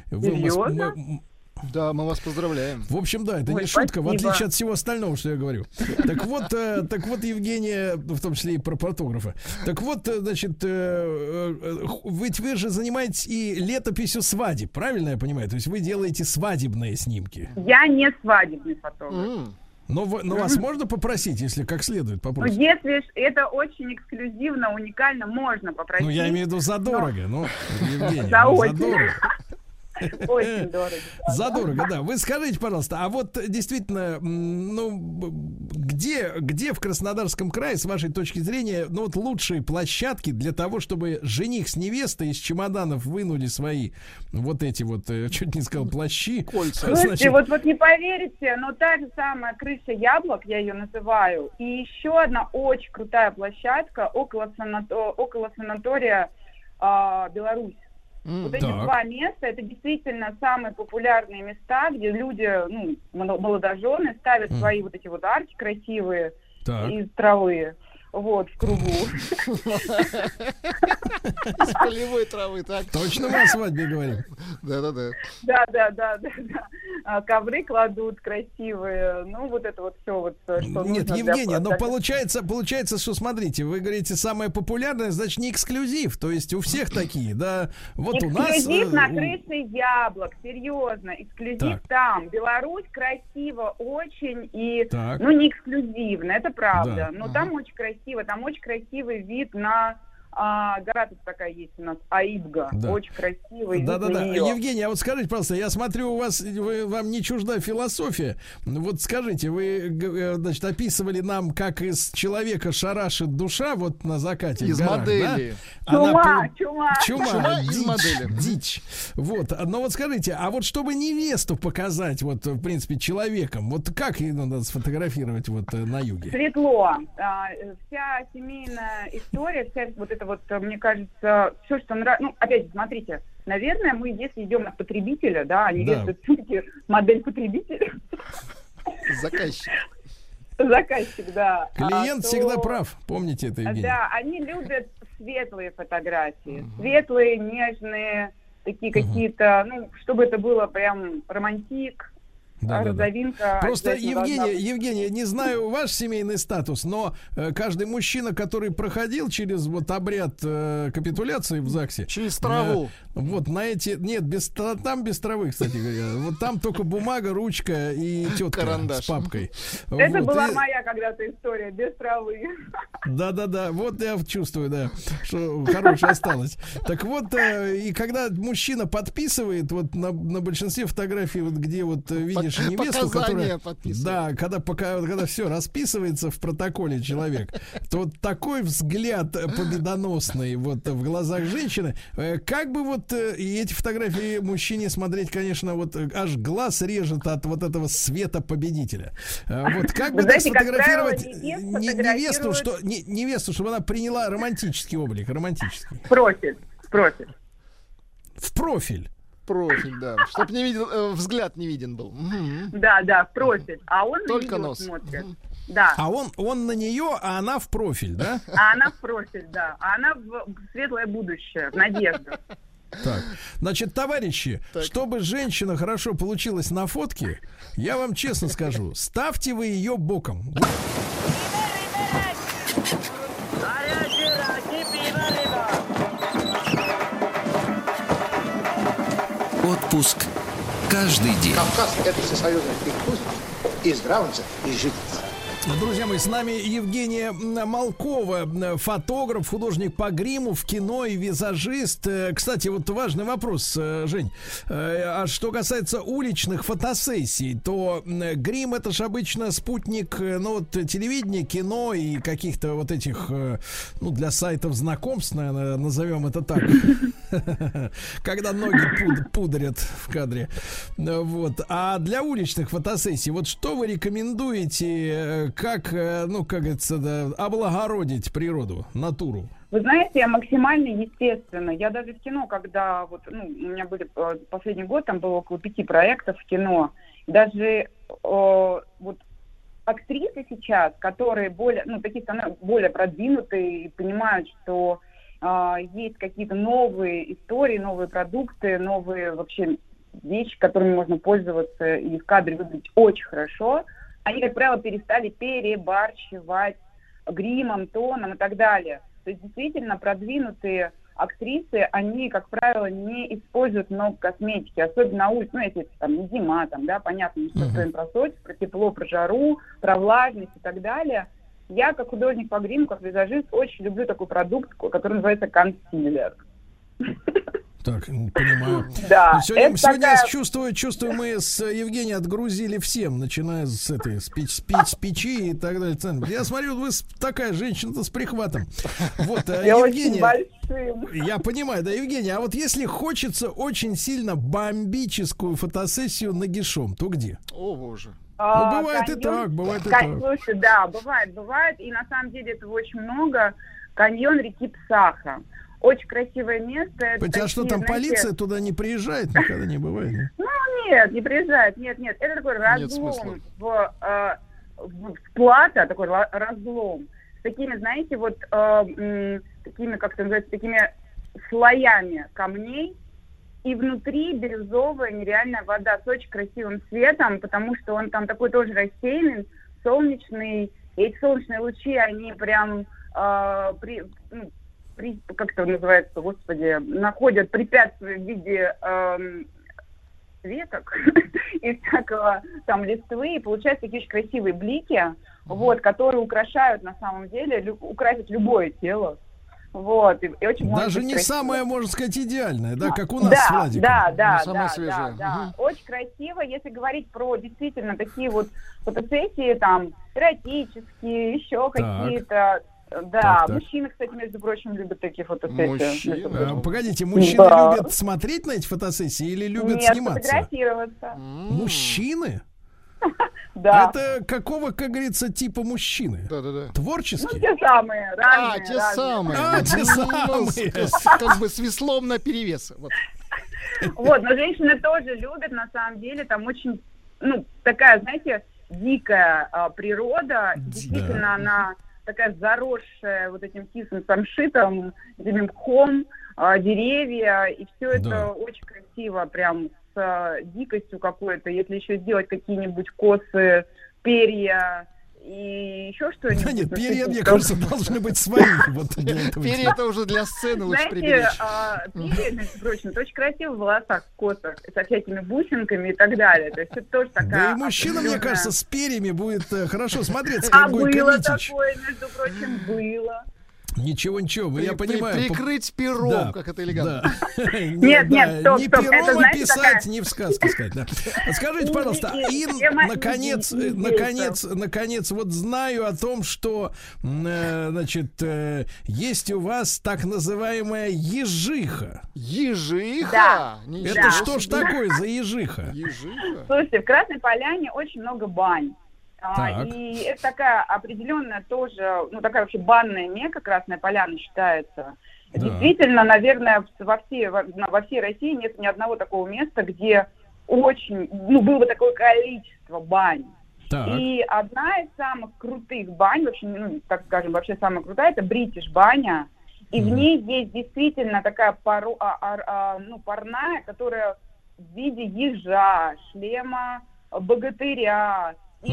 Да, мы вас поздравляем. В общем, да, это не шутка, в отличие от всего остального, что я говорю. Так вот, Евгения, в том числе и про фотографа. Так вот, значит, ведь вы же занимаетесь и летописью свадеб, правильно я понимаю? То есть вы делаете свадебные снимки. Я не свадебный фотограф. Но вас можно попросить, если как следует попросить? Ну, если это очень эксклюзивно, уникально, можно попросить. Ну, я имею в виду задорого, Евгения, задорого. Очень дорого. Задорого, да. Вы скажите, пожалуйста, а вот действительно, ну, где в Краснодарском крае, с вашей точки зрения, ну, вот лучшие площадки для того, чтобы жених с невестой из чемоданов вынули свои вот эти вот, чуть не сказал, плащи. Кольца. Слушайте, вот не поверите, но та же самая крыша яблок, я ее называю, и еще одна очень крутая площадка около санатория Беларусь. Вот эти 2 места, это действительно самые популярные места, где люди, ну, молодожены ставят свои вот эти вот арки красивые из травы, вот, в кругу. Из полевой травы, так. Точно мы о свадьбе говорим? Да. Да. Ковры кладут красивые, ну, вот это вот все вот, что нет, Евгения, но получается, что, смотрите, вы говорите, самое популярное, значит, не эксклюзив, то есть у всех такие, да, вот у нас... Эксклюзив на крыше яблок, серьезно, эксклюзив там. Беларусь красиво очень и, ну, не эксклюзивно, это правда, но там очень красиво, там очень красивый вид на... гора тут такая есть у нас, Аидга, очень красивый. Да. Евгений, а вот скажите, пожалуйста, я смотрю, у вас, вам не чужда философия. Вот скажите, вы, значит, описывали нам, как из человека шарашит душа вот на закате. Из горах, модели. Да? Чума из модели. Дичь. Вот, но вот скажите, а вот чтобы невесту показать, вот, в принципе, человеком, вот как ее надо сфотографировать вот на юге? Светло. Вся семейная история, вся вот это вот, мне кажется, все, что нравится... Ну, опять же, смотрите, наверное, мы, если идем от потребителя, да, они вешают все-таки модель потребителя. Заказчик. Заказчик, да. Клиент всегда прав, помните это, Евгений? Да, они любят светлые фотографии, светлые, нежные, такие какие-то, ну, чтобы это было прям романтик. Розовинка. Просто, Евгений, не знаю ваш семейный статус, но каждый мужчина, который проходил через вот обряд капитуляции в ЗАГСе, через траву, вот на эти, нет, там без травы, кстати говоря, вот там только бумага, ручка и тетка карандаш с папкой. Это вот, была моя когда-то история без травы. Да, вот я чувствую, да, что хорошая осталась. Так вот, и когда мужчина подписывает, вот на большинстве фотографий, вот где вот видишь невесту, которая, да, когда все расписывается в протоколе человек, то вот такой взгляд победоносный вот в глазах женщины, как бы вот и эти фотографии мужчине смотреть, конечно, вот аж глаз режет от вот этого света победителя. Вот как бы так сфотографировать невесту, что невесту, чтобы она приняла романтический облик, романтический. Профиль. В профиль. Профиль, да. Чтоб не видел, взгляд не виден был. Да, в профиль. А он только на нос смотрит. Да. А он на нее, а она в профиль, да? А она в профиль, да. А она в светлое будущее, в надежду. Так, значит, товарищи, чтобы женщина хорошо получилась на фотке, я вам честно скажу, ставьте вы ее боком. Отпуск каждый день. Кавказ — это всесоюзный пикпуст и здравница, и жительница. Друзья мои, с нами Евгения Малкова, фотограф, художник по гриму, в кино и визажист. Кстати, вот важный вопрос, Жень. А что касается уличных фотосессий, то грим — это же обычно спутник, ну вот телевидения, кино и каких-то вот этих, ну для сайтов знакомств, наверное, назовем это так. Когда ноги пудрят в кадре. Вот. А для уличных фотосессий, вот что вы рекомендуете, как, ну, как говорится, да, облагородить природу, натуру? Вы знаете, максимально естественно. Я даже в кино, когда вот, ну, у меня были последний год, там было около 5 проектов в кино. Даже вот актрисы сейчас, которые более, ну, такие становятся более продвинутые и понимают, что есть какие-то новые истории, новые продукты, новые вообще вещи, которыми можно пользоваться и в кадре выглядеть очень хорошо. Они, как правило, перестали перебарщивать гримом, тоном и так далее. То есть действительно продвинутые актрисы, они, как правило, не используют много косметики, особенно на улице, ну, если там не зима, там, да, понятно, что им про солнце, про тепло, про жару, про влажность и так далее. Я, как художник по гриму, как визажист, очень люблю такой продукт, который называется консилер. Так, понимаю. Да, сегодня такая... чувствую, мы с Евгенией отгрузили всем, начиная с этой с печи и так далее. Я смотрю, вы такая женщина-то с прихватом. Вот, Евгения, я понимаю, да, Евгения, а вот если хочется очень сильно бомбическую фотосессию нагишом, то где? О, боже. Ну, бывает и так, бывает и так. Слушай, да, бывает, и на самом деле этого очень много. Каньон реки Псаха. Очень красивое место. А что там, знаете, полиция туда не приезжает? Никогда не бывает? Нет? Ну, нет, не приезжает, нет. Это такой разлом в плато, такой разлом. С такими, знаете, вот такими, как это называется, такими слоями камней. И внутри бирюзовая нереальная вода с очень красивым цветом, потому что он там такой тоже рассеянный, солнечный. И эти солнечные лучи, они прям как это называется, господи, находят препятствия в виде веток и всякого там листвы, и получаются такие очень красивые блики, вот, которые украшают на самом деле, украсят любое тело. Вот, и очень даже не красиво. Самое, можно сказать, идеальное, да, как у нас с Владиком. Да. Очень красиво, если говорить про действительно такие вот фотосессии, там, эротические, еще какие-то. Да, так. Мужчины, кстати, между прочим, любят такие фотосессии. Погодите, мужчины любят смотреть на эти фотосессии или любят сниматься? Фотографироваться. Мужчины? Да. Это какого, как говорится, типа мужчины? Да. Творческие? Ну, те самые, разные. Те самые. Те самые. Как бы с веслом наперевес. Вот. Вот, но женщины тоже любят, на самом деле, там очень, такая, знаете, дикая природа, действительно, она такая заросшая вот этим кислым самшитом, этим мхом, деревья, и все это очень красиво, прям с дикостью какой-то. Если еще сделать какие-нибудь косы, перья и еще что-нибудь. Да нет, перья, мне кажется, должны быть свои. Перья это уже для сцены лучше приберечь. Перья, между прочим, это очень красиво в волосах, в косах, со всякими бусинками и так далее. То есть это тоже такая... Да и мужчина, мне кажется, с перьями будет хорошо смотреться, как Гойко было Митич. Такое, между прочим, было. Ничего, я понимаю. Прикрыть пером, как это элегантно. Нет, стоп. Не пером писать, не в сказке сказать. Скажите, пожалуйста, наконец, вот знаю о том, что, значит, есть у вас так называемая ежиха. Ежиха? Да. Это что ж такое за ежиха? Слушайте, в Красной Поляне очень много бань. И это такая определенная тоже, такая вообще банная мекка, Красная Поляна считается. Да. Действительно, наверное, во всей России нет ни одного такого места, где очень, было бы такое количество бань. Так. И одна из самых крутых бань, вообще, так скажем, вообще самая крутая, это Бритиш баня. И в ней есть действительно такая парная, которая в виде ежа, шлема богатыря. И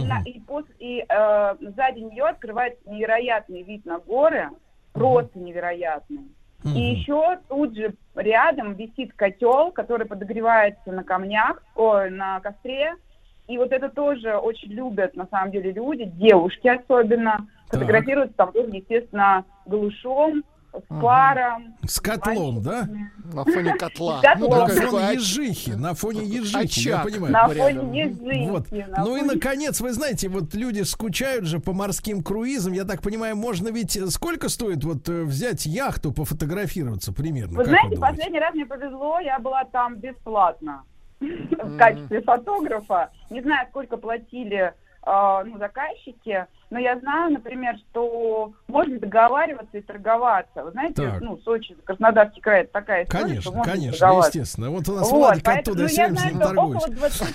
сзади нее открывается невероятный вид на горы, просто невероятный. И еще тут же рядом висит котел, который подогревается на камнях, на костре. И вот это тоже очень любят, на самом деле, люди, девушки особенно. Фотографируются там тоже, естественно, голышом, с паром. С котлом, да? На фоне котла. На фоне ежихи, я понимаю. На фоне ежихи. Вот. Ну и, наконец, вы знаете, вот люди скучают же по морским круизам. Я так понимаю, можно ведь... Сколько стоит вот взять яхту, пофотографироваться примерно? Вы знаете, последний раз мне повезло, я была там бесплатно в качестве фотографа. Не знаю, сколько платили заказчики, но я знаю, например, что можно договариваться и торговаться. Вы знаете, Сочи, Краснодарский край, это такая история, Конечно, естественно. Вот у нас Владик оттуда все время с ним торгует.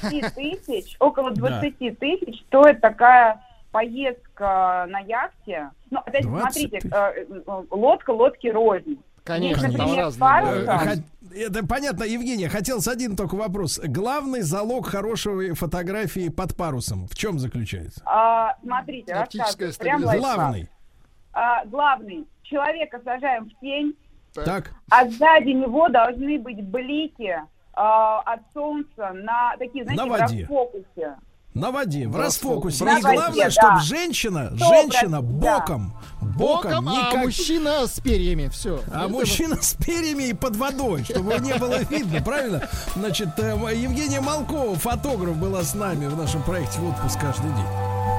Около 20 тысяч стоит такая поездка на яхте. Ну, опять смотрите, лодки рознь. Конечно, там разные. Это понятно, Евгения, хотелось один только вопрос. Главный залог хорошей фотографии под парусом в чем заключается? Смотрите, рассказываю. Прям главный. Главный. Человека сажаем в тень, так. А сзади него должны быть блики от солнца на такие, знаете, на воде. В расфокусе. На воде, в расфокусе. И главное, чтобы женщина боком а мужчина с перьями, все. А мужчина с перьями и под водой, чтобы не было видно, правильно? Значит, Евгения Малкова, фотограф, была с нами в нашем проекте «В отпуск каждый день».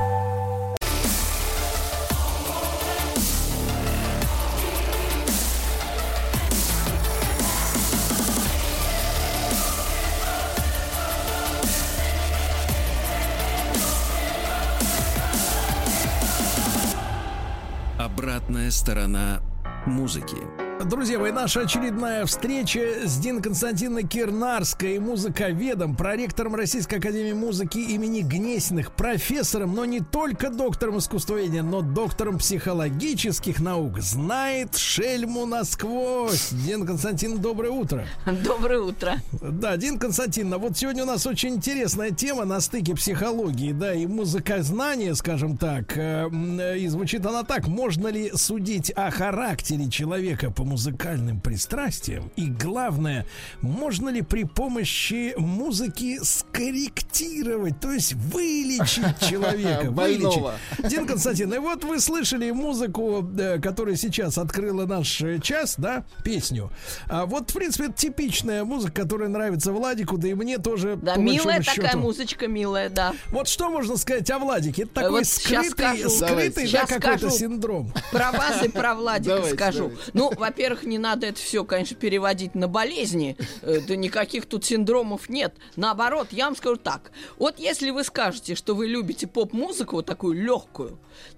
Обратная сторона музыки. Друзья мои, наша очередная встреча с Диной Константиновной Кирнарской, музыковедом, проректором Российской академии музыки имени Гнесиных, профессором, но не только доктором искусствоведения, но доктором психологических наук. Знает шельму насквозь. Дина Константиновна, доброе утро. Доброе утро. Да, Дина Константиновна, вот сегодня у нас очень интересная тема на стыке психологии, да, и музыкознания, скажем так. И звучит она так: можно ли судить о характере человека по музыкальным пристрастиям? И главное, можно ли при помощи музыки скорректировать, то есть вылечить человека? Больного. Дина Константиновна, и вот вы слышали музыку, которая сейчас открыла наш час, да, песню. А вот, в принципе, это типичная музыка, которая нравится Владику, да и мне тоже. Да, милая такая музычка, милая, да. Вот что можно сказать о Владике? Это такой вот скрытый, да, какой-то синдром. Про вас и про Владика скажу. Ну, во-первых, не надо это все, конечно, переводить на болезни. Да никаких тут синдромов нет. Наоборот, я вам скажу так. Вот если вы скажете, что вы любите поп-музыку, вот такую легкую, то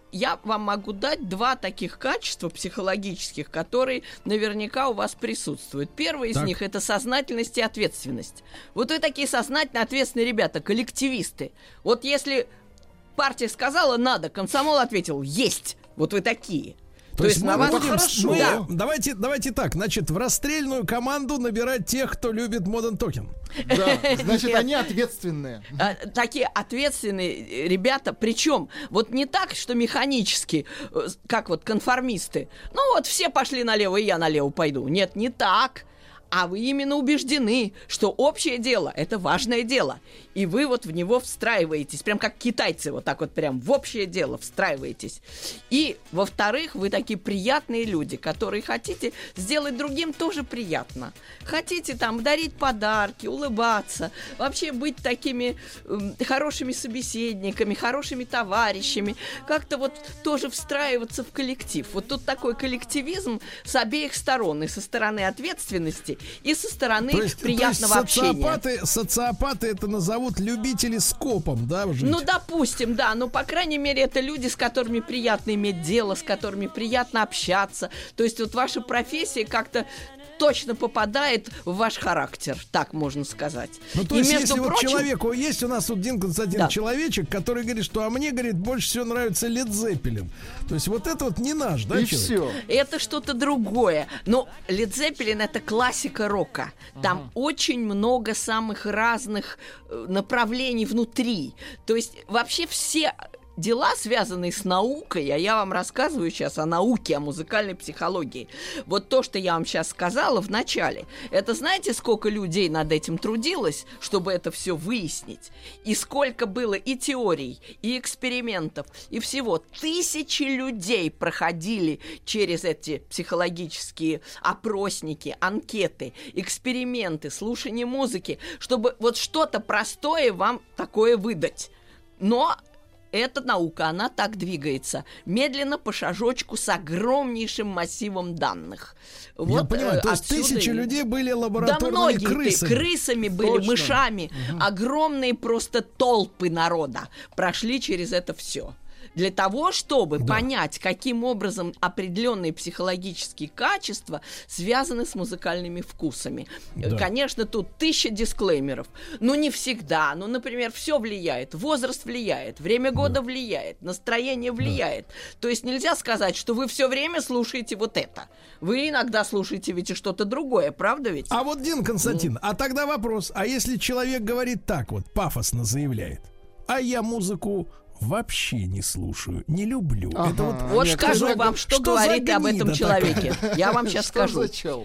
я вам могу дать 2 таких качества психологических, которые наверняка у вас присутствуют. Первое из них — это сознательность и ответственность. Вот вы такие сознательно ответственные ребята, коллективисты. Вот если партия сказала «надо», комсомол ответил «есть». Вот вы такие. То есть на вас хорошо. Давайте так, значит, в расстрельную команду набирать тех, кто любит Modern Talking. Да, значит, они ответственные. Такие ответственные ребята, причем вот не так, что механически, как вот конформисты. Ну вот все пошли налево, и я налево пойду. Нет, не так. А вы именно убеждены, что общее дело — это важное дело. И вы вот в него встраиваетесь, прям как китайцы, вот так вот прям в общее дело встраиваетесь. И, во-вторых, вы такие приятные люди, которые хотите сделать другим тоже приятно. Хотите там дарить подарки, улыбаться, вообще быть такими хорошими собеседниками, хорошими товарищами, как-то вот тоже встраиваться в коллектив. Вот тут такой коллективизм с обеих сторон, и со стороны ответственности, и со стороны приятного общения. Социопаты это назовут любители скопом, да? Жить? Ну, допустим, да. Но, по крайней мере, это люди, с которыми приятно иметь дело, с которыми приятно общаться. То есть вот ваша профессия как-то точно попадает в ваш характер, так можно сказать. Ну, то есть, если вот человеку есть у нас тут Дин Константин человечек, который говорит, что а мне, говорит, больше всего нравится Led Zeppelin. То есть вот это вот не наш, да, и человек? Все. Это что-то другое. Но Led Zeppelin — это классика рока. Там очень много самых разных направлений внутри. То есть вообще все дела, связанные с наукой, а я вам рассказываю сейчас о науке, о музыкальной психологии. Вот то, что я вам сейчас сказала в начале, это знаете, сколько людей над этим трудилось, чтобы это все выяснить? И сколько было и теорий, и экспериментов, и всего. 1000 людей проходили через эти психологические опросники, анкеты, эксперименты, слушание музыки, чтобы вот что-то простое вам такое выдать. Но эта наука, она так двигается. Медленно, по шажочку, с огромнейшим массивом данных. Вот, я понимаю, то есть 1000 людей были лабораторными крысами. Крысами были, точно. Мышами. Огромные просто толпы народа прошли через это все. Для того, чтобы понять, каким образом определенные психологические качества связаны с музыкальными вкусами. Да. Конечно, тут 1000 дисклеймеров. Но не всегда. Ну, например, все влияет. Возраст влияет, время года влияет, настроение влияет. То есть нельзя сказать, что вы все время слушаете вот это. Вы иногда слушаете ведь и что-то другое, правда ведь? А вот, Дин Константин, а тогда вопрос. А если человек говорит так вот, пафосно заявляет, а я музыку вообще не слушаю, не люблю. Это вот скажу вам, что говорит об этом человеке. Я вам сейчас скажу.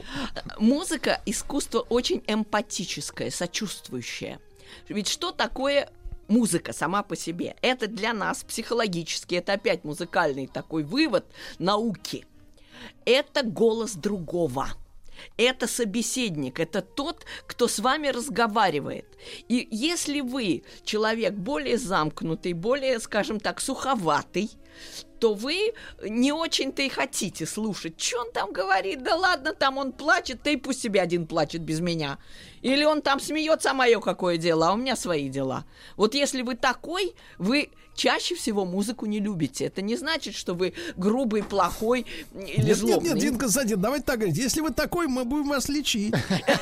Музыка — искусство очень эмпатическое, сочувствующее. Ведь что такое музыка сама по себе? Это для нас психологически, это опять музыкальный такой вывод науки. Это голос другого. Это собеседник, это тот, кто с вами разговаривает. И если вы человек более замкнутый, более, скажем так, суховатый, то вы не очень-то и хотите слушать, что он там говорит. Да ладно, там он плачет, да и пусть себе один плачет без меня. Или он там смеется, а мое какое дело, а у меня свои дела. Вот если вы такой, вы чаще всего музыку не любите. Это не значит, что вы грубый, плохой или злобный. Нет, Дин Константин, давайте так говорить. Если вы такой, мы будем вас лечить.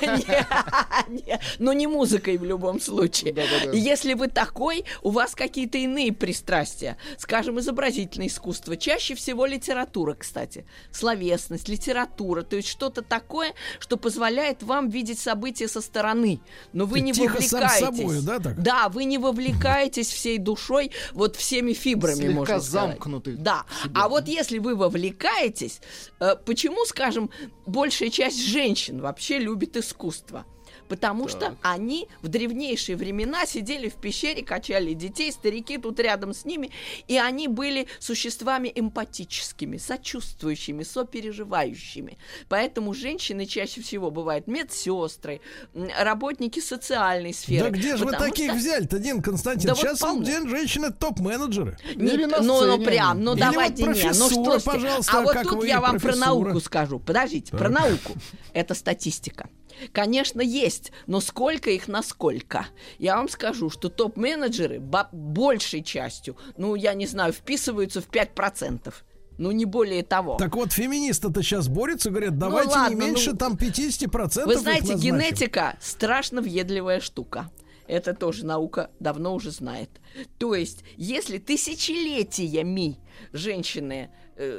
Но не музыкой в любом случае. Если вы такой, у вас какие-то иные пристрастия. Скажем, изобразительное искусство. Чаще всего литература, кстати. Словесность, литература. То есть что-то такое, что позволяет вам видеть события со стороны. Но вы не вовлекаетесь. Да, вы не вовлекаетесь всей душой, вот всеми фибрами, слегка можно сказать. Замкнутый. Да. А вот если вы вовлекаетесь, почему, скажем, большая часть женщин вообще любит искусство? Потому что они в древнейшие времена сидели в пещере, качали детей, старики тут рядом с ними, и они были существами эмпатическими, сочувствующими, сопереживающими. Поэтому женщины чаще всего бывают медсестры, работники социальной сферы. Да где же вы таких взяли-то, Дин Константин? Да сейчас вот женщины топ-менеджеры. Ну давайте, вот не, ну что, пожалуйста, а вот тут я вам про науку скажу. Подождите, про науку. Это статистика. Конечно, есть, но сколько их насколько? Я вам скажу, что топ-менеджеры большей частью, я не знаю, вписываются в 5%. Не более того. Так вот, феминисты-то сейчас борются, говорят, давайте не меньше там 50%. Вы знаете, генетика страшно въедливая штука. Это тоже наука давно уже знает. То есть, если тысячелетиями женщины...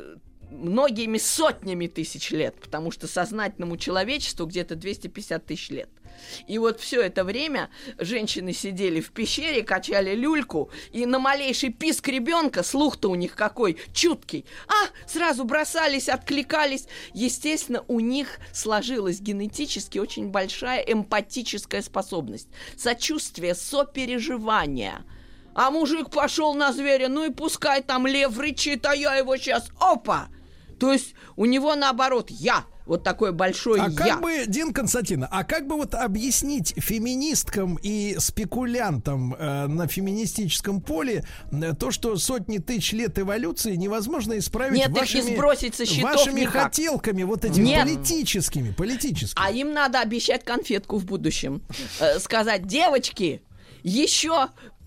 многими сотнями тысяч лет, потому что сознательному человечеству где-то 250 тысяч лет. И вот все это время женщины сидели в пещере, качали люльку, и на малейший писк ребенка, слух-то у них какой чуткий, сразу бросались, откликались. Естественно, у них сложилась генетически очень большая эмпатическая способность, сочувствие, сопереживание. А мужик пошел на зверя, и пускай там лев рычит, а я его сейчас, опа! То есть у него наоборот я, вот такой большой я. Как бы, Дин Константиновна, как бы вот объяснить феминисткам и спекулянтам на феминистическом поле то, что сотни тысяч лет эволюции невозможно исправить вашими хотелками, вот этими политическими. А им надо обещать конфетку в будущем. Сказать, девочки, еще...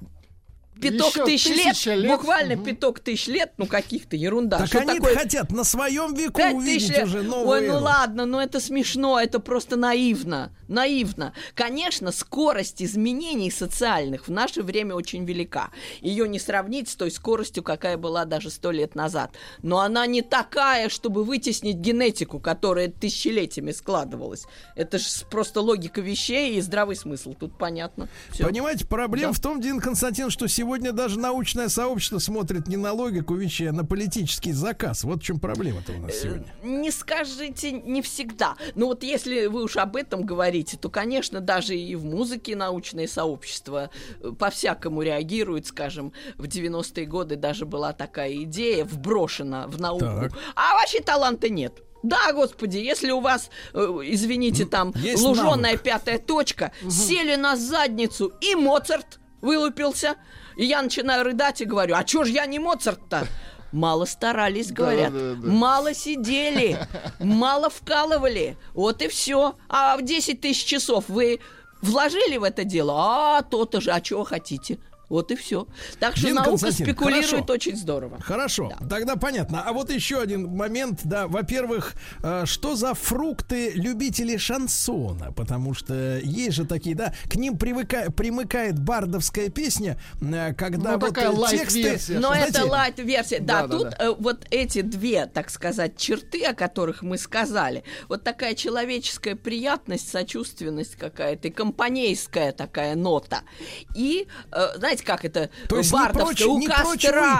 Пяток тысяч лет, буквально пяток тысяч лет, каких-то ерунда. Так они хотят на своем веку увидеть уже новую эру. Ладно, это смешно, это просто наивно. Конечно, скорость изменений социальных в наше время очень велика. Ее не сравнить с той скоростью, какая была даже 100 лет назад. Но она не такая, чтобы вытеснить генетику, которая тысячелетиями складывалась. Это же просто логика вещей и здравый смысл. Тут понятно. Всё. Понимаете, проблема в том, Дин Константин, что сегодня даже научное сообщество смотрит не на логику вещей, а на политический заказ. Вот в чем проблема-то у нас сегодня. Не скажите, не всегда. Но вот если вы уж об этом говорите, то, конечно, даже и в музыке научное сообщество по-всякому реагирует. Скажем, в 90-е годы даже была такая идея вброшена в науку. Так. А вообще таланта нет. Да, господи, если у вас, извините, там луженая пятая точка, сели на задницу, и Моцарт вылупился, и я начинаю рыдать и говорю, а чё ж я не Моцарт-то? Мало старались, говорят, мало сидели, мало вкалывали, вот и все. А в 10 тысяч часов вы вложили в это дело, то-то же, а чего хотите? Вот и все. Так что наука спекулирует очень здорово. Хорошо, тогда понятно. А вот еще один момент, во-первых, что за фрукты любители шансона? Потому что есть же такие, к ним примыкает бардовская песня, когда тексты... Но это лайт-версия. Да, тут вот эти две, так сказать, черты, о которых мы сказали, вот такая человеческая приятность, сочувственность какая-то, и компанейская такая нота. И, знаете, как это бардовская, у костра,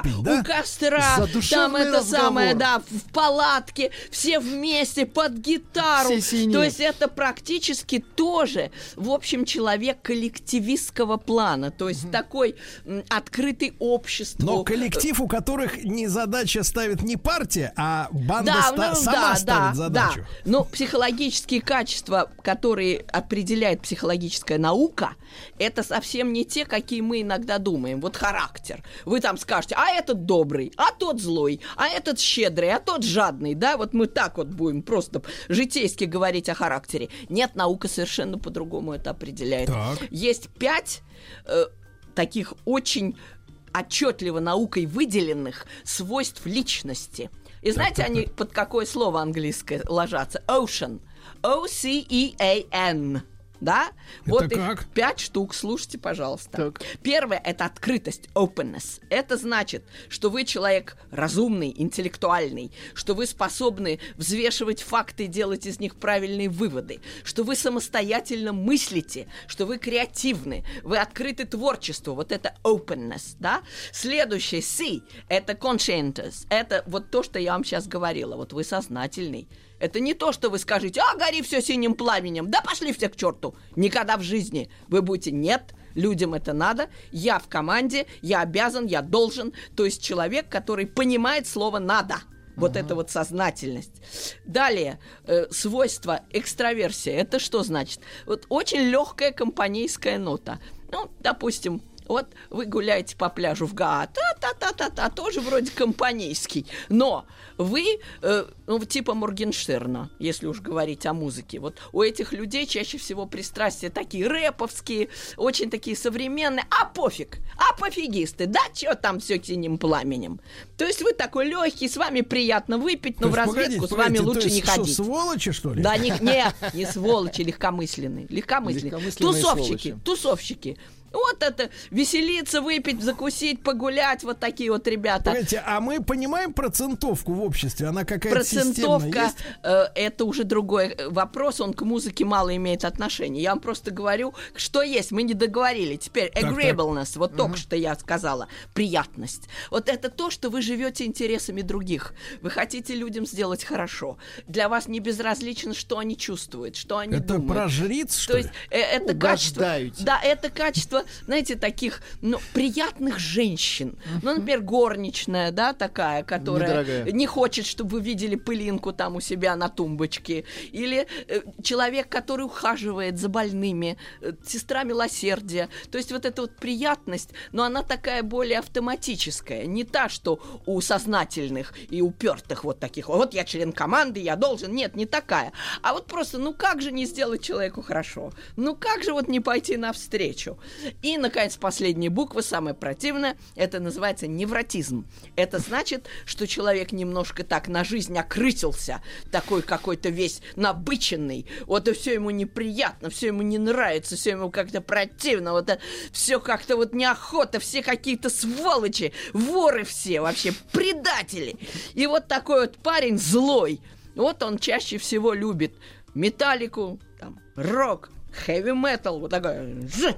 там это самое, в палатке, все вместе под гитару. То есть это практически тоже, в общем, человек коллективистского плана, то есть такой открытый обществу. Но коллектив, у которых не задача ставит не партия, а банда сама ставит задачу. Но психологические качества, которые определяет психологическая наука, это совсем не те, какие мы иногда думаем. Вот характер. Вы там скажете, а этот добрый, а тот злой, а этот щедрый, а тот жадный, вот мы так вот будем просто житейски говорить о характере. Нет, наука совершенно по-другому это определяет. Так. Есть 5 таких очень отчетливо наукой выделенных свойств личности. И знаете, они под какое слово английское ложатся? Ocean. O-C-E-A-N. Да? Это вот их 5 штук, слушайте, пожалуйста. Так. Первое — это открытость, openness. Это значит, что вы человек разумный, интеллектуальный, что вы способны взвешивать факты и делать из них правильные выводы, что вы самостоятельно мыслите, что вы креативны, вы открыты творчеству. Вот это openness, да? Следующее, C — это conscientious. Это вот то, что я вам сейчас говорила. Вот вы сознательный. Это не то, что вы скажете, гори все синим пламенем, да пошли все к черту. Никогда в жизни вы будете, нет, людям это надо, я в команде, я обязан, я должен. То есть человек, который понимает слово «надо». Вот это вот сознательность. Далее, свойство экстраверсия. Это что значит? Вот очень легкая компанейская нота. Допустим, вот вы гуляете по пляжу в Гаа, та-та-та-та-та, тоже вроде компанейский. Но вы, типа Моргенштерна, если уж говорить о музыке, вот у этих людей чаще всего пристрастия такие рэповские, очень такие современные, а пофиг, пофигисты, да, чё там все синим пламенем. То есть вы такой легкий, с вами приятно выпить, но в разведку с вами лучше не ходить. Сволочи, что ли? Да, не сволочи, легкомысленные. Тусовщики. Вот это, веселиться, выпить, закусить, погулять, вот такие вот ребята. Погодите, а мы понимаем процентовку в обществе? Она какая-то системная есть? Это уже другой вопрос, он к музыке мало имеет отношения. Я вам просто говорю, что есть, мы не договорили. Теперь agreeableness, вот только что я сказала, приятность. Вот это то, что вы живете интересами других. Вы хотите людям сделать хорошо. Для вас не безразлично, что они чувствуют, что они думают. Это про жриц, что ли? То есть это качество... Да, это качество, знаете, таких, приятных женщин. Например, горничная, да, такая, которая недорогая, не хочет, чтобы вы видели пылинку там у себя на тумбочке. Или человек, который ухаживает за больными, сестра милосердия. То есть вот эта вот приятность, но она такая более автоматическая. Не та, что у сознательных и упертых вот таких. Вот я член команды, я должен. Нет, не такая. А вот просто, как же не сделать человеку хорошо? Как же вот не пойти навстречу? И, наконец, последняя буква, самая противная, это называется невротизм. Это значит, что человек немножко так на жизнь окрысился, такой какой-то весь набыченный, вот и все ему неприятно, все ему не нравится, все ему как-то противно, вот это все как-то вот неохота, все какие-то сволочи, воры все вообще, предатели. И вот такой вот парень злой, вот он чаще всего любит Металлику, там, рок, хэви-метал, вот такой.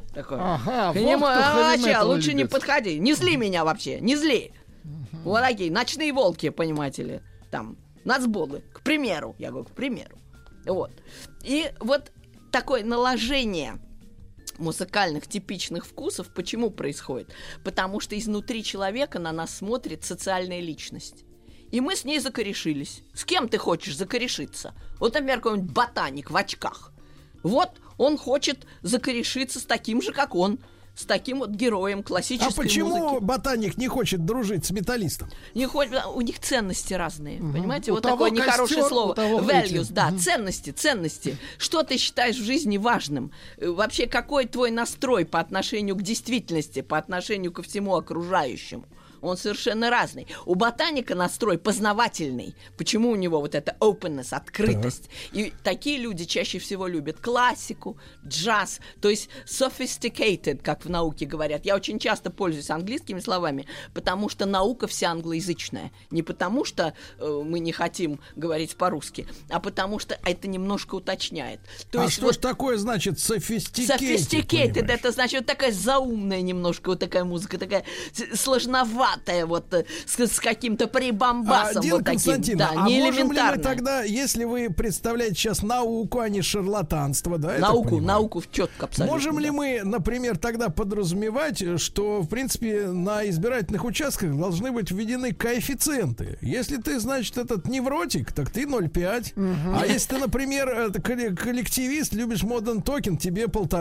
Ага, к нему, лучше любит. Не подходи, не зли меня вообще, не зли. Вот такие, ночные волки, понимаете ли, там, нацболы, к примеру, я говорю, к примеру. Вот. И вот такое наложение музыкальных типичных вкусов почему происходит? Потому что изнутри человека на нас смотрит социальная личность. И мы с ней закорешились. С кем ты хочешь закорешиться? Вот, например, какой-нибудь ботаник в очках. Вот он хочет закорешиться с таким же, как он. С таким вот героем классической музыки. А почему ботаник не хочет дружить с металлистом? Не хочет, у них ценности разные, понимаете? Вот такое нехорошее слово. Values, да, ценности. Что ты считаешь в жизни важным? Вообще, какой твой настрой по отношению к действительности, по отношению ко всему окружающему? Он совершенно разный. У ботаника настрой познавательный. Почему у него вот эта openness, открытость? И такие люди чаще всего любят классику, джаз, то есть sophisticated, как в науке говорят. Я очень часто пользуюсь английскими словами, потому что наука вся англоязычная. Не потому что мы не хотим говорить по-русски, а потому что это немножко уточняет. То есть что ж такое значит sophisticated? Sophisticated, это значит вот такая заумная немножко, вот такая музыка, такая сложноватая, вот с каким-то прибамбасом. Дина вот Константиновна, да, не можем ли мы тогда, если вы представляете сейчас науку, а не шарлатанство, да? Науку четко абсолютно. Можем ли мы, например, тогда подразумевать, что, в принципе, на избирательных участках должны быть введены коэффициенты? Если ты, значит, этот невротик, так ты 0,5. А если ты, например, коллективист, любишь Modern Talking, тебе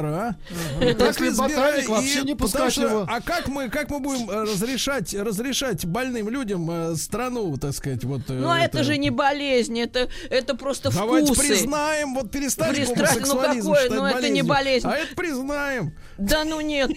1,5. Так ботаник вообще не пускать его. А как мы будем разрешать больным людям страну, так сказать, вот... это же не болезнь, это просто вкусы. Давайте признаем, вот перестань гомосексуализм считать болезнью. Это не болезнь. А это признаем. Да нет,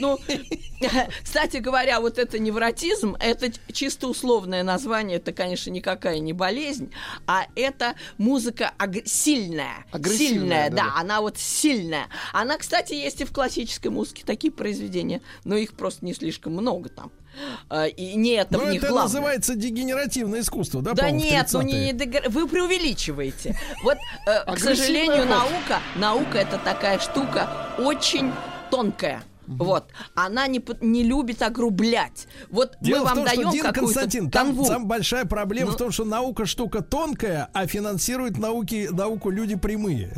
кстати говоря, вот это невротизм, это чисто условное название, это, конечно, никакая не болезнь, а это музыка сильная. Сильная, да, она вот сильная. Она, кстати, есть и в классической музыке, такие произведения, но их просто не слишком много там. И не это в них это главное. Называется дегенеративное искусство, да? Да нет, вы преувеличиваете. Вот, к сожалению, наука это такая штука очень тонкая. Вот. Она не любит огрублять. Вот дело мы вам даем какую-то Константин, канву. Там большая проблема в том, что наука штука тонкая, а финансирует науку люди прямые.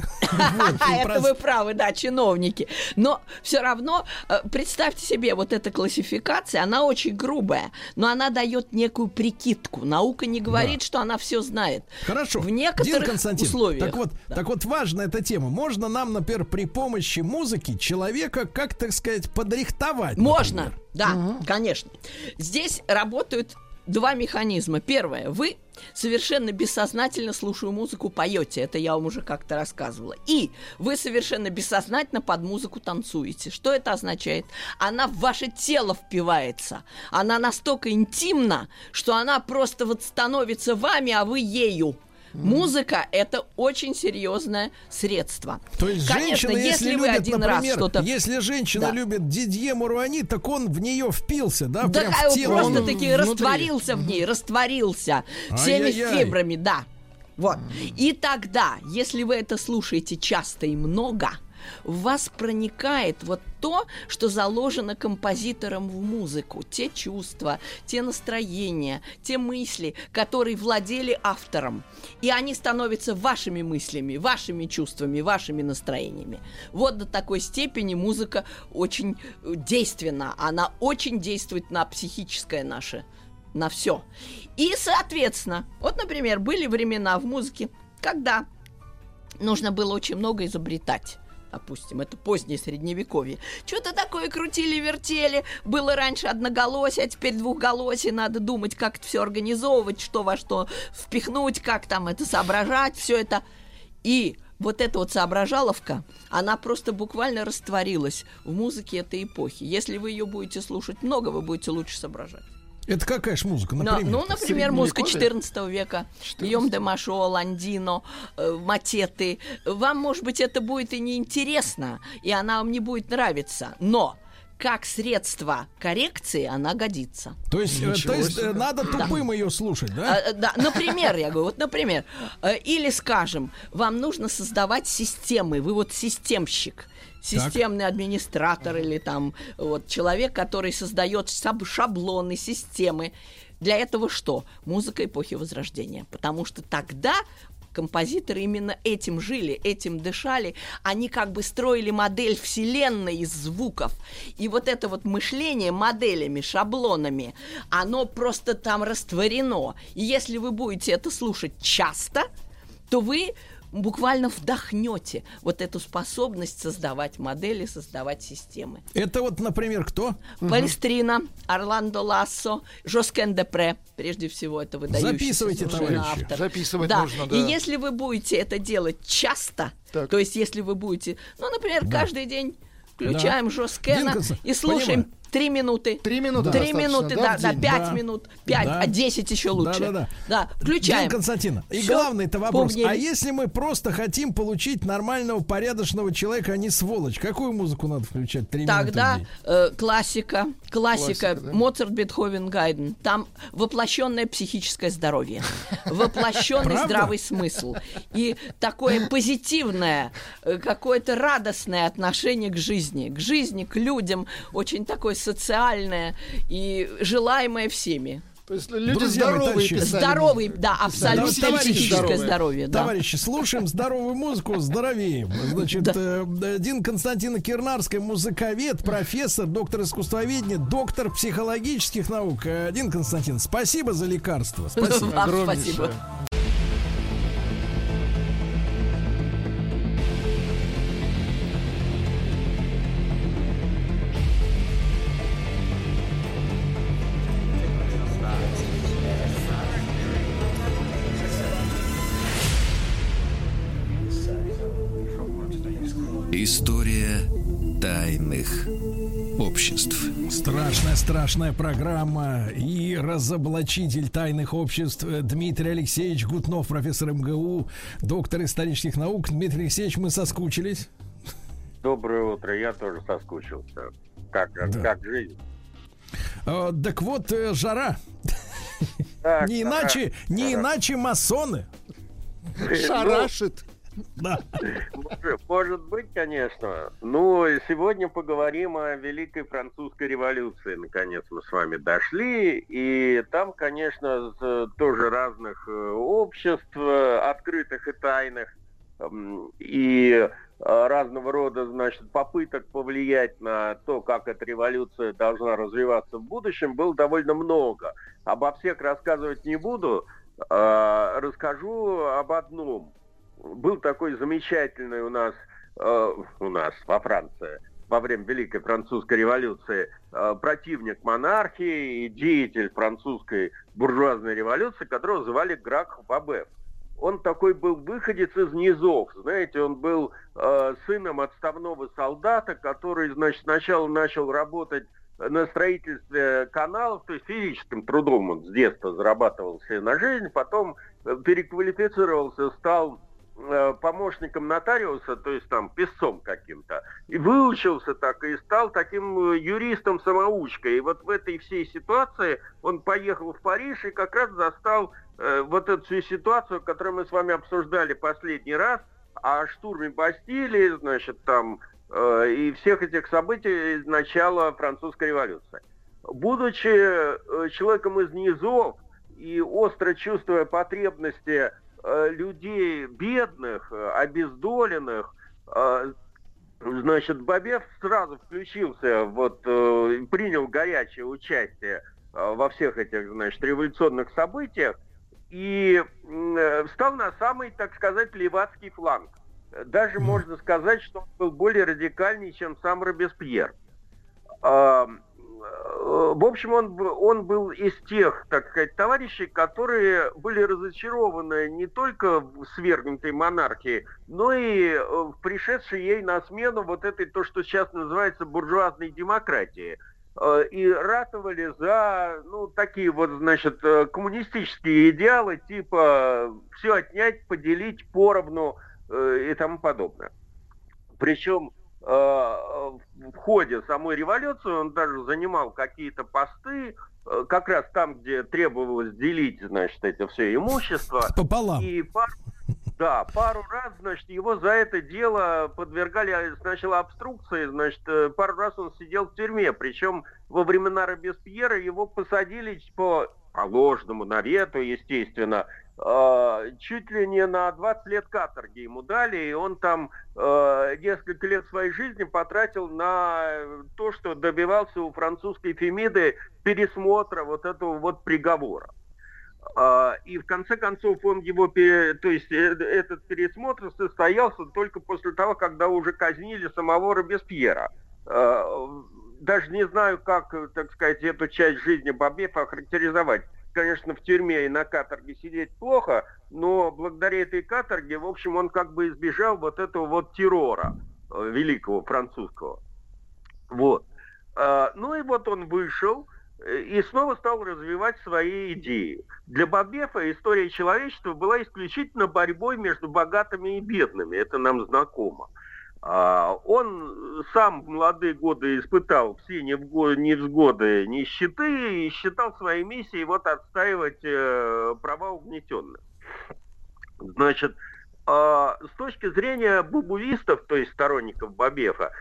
Это вы правы, да, чиновники. Но все равно, представьте себе, вот эта классификация, она очень грубая, но она дает некую прикидку. Наука не говорит, что она все знает. Хорошо. В некоторых условиях. Так вот, важна эта тема. Можно нам, например, при помощи музыки человека, как, так сказать, сказать, подрихтовать. Можно, например. да, конечно. Здесь работают два механизма. Первое. Вы совершенно бессознательно, слушая музыку, поете. Это я вам уже как-то рассказывала. И вы совершенно бессознательно под музыку танцуете. Что это означает? Она в ваше тело впивается. Она настолько интимна, что она просто вот становится вами, а вы ею. Музыка — это очень серьезное средство. То есть, конечно, женщина, если вы любит, один например, раз что-то... Если женщина любит Дидье Муруани, так он в нее впился, да? Да, прям в тело. просто-таки растворился в ней, растворился всеми фибрами, да. Вот. И тогда, если вы это слушаете часто и много, в вас проникает вот то, что заложено композитором в музыку. Те чувства, те настроения, те мысли, которые владели автором. И они становятся вашими мыслями, вашими чувствами, вашими настроениями. Вот до такой степени музыка очень действенна. Она очень действует на психическое наше, на все. И, соответственно, вот, например, были времена в музыке, когда нужно было очень много изобретать. Допустим, это позднее средневековье. Что-то такое крутили-вертели. Было раньше одноголосие, а теперь двухголосие. Надо думать, как это все организовывать, что во что впихнуть, как там это соображать, все это. И вот эта вот соображаловка, она просто буквально растворилась в музыке этой эпохи. Если вы ее будете слушать много, вы будете лучше соображать. Это какая же музыка, например? Ну, например, музыка 14 века. Гийом де Машо, Ландино, Матеты. Вам, может быть, это будет и неинтересно, и она вам не будет нравиться. Но как средство коррекции она годится. То есть надо тупым ее слушать, да? Да, например, я говорю, вот, например. Или, скажем, вам нужно создавать системы. Вы вот системщик. Системный администратор или там вот человек, который создает шаблоны, системы. Для этого что? Музыка эпохи Возрождения. Потому что тогда композиторы именно этим жили, этим дышали. Они как бы строили модель вселенной из звуков. И вот это вот мышление моделями, шаблонами, оно просто там растворено. И если вы будете это слушать часто, то вы буквально вдохнете вот эту способность создавать модели, создавать системы. Это вот, например, кто? Палестрина, Орландо Лассо, Жоскен Депре. Прежде всего, это выдающийся Записывайте, товарищи. автор. Записывать нужно, да. И если вы будете это делать часто, то есть если вы будете, ну, например, каждый день включаем Жоскена и слушаем 3 минуты. 3 минуты. 3 минуты, да, 5 минут, 5, а 10 еще лучше. Да, включаем. Дин Константин, и главный-то вопрос. А если мы просто хотим получить нормального, порядочного человека, а не сволочь, какую музыку надо включать 3 минуты? Тогда классика, Моцарт, Бетховен, Гайден. Там воплощенное психическое здоровье, воплощенный здравый смысл и такое позитивное, какое-то радостное отношение к жизни, к людям, очень такое социальное и желаемое всеми. То есть люди здоровые писали. Здоровые, да, абсолютно психическое здоровье. Да. Товарищи, слушаем здоровую музыку, здоровеем. Значит, Дин Константина Кирнарская, музыковед, профессор, доктор искусствоведения, доктор психологических наук. Дин Константин, спасибо за лекарство. Спасибо. Спасибо. История тайных обществ. Страшная программа. И разоблачитель тайных обществ Дмитрий Алексеевич Гутнов, профессор МГУ, доктор исторических наук. Дмитрий Алексеевич, мы соскучились. Доброе утро, я тоже соскучился. Как жизнь? Так вот, жара. Не иначе масоны. Шарашит. Да. Может быть, конечно. Но сегодня поговорим о Великой Французской революции. Наконец мы с вами дошли. И там, конечно, тоже разных обществ, открытых и тайных, и разного рода, значит, попыток повлиять на то, как эта революция должна развиваться в будущем, было довольно много. Обо всех рассказывать не буду. Расскажу об одном. Был такой замечательный у нас во Франции во время Великой Французской революции, противник монархии и деятель французской буржуазной революции, которого звали Грак Бабеф. Он такой был выходец из низов, знаете, он был сыном отставного солдата, который, значит, сначала начал работать на строительстве каналов, то есть физическим трудом он с детства зарабатывал себе на жизнь, потом переквалифицировался, стал помощником нотариуса, то есть там писцом каким-то, и выучился так, и стал таким юристом-самоучкой. И вот в этой всей ситуации он поехал в Париж и как раз застал вот эту всю ситуацию, которую мы с вами обсуждали последний раз, о штурме Бастилии, значит, там, и всех этих событий из начала французской революции. Будучи человеком из низов и остро чувствуя потребности людей бедных, обездоленных, значит, Бабеф сразу включился, вот, принял горячее участие во всех этих, значит, революционных событиях и встал на самый, так сказать, левацкий фланг. Даже можно сказать, что он был более радикальней, чем сам Робеспьер. В общем, он был из тех, так сказать, товарищей, которые были разочарованы не только в свергнутой монархии, но и в пришедшей ей на смену вот этой, то, что сейчас называется буржуазной демократией. И ратовали за, ну, такие вот, значит, коммунистические идеалы, типа все отнять, поделить поровну и тому подобное. Причем в ходе самой революции он даже занимал какие-то посты, как раз там, где требовалось делить, значит, это все имущество. Пополам. И пару раз, значит, его за это дело подвергали сначала обструкции, значит, пару раз он сидел в тюрьме, причем во времена Робеспьера его посадили по ложному навету, естественно, чуть ли не на 20 лет каторги ему дали, и он там несколько лет своей жизни потратил на то, что добивался у французской Фемиды пересмотра вот этого вот приговора. И в конце концов он его, то есть этот пересмотр состоялся только после того, когда уже казнили самого Робеспьера. Даже не знаю, как, так сказать, эту часть жизни Бабефа охарактеризовать. Конечно, в тюрьме и на каторге сидеть плохо, но благодаря этой каторге, в общем, он как бы избежал вот этого вот террора великого французского. Вот. Ну и вот он вышел и снова стал развивать свои идеи. Для Бабефа история человечества была исключительно борьбой между богатыми и бедными. Это нам знакомо. Он сам в молодые годы испытал все невзгоды, нищеты и считал своей миссией вот отстаивать права угнетенных. Значит, с точки зрения бубуистов, то есть сторонников Бабефа,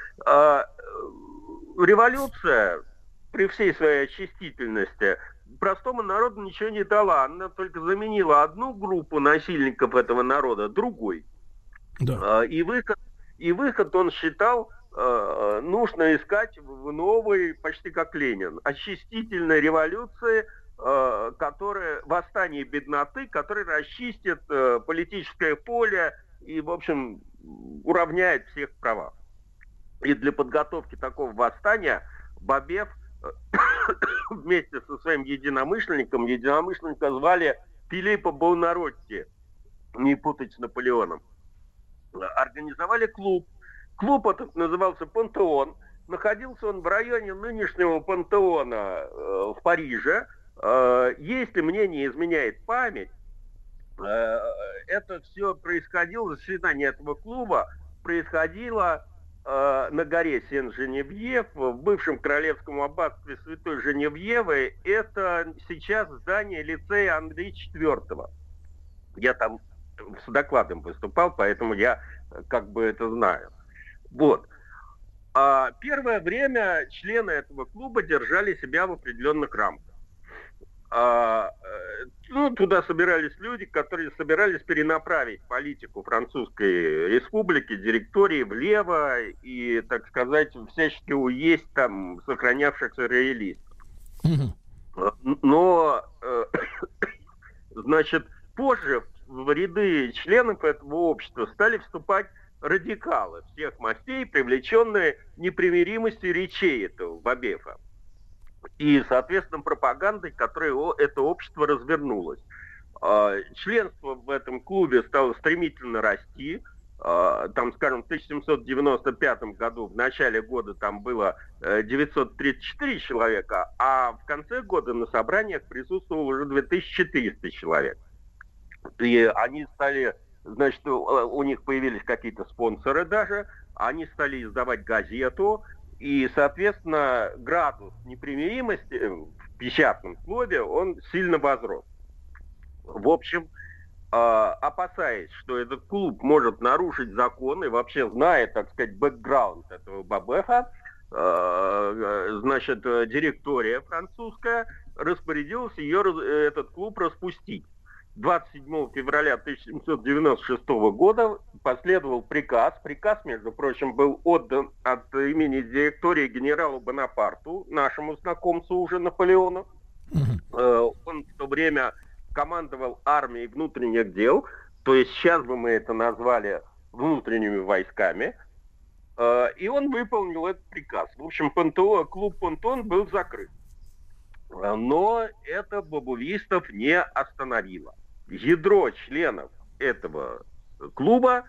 революция при всей своей очистительности простому народу ничего не дала. Она только заменила одну группу насильников этого народа другой. Да. И выход он считал нужно искать в новой, почти как Ленин, очистительной революции, восстание бедноты, которое расчистит политическое поле и, в общем, уравняет всех в правах. И для подготовки такого восстания Бабеф вместе со своим единомышленника звали Филиппо Буонаротти, не путать с Наполеоном, организовали клуб. Клуб этот назывался «Пантеон». Находился он в районе нынешнего Пантеона в Париже. Если мне не изменяет память, это все происходило, заседание этого клуба происходило на горе Сен-Женевьев, в бывшем королевском аббатстве Святой Женевьевы. Это сейчас здание лицея Андрея IV. Я там с докладом выступал, поэтому я как бы это знаю. Вот. А первое время члены этого клуба держали себя в определенных рамках. Туда собирались люди, которые собирались перенаправить политику Французской Республики, директории влево и, так сказать, всячески уесть там сохранявшихся роялистов. Но, значит, позже в ряды членов этого общества стали вступать радикалы всех мастей, привлеченные непримиримостью речей этого Бабефа. И, соответственно, пропагандой, которой это общество развернулось. Членство в этом клубе стало стремительно расти. Там, скажем, в 1795 году, в начале года там было 934 человека, а в конце года на собраниях присутствовало уже 2400 человек. И они стали, значит, у них появились какие-то спонсоры даже, они стали издавать газету, и, соответственно, градус непримиримости в печатном слове, он сильно возрос. В общем, опасаясь, что этот клуб может нарушить закон, и вообще зная, так сказать, бэкграунд этого Бабефа, значит, директория французская распорядилась этот клуб распустить. 27 февраля 1796 года последовал приказ. Приказ, между прочим, был отдан от имени директории генералу Бонапарту, нашему знакомцу уже Наполеону. Он в то время командовал армией внутренних дел, то есть сейчас бы мы это назвали внутренними войсками, и он выполнил этот приказ. В общем, клуб «Понтон» был закрыт. Но это бабувистов не остановило. Ядро членов этого клуба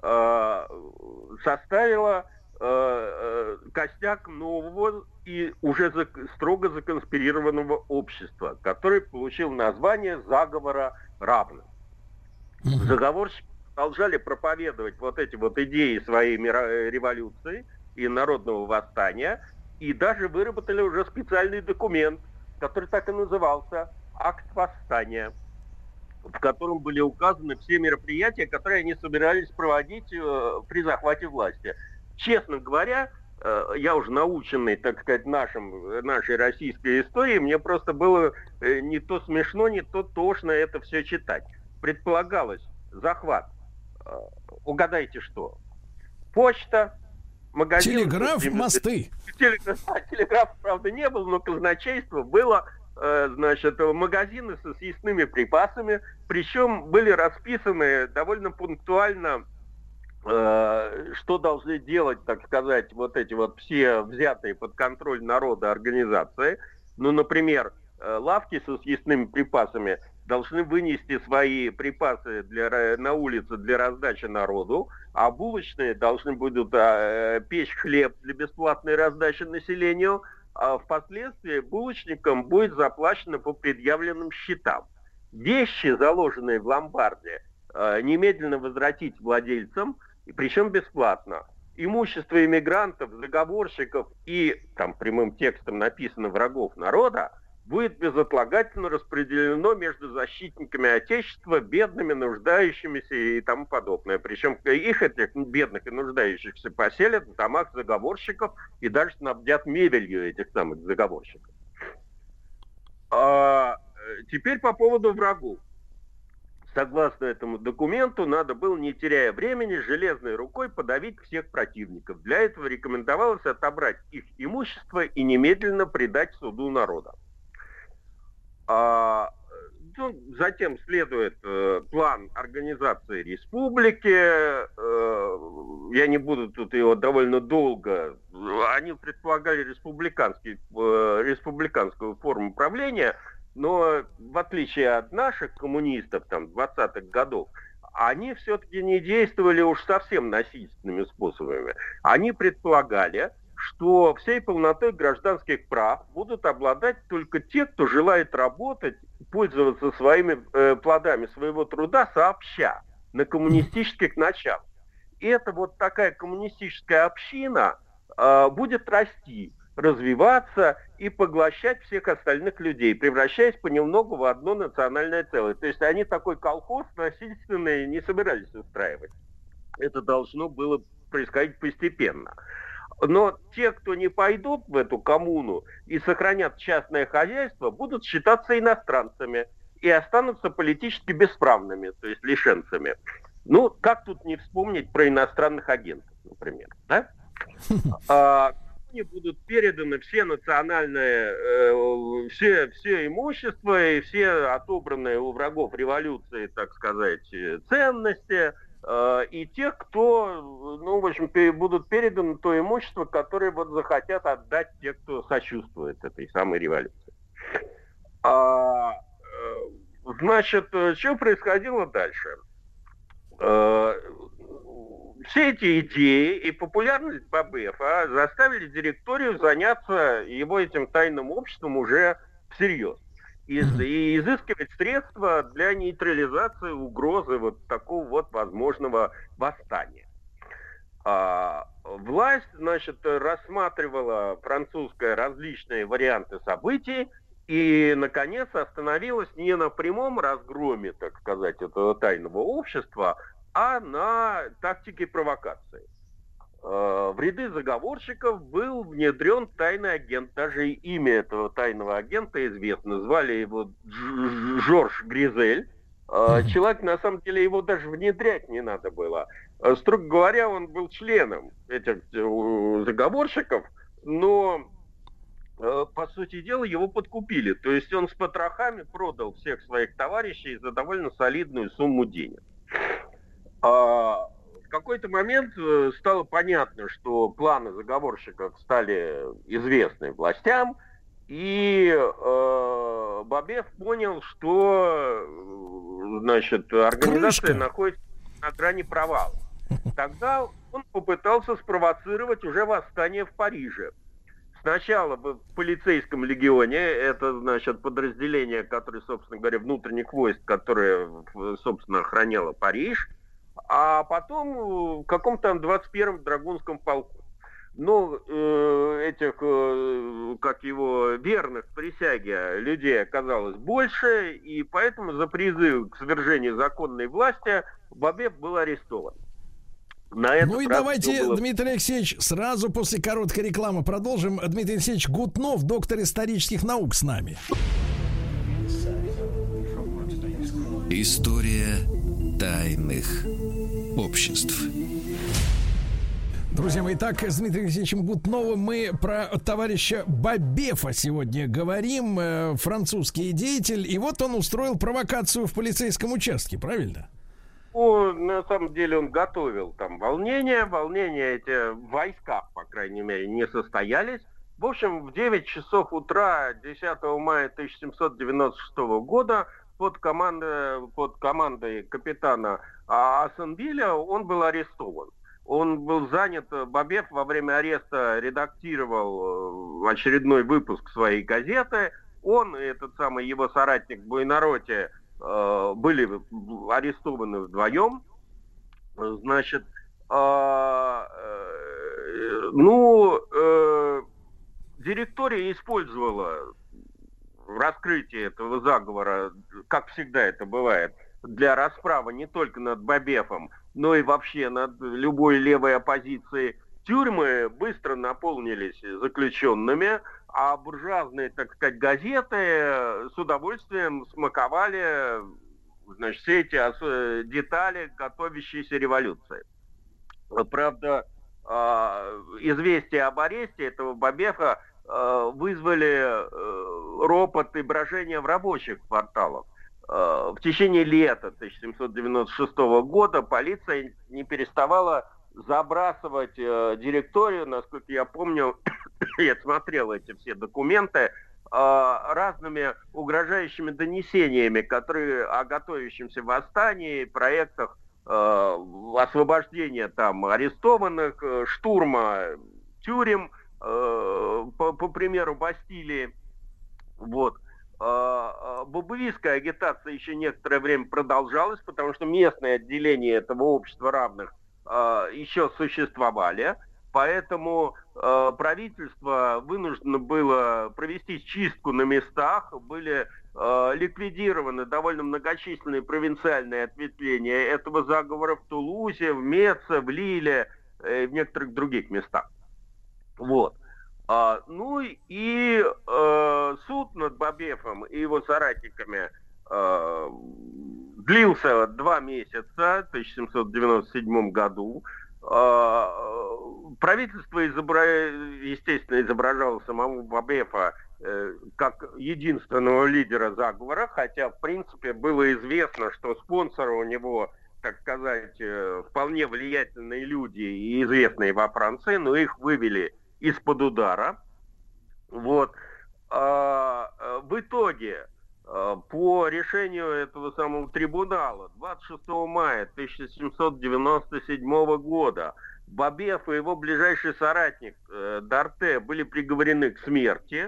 составило костяк нового и уже строго законспирированного общества, который получил название заговора равных. Заговорщики продолжали проповедовать вот эти вот идеи своей революции и народного восстания, и даже выработали уже специальный документ, который так и назывался «Акт восстания», в котором были указаны все мероприятия, которые они собирались проводить при захвате власти. Честно говоря, я уже наученный, так сказать, нашей российской историей, мне просто было не то смешно, не то тошно это все читать. Предполагалось захват. Угадайте что? Почта, магазин... Телеграф, мосты. Телеграф, правда, не было, но казначейство было... Значит, магазины со съестными припасами, причем были расписаны довольно пунктуально, что должны делать, так сказать, вот эти вот все взятые под контроль народа организации. Ну, например, лавки со съестными припасами должны вынести свои припасы на улице для раздачи народу, а булочные должны будут печь хлеб для бесплатной раздачи населению, а впоследствии булочникам будет заплачено по предъявленным счетам. Вещи, заложенные в ломбарде, немедленно возвратить владельцам, причем бесплатно. Имущество иммигрантов, заговорщиков и, там прямым текстом написано, врагов народа, будет безотлагательно распределено между защитниками Отечества, бедными, нуждающимися и тому подобное. Причем их, этих бедных и нуждающихся, поселят в домах заговорщиков и даже снабдят мебелью этих самых заговорщиков. Теперь по поводу врагов. Согласно этому документу, надо было, не теряя времени, железной рукой подавить всех противников. Для этого рекомендовалось отобрать их имущество и немедленно предать суду народа. Затем следует план организации республики. Я не буду тут его довольно долго. Они предполагали республиканскую форму правления, но в отличие от наших коммунистов там 20-х годов, они все-таки не действовали уж совсем насильственными способами. Они предполагали, что всей полнотой гражданских прав будут обладать только те, кто желает работать, пользоваться своими плодами своего труда сообща, на коммунистических началах. И это вот такая коммунистическая община будет расти, развиваться и поглощать всех остальных людей, превращаясь понемногу в одно национальное целое. То есть они такой колхоз насильственный не собирались устраивать. Это должно было происходить постепенно. Но те, кто не пойдут в эту коммуну и сохранят частное хозяйство, будут считаться иностранцами и останутся политически бесправными, то есть лишенцами. Ну, как тут не вспомнить про иностранных агентов, например, да? Будут переданы все национальные, все имущество и все отобранные у врагов революции, так сказать, ценности, и тех, кто, ну, в общем, будут переданы то имущество, которое вот захотят отдать те, кто сочувствует этой самой революции. Значит, что происходило дальше? Все эти идеи и популярность Бабефа заставили директорию заняться его этим тайным обществом уже всерьез. И изыскивать средства для нейтрализации угрозы вот такого вот возможного восстания. Власть, значит, рассматривала французская различные варианты событий и, наконец, остановилась не на прямом разгроме, так сказать, этого тайного общества, а на тактике провокации. В ряды заговорщиков был внедрен тайный агент. Даже имя этого тайного агента известно. Звали его Жорж Гризель. Человек, на самом деле, его даже внедрять не надо было. Строго говоря, он был членом этих заговорщиков, но, по сути дела, его подкупили. То есть он с потрохами продал всех своих товарищей за довольно солидную сумму денег. В какой-то момент стало понятно, что планы заговорщиков стали известны властям, и Бабеф понял, что, значит, организация находится на грани провала. Тогда он попытался спровоцировать уже восстание в Париже. Сначала в полицейском легионе, это, значит, подразделение, которое, собственно говоря, внутренних войск, которое, собственно, охраняло Париж, а потом в каком-то 21-м драгунском полку. Но этих, как его, верных присяге людей оказалось больше, и поэтому за призыв к свержению законной власти Бабеф был арестован. Ну и давайте, Дмитрий Алексеевич, сразу после короткой рекламы продолжим. Дмитрий Алексеевич Гутнов, доктор исторических наук, с нами. История тайных обществ. Друзья мои, итак, с Дмитрием Алексеевичем Гутновым мы про товарища Бабефа сегодня говорим, французский деятель, и вот он устроил провокацию в полицейском участке, правильно? На самом деле он готовил там волнения эти в войсках, по крайней мере, не состоялись. В общем, в 9 часов утра 10 мая 1796 года под командой капитана Ассенвиля он был арестован. Он был занят, Бабеф во время ареста редактировал очередной выпуск своей газеты. Он и этот самый его соратник Буонаротти были арестованы вдвоем. Значит, директория использовала раскрытие этого заговора, как всегда это бывает, для расправы не только над Бабефом, но и вообще над любой левой оппозицией. Тюрьмы быстро наполнились заключенными, а буржуазные, так сказать, газеты с удовольствием смаковали, значит, все эти детали готовящейся революции. Правда, известия об аресте этого Бабефа вызвали ропот и брожение в рабочих кварталах. В течение лета 1796 года полиция не переставала забрасывать директорию, насколько я помню, я смотрел эти все документы, разными угрожающими донесениями, которые о готовящемся восстании, проектах освобождения там арестованных, штурма тюрем, по примеру Бастилии. Вот. Бабуистская агитация еще некоторое время продолжалась, потому что местные отделения этого общества равных еще существовали, поэтому правительство вынуждено было провести чистку на местах, были ликвидированы довольно многочисленные провинциальные ответвления этого заговора в Тулузе, в Меце, в Лиле и в некоторых других местах. Вот. Ну и суд над Бабефом и его соратниками длился 2 месяца в 1797 году. Правительство, естественно, изображало самого Бабефа как единственного лидера заговора, хотя, в принципе, было известно, что спонсоры у него так сказать, вполне влиятельные люди и известные во Франции, но их вывели из-под удара. Вот. В итоге, по решению этого самого трибунала 26 мая 1797 года Бабиев и его ближайший соратник Дарте были приговорены к смерти.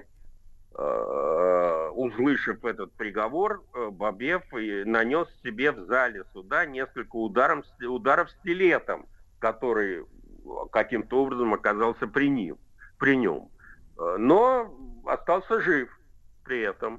Услышав этот приговор, Бабиев нанес себе в зале суда несколько ударов стилетом, который каким-то образом оказался при нем. Но остался жив при этом.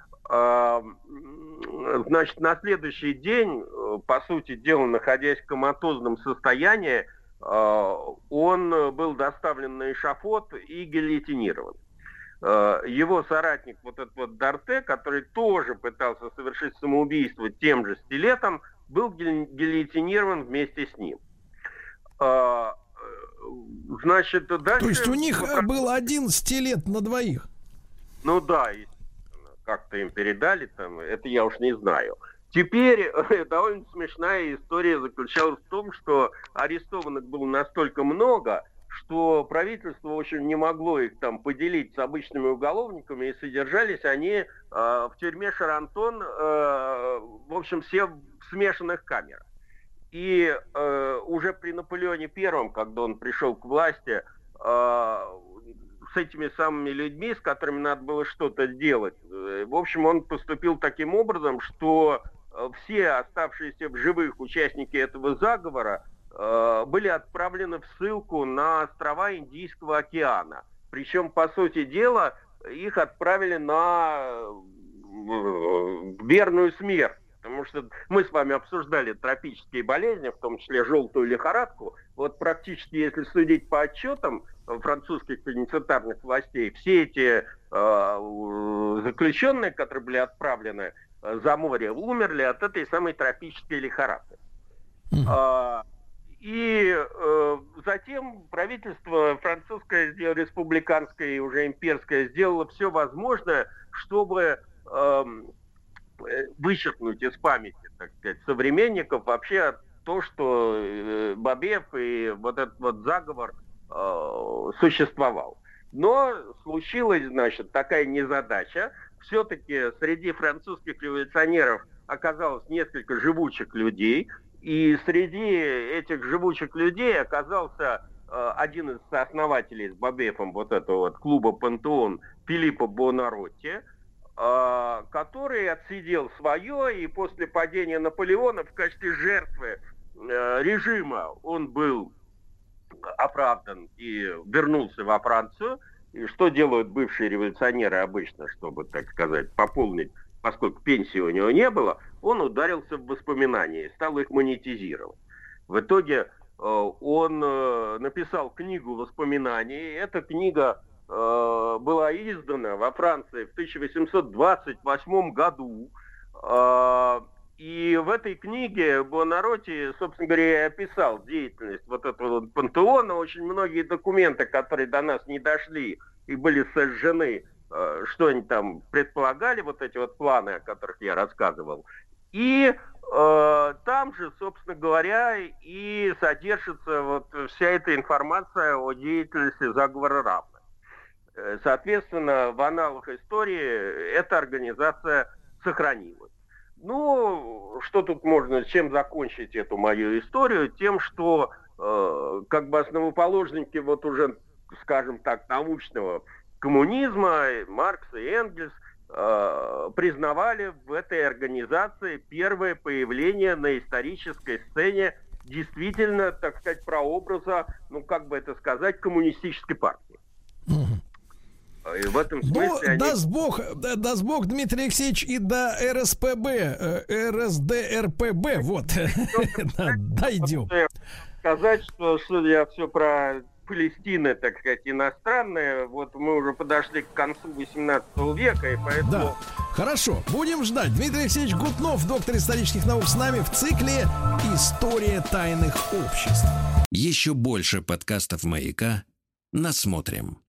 Значит, на следующий день, по сути дела, находясь в коматозном состоянии, он был доставлен на эшафот и гильотинирован. Его соратник, вот этот вот Дарте, который тоже пытался совершить самоубийство тем же стилетом, был гильотинирован вместе с ним. Значит, дальше... То есть у них был один стилет на двоих? Ну да, как-то им передали, там, это я уж не знаю. Теперь довольно смешная история заключалась в том, что арестованных было настолько много, что правительство, в общем, не могло их там поделить с обычными уголовниками, и содержались они в тюрьме Шарантон, в общем, все в смешанных камерах. И уже при Наполеоне Первом, когда он пришел к власти, с этими самыми людьми, с которыми надо было что-то делать, в общем, он поступил таким образом, что все оставшиеся в живых участники этого заговора были отправлены в ссылку на острова Индийского океана. Причем, по сути дела, их отправили на верную смерть. Потому что мы с вами обсуждали тропические болезни, в том числе желтую лихорадку. Вот практически, если судить по отчетам французских пенитенциарных властей, все эти заключенные, которые были отправлены за море, умерли от этой самой тропической лихорадки. И затем правительство французское, республиканское и уже имперское сделало все возможное, чтобы вычеркнуть из памяти, так сказать, современников вообще то, что Бабиев и вот этот вот заговор существовал. Но случилась, значит, такая незадача. Все-таки среди французских революционеров оказалось несколько живучих людей, и среди этих живучих людей оказался один из сооснователей с Бабиевым вот этого вот клуба «Пантеон» Филиппо Буонаротти, который отсидел свое, и после падения Наполеона в качестве жертвы режима он был оправдан и вернулся во Францию. И что делают бывшие революционеры обычно, чтобы, так сказать, пополнить, поскольку пенсии у него не было, он ударился в воспоминания и стал их монетизировать. В итоге он написал книгу воспоминаний. Эта книга была издана во Франции в 1828 году. И в этой книге Буонаротти, собственно говоря, и описал деятельность вот этого вот пантеона. Очень многие документы, которые до нас не дошли и были сожжены, что они там предполагали, вот эти вот планы, о которых я рассказывал. И там же, собственно говоря, и содержится вот вся эта информация о деятельности заговора равных. Соответственно, в аналах истории эта организация сохранилась. Ну, что тут можно, чем закончить эту мою историю? Тем, что как бы основоположники вот уже, скажем так, научного коммунизма, Маркс и Энгельс, признавали в этой организации первое появление на исторической сцене действительно, так сказать, прообраза, ну, как бы это сказать, коммунистической партии. И в этом смысле даст Бог, Дмитрий Алексеевич, и до РСПБ, РСДРПБ, вот, дойдем. Сказать, что судя все про Палестины, так сказать, иностранные, вот мы уже подошли к концу 18 века, и поэтому... Да, хорошо, будем ждать. Дмитрий Алексеевич Гутнов, доктор исторических наук, с нами в цикле «История тайных обществ». Еще больше подкастов «Маяка» насмотрим.